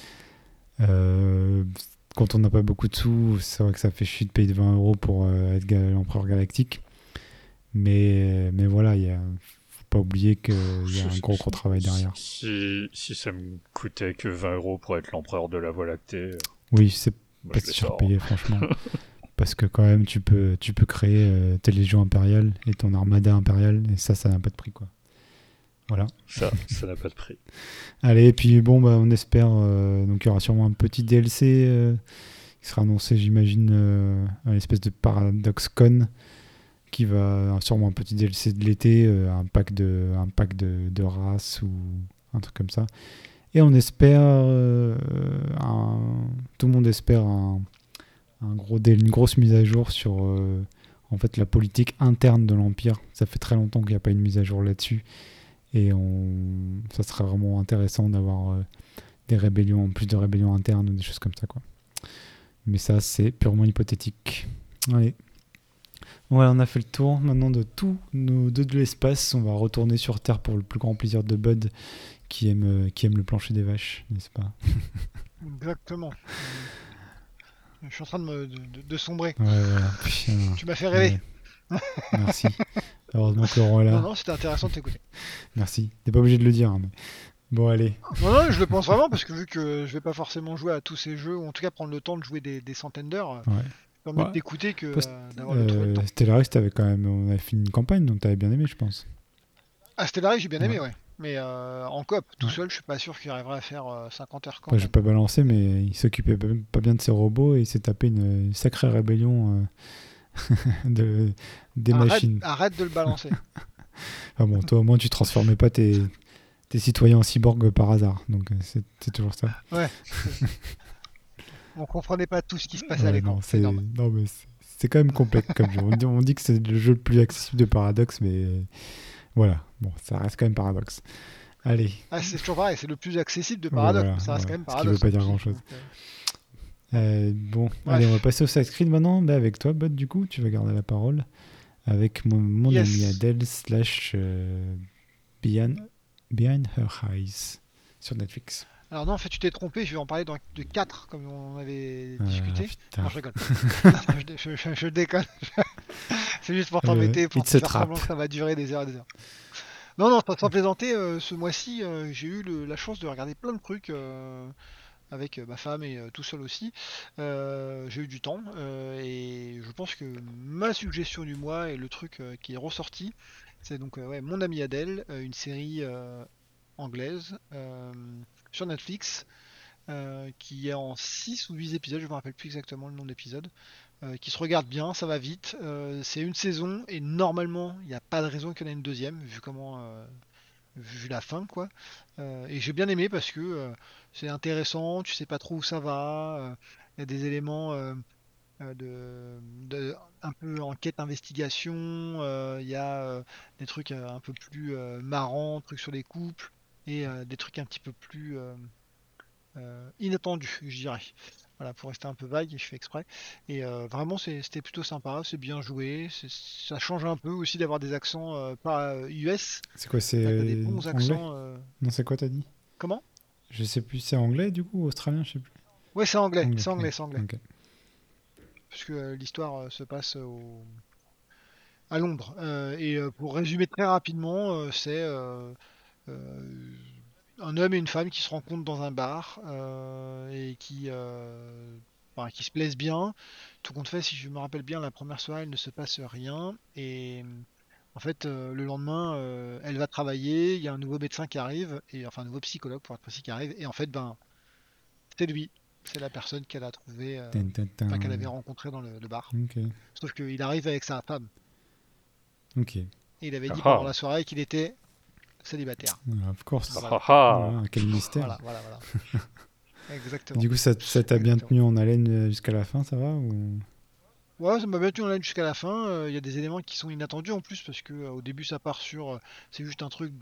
Quand on n'a pas beaucoup de sous, c'est vrai que ça fait chier de payer 20 € pour être l'empereur galactique. Mais voilà, faut pas oublier qu'il y a un gros travail derrière. Si ça me coûtait que 20 € pour être l'empereur de la Voie lactée. Oui, c'est moi, pas je les surpayé, franchement. Parce que quand même, tu peux créer tes légions impériales et ton armada impériale, et ça n'a pas de prix, quoi. Voilà. Ça n'a pas de prix. Allez, et puis bon, on espère. Donc il y aura sûrement un petit DLC qui sera annoncé, j'imagine, à l'espèce de Paradox Con, qui va sûrement un petit DLC de l'été, un pack de races ou un truc comme ça. Et on espère, tout le monde espère une grosse mise à jour sur en fait la politique interne de l'Empire. Ça fait très longtemps qu'il n'y a pas une mise à jour là-dessus. Et ça serait vraiment intéressant d'avoir des rébellions, plus de rébellions internes ou des choses comme ça, quoi. Mais ça, c'est purement hypothétique. Allez. Ouais, on a fait le tour maintenant de tous nos deux de l'espace. On va retourner sur Terre pour le plus grand plaisir de Bud qui aime le plancher des vaches, n'est-ce pas? Exactement. Je suis en train de sombrer. Ouais, voilà. Putain. Tu m'as fait rêver. Ouais. Merci. Heureusement que Laurent est là. Non, c'était intéressant de t'écouter. Merci. T'es pas obligé de le dire. Hein, mais... Bon, allez. Non, je le pense vraiment parce que vu que je vais pas forcément jouer à tous ces jeux, ou en tout cas prendre le temps de jouer des centaines d'heures, Ouais. c'est mieux Ouais. de t'écouter que Post- d'avoir le trouver le temps. Stellaris, on avait fait une campagne, donc t'avais bien aimé, je pense. Ah, Stellaris, j'ai bien aimé, Ouais. ouais. Mais en coop, tout Ouais. seul, je suis pas sûr qu'il arriverait à faire 50 heures quand Enfin, j'ai même. pas balancé, mais il s'occupait pas bien de ses robots et il s'est tapé une sacrée rébellion des machines. Arrête de le balancer. Ah bon, toi au moins tu transformais pas tes citoyens en cyborgs par hasard, donc c'est toujours ça. Ouais. On comprenait pas tout ce qui se passait à Ouais, l'écran. non, C'est normal. non, mais c'est quand même complexe comme jeu. On dit que c'est le jeu le plus accessible de Paradox, mais voilà, bon, ça reste quand même Paradox. Allez, Ah, c'est toujours pareil, c'est le plus accessible de Ouais, Paradox, voilà, mais ça reste voilà. quand même Ce qui Paradox. veut pas dire aussi. grand-chose. Donc, bon, Bref. allez, on va passer au side screen maintenant. Bah, avec toi, Bud, du coup, tu vas garder la parole avec mon Yes. ami Adèle / Behind Her Eyes sur Netflix. Alors non, en fait, tu t'es trompé, je vais en parler de 4, comme on avait Ah, discuté. putain. Non, je rigole. je déconne. C'est juste pour t'embêter, pour it's te a faire trap. semblant que ça va durer des heures et des heures. Non, sans plaisanter, ce mois-ci, j'ai eu la chance de regarder plein de trucs avec ma femme et tout seul aussi. J'ai eu du temps et je pense que ma suggestion du mois et le truc qui est ressorti, c'est donc ouais, Mon ami Adèle, une série anglaise sur Netflix qui est en 6 ou 8 épisodes, je me rappelle plus exactement le nom d'épisode, qui se regarde bien, ça va vite. C'est une saison et normalement il n'y a pas de raison qu'il y en ait une deuxième vu la fin quoi. Et j'ai bien aimé parce que c'est intéressant, tu sais pas trop où ça va, il y a des éléments un peu enquête investigation, il y a des trucs un peu plus marrants, trucs sur les couples et des trucs un petit peu plus inattendus, je dirais. Voilà, pour rester un peu vague, je fais exprès. Et vraiment, c'était plutôt sympa, c'est bien joué. Ça change un peu aussi d'avoir des accents pas US. C'est quoi, Là, c'est t'as des bons anglais? accents. Non, c'est quoi t'as dit? Comment? Je sais plus, c'est anglais du coup, ou australien, je sais plus. Ouais, c'est anglais, Anglais, c'est anglais, ouais. c'est anglais. Ok. Parce que l'histoire se passe à Londres. Et pour résumer très rapidement, c'est euh, un homme et une femme qui se rencontrent dans un bar et enfin, qui se plaisent bien. Tout compte fait, si je me rappelle bien, la première soirée, il ne se passe rien. Et en fait, le lendemain, elle va travailler. Il y a un nouveau médecin qui arrive, et enfin un nouveau psychologue pour être précis qui arrive. Et en fait, ben, c'est lui. C'est la personne qu'elle a trouvée, Tin, tin, tin. enfin, qu'elle avait rencontrée dans le bar. Ok. Sauf qu'il arrive avec sa femme. Ok. Et il avait dit Ah. pendant la soirée qu'il était célibataire. Of course. Voilà. Ah, Quel mystère. Voilà. Exactement. Du coup, ça t'a bien tenu en haleine jusqu'à la fin, ça va ou... Ouais, ça m'a bien tenu en haleine jusqu'à la fin. Il y a des éléments qui sont inattendus en plus parce que au début ça part sur c'est juste un truc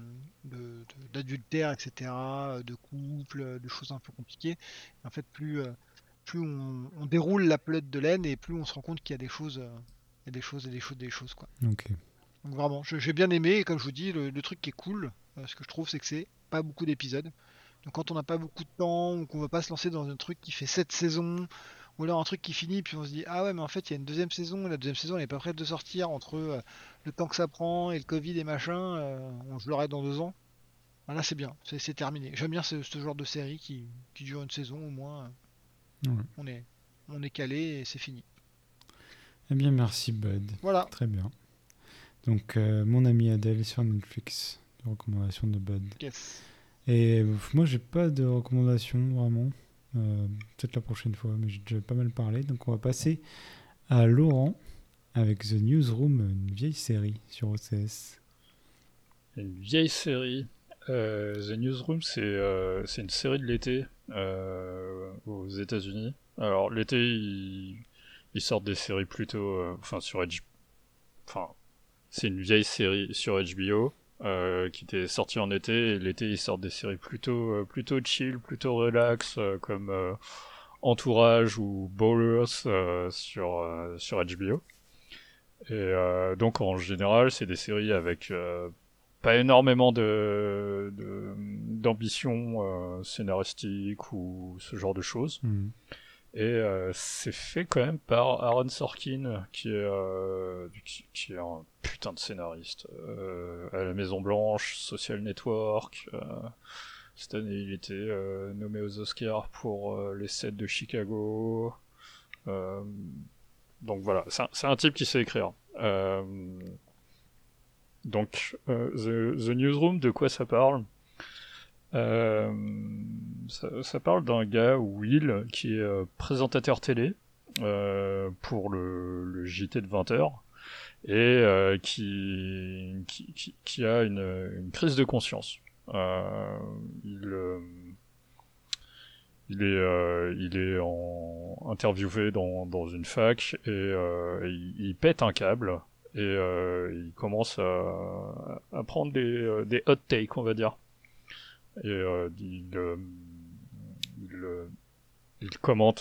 d'adultère, etc., de couple, de choses un peu compliquées. Et en fait, plus on déroule la pelote de laine et plus on se rend compte qu'il y a des choses, des choses quoi. Ok. Donc vraiment, j'ai bien aimé et comme je vous dis, le truc qui est cool, ce que je trouve, c'est que c'est pas beaucoup d'épisodes. Donc quand on n'a pas beaucoup de temps ou qu'on va pas se lancer dans un truc qui fait 7 saisons ou alors un truc qui finit puis on se dit ah ouais mais en fait il y a une deuxième saison, et la deuxième saison elle est pas prête de sortir entre le temps que ça prend et le Covid et machin, je l'aurai dans 2 ans. Voilà, c'est bien, c'est terminé. J'aime bien ce genre de série qui dure une saison au moins. Ouais. On est calé et c'est fini. Eh bien, merci Bud. Voilà. Très bien. Donc, mon ami Adèle sur Netflix, de recommandation de Bud. Yes. Et moi, j'ai pas de recommandation vraiment. Peut-être la prochaine fois, mais j'ai déjà pas mal parlé. Donc, on va passer à Laurent avec The Newsroom, une vieille série sur OCS. une vieille série. The Newsroom, c'est une série de l'été aux États-Unis. Alors, l'été, ils sortent des séries plutôt. Enfin, c'est une vieille série sur HBO qui était sortie en été. Et l'été, ils sortent des séries plutôt chill, plutôt relax, comme Entourage ou Ballers sur HBO. Et donc en général, c'est des séries avec pas énormément d'ambition scénaristique ou ce genre de choses. Et c'est fait quand même par Aaron Sorkin, qui est un putain de scénariste. À la Maison Blanche, Social Network. Cette année, il était nommé aux Oscars pour les 7 de Chicago. Donc voilà, c'est un type qui sait écrire. Donc, The Newsroom, de quoi ça parle ? Ça parle d'un gars, Will, qui est présentateur télé pour le JT de 20h et qui a une crise de conscience. Il est interviewé dans une fac et il pète un câble et il commence à prendre des hot takes, on va dire. Et il commente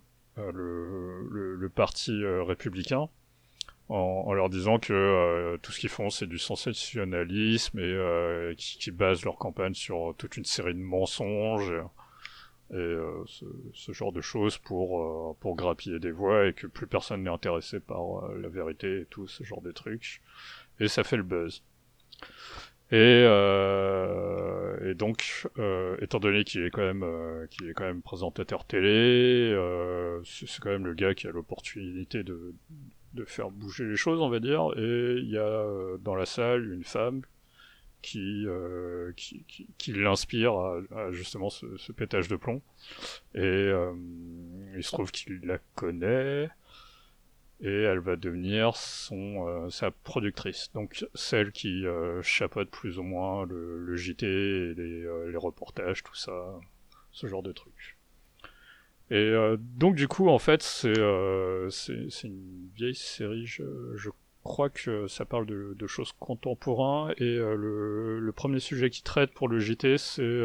le parti républicain en leur disant que tout ce qu'ils font c'est du sensationnalisme et qui basent leur campagne sur toute une série de mensonges et ce genre de choses pour grappiller des voix et que plus personne n'est intéressé par la vérité et tout ce genre de trucs. Et ça fait le buzz. Et donc, étant donné qu'il est quand même présentateur télé, c'est quand même le gars qui a l'opportunité de faire bouger les choses, on va dire. Et il y a dans la salle une femme qui l'inspire à justement ce pétage de plomb. Et il se trouve qu'il la connaît. Et elle va devenir sa productrice, donc celle qui chapeaute plus ou moins le JT et les reportages, tout ça, ce genre de trucs. Et donc du coup, en fait, c'est une vieille série, je crois que ça parle de choses contemporaines, et le premier sujet qu'il traite pour le JT, c'est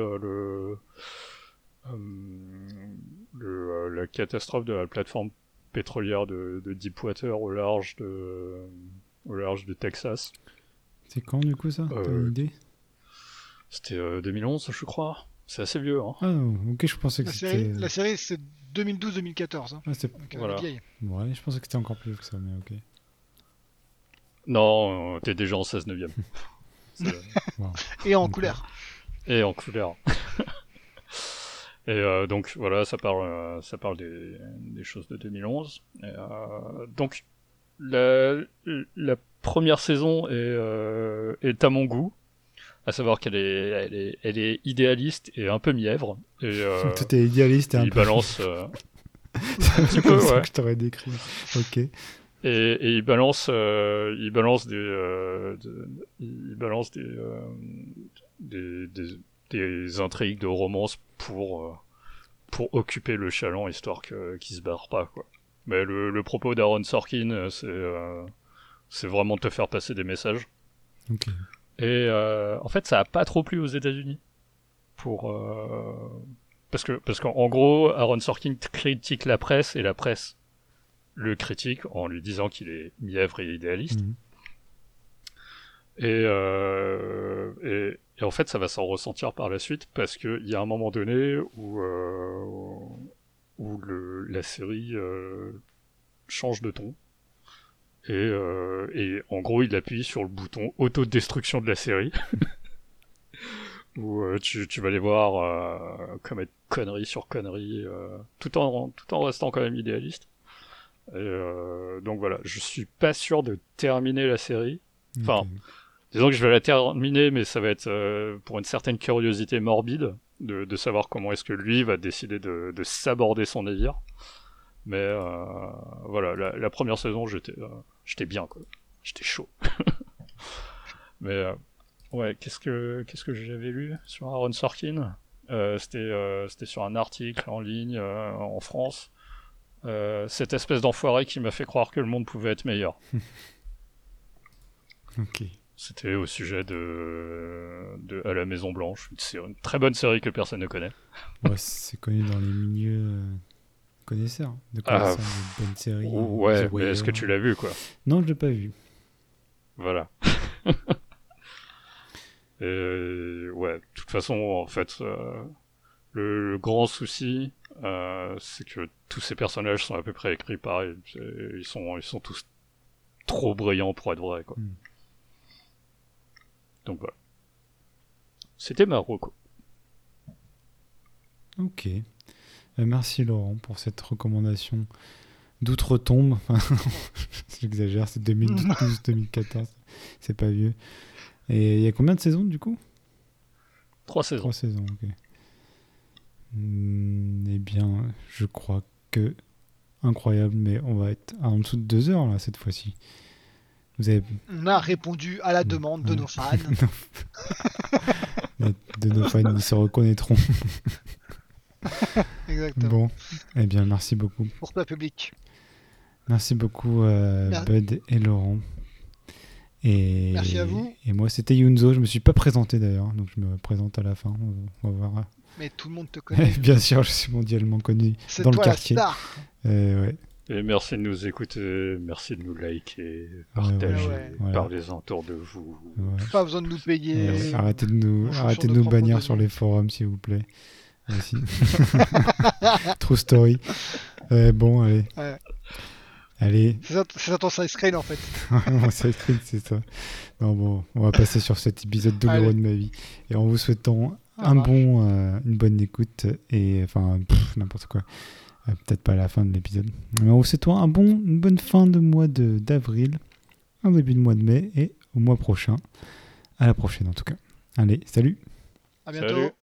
la catastrophe de la plateforme pétrolière de Deepwater au large de Texas. C'est quand du coup ça ? T'as une idée ? C'était 2011, je crois. C'est assez vieux. Hein. Ah ok, je pensais que c'était... La série c'est 2012-2014. Hein. Ah, c'est... Donc, voilà. vieille. Ouais, je pensais que c'était encore plus vieux que ça, mais ok. Non, t'es déjà en 16/9. Wow. Et en Okay. couleur. Et en couleur. Et donc voilà, ça parle des choses de 2011. Et, donc la première saison est à mon goût, à savoir qu'elle est idéaliste et un peu mièvre. Et Tout est idéaliste et un il peu... balance un petit peu, c'est ça ouais. que je t'aurais décrit. Ok. Et il balance des intrigues de romance pour occuper le chaland, histoire qu'il se barre pas, quoi. Mais le propos d'Aaron Sorkin, c'est vraiment de te faire passer des messages. Ok. Et en fait, ça a pas trop plu aux États-Unis. Parce qu'en gros, Aaron Sorkin critique la presse, et la presse le critique en lui disant qu'il est mièvre et idéaliste. Et en fait, ça va s'en ressentir par la suite, parce qu'il y a un moment donné où la série change de ton. Et en gros, il appuie sur le bouton autodestruction de la série. Où tu vas les voir commettre connerie sur connerie, tout en restant quand même idéaliste. Et donc voilà, je suis pas sûr de terminer la série. Enfin, Ok. disons que je vais la terminer, mais ça va être pour une certaine curiosité morbide de savoir comment est-ce que lui va décider de s'aborder son navire. Mais voilà, la première saison, j'étais bien, quoi. J'étais chaud. Mais ouais, qu'est-ce que j'avais lu sur Aaron Sorkin ? C'était sur un article en ligne en France. Cette espèce d'enfoiré qui m'a fait croire que le monde pouvait être meilleur. Ok. C'était au sujet de À la Maison Blanche, une très bonne série que personne ne connaît. Ouais, c'est connu dans les milieux connaisseur de Ah, bonnes séries. Ouais, The mais est-ce que tu l'as vu, quoi? Non, je l'ai pas vu. Voilà. Ouais, de toute façon, en fait, le grand souci, c'est que tous ces personnages sont à peu près écrits pareil. Ils sont tous trop brillants pour être vrais, quoi. Donc voilà. C'était ma reco. Ok. Merci Laurent pour cette recommandation d'outre-tombe. J'exagère, c'est 2012-2014. C'est pas vieux. Et il y a combien de saisons du coup? 3 saisons. 3 saisons, ok. Eh bien, je crois que incroyable, mais on va être en dessous de 2 heures là cette fois-ci. Vous avez... On a répondu à la demande de nos fans. de nos fans, ils se reconnaîtront. Exactement. Bon, eh bien, merci beaucoup. Pour toi, public. Merci beaucoup, Bud et Laurent. Et, Merci à vous. Et moi, c'était Yunzo. Je me suis pas présenté d'ailleurs, donc je me présente à la fin. On va voir. Mais tout le monde te connaît. Bien sûr, je suis mondialement connu C'est dans toi le quartier. la star. Ouais. Et merci de nous écouter, merci de nous liker, partager, ouais. parlez-en autour de vous. Ouais. Pas besoin de nous payer. Ouais, arrêtez de nous propres bannir données. sur les forums, s'il vous plaît. Merci. True story. Bon, allez. Ouais. Allez. C'est ça ton side screen en fait. Mon side screen, c'est ça. Non, bon, on va passer sur cet épisode douloureux de ma vie. Et en vous souhaitant une bonne écoute et enfin, n'importe quoi. Peut-être pas à la fin de l'épisode. Mais en vous souhaitant une bonne fin de mois d'avril, un début de mois de mai et au mois prochain. À la prochaine en tout cas. Allez, salut. À bientôt. Salut.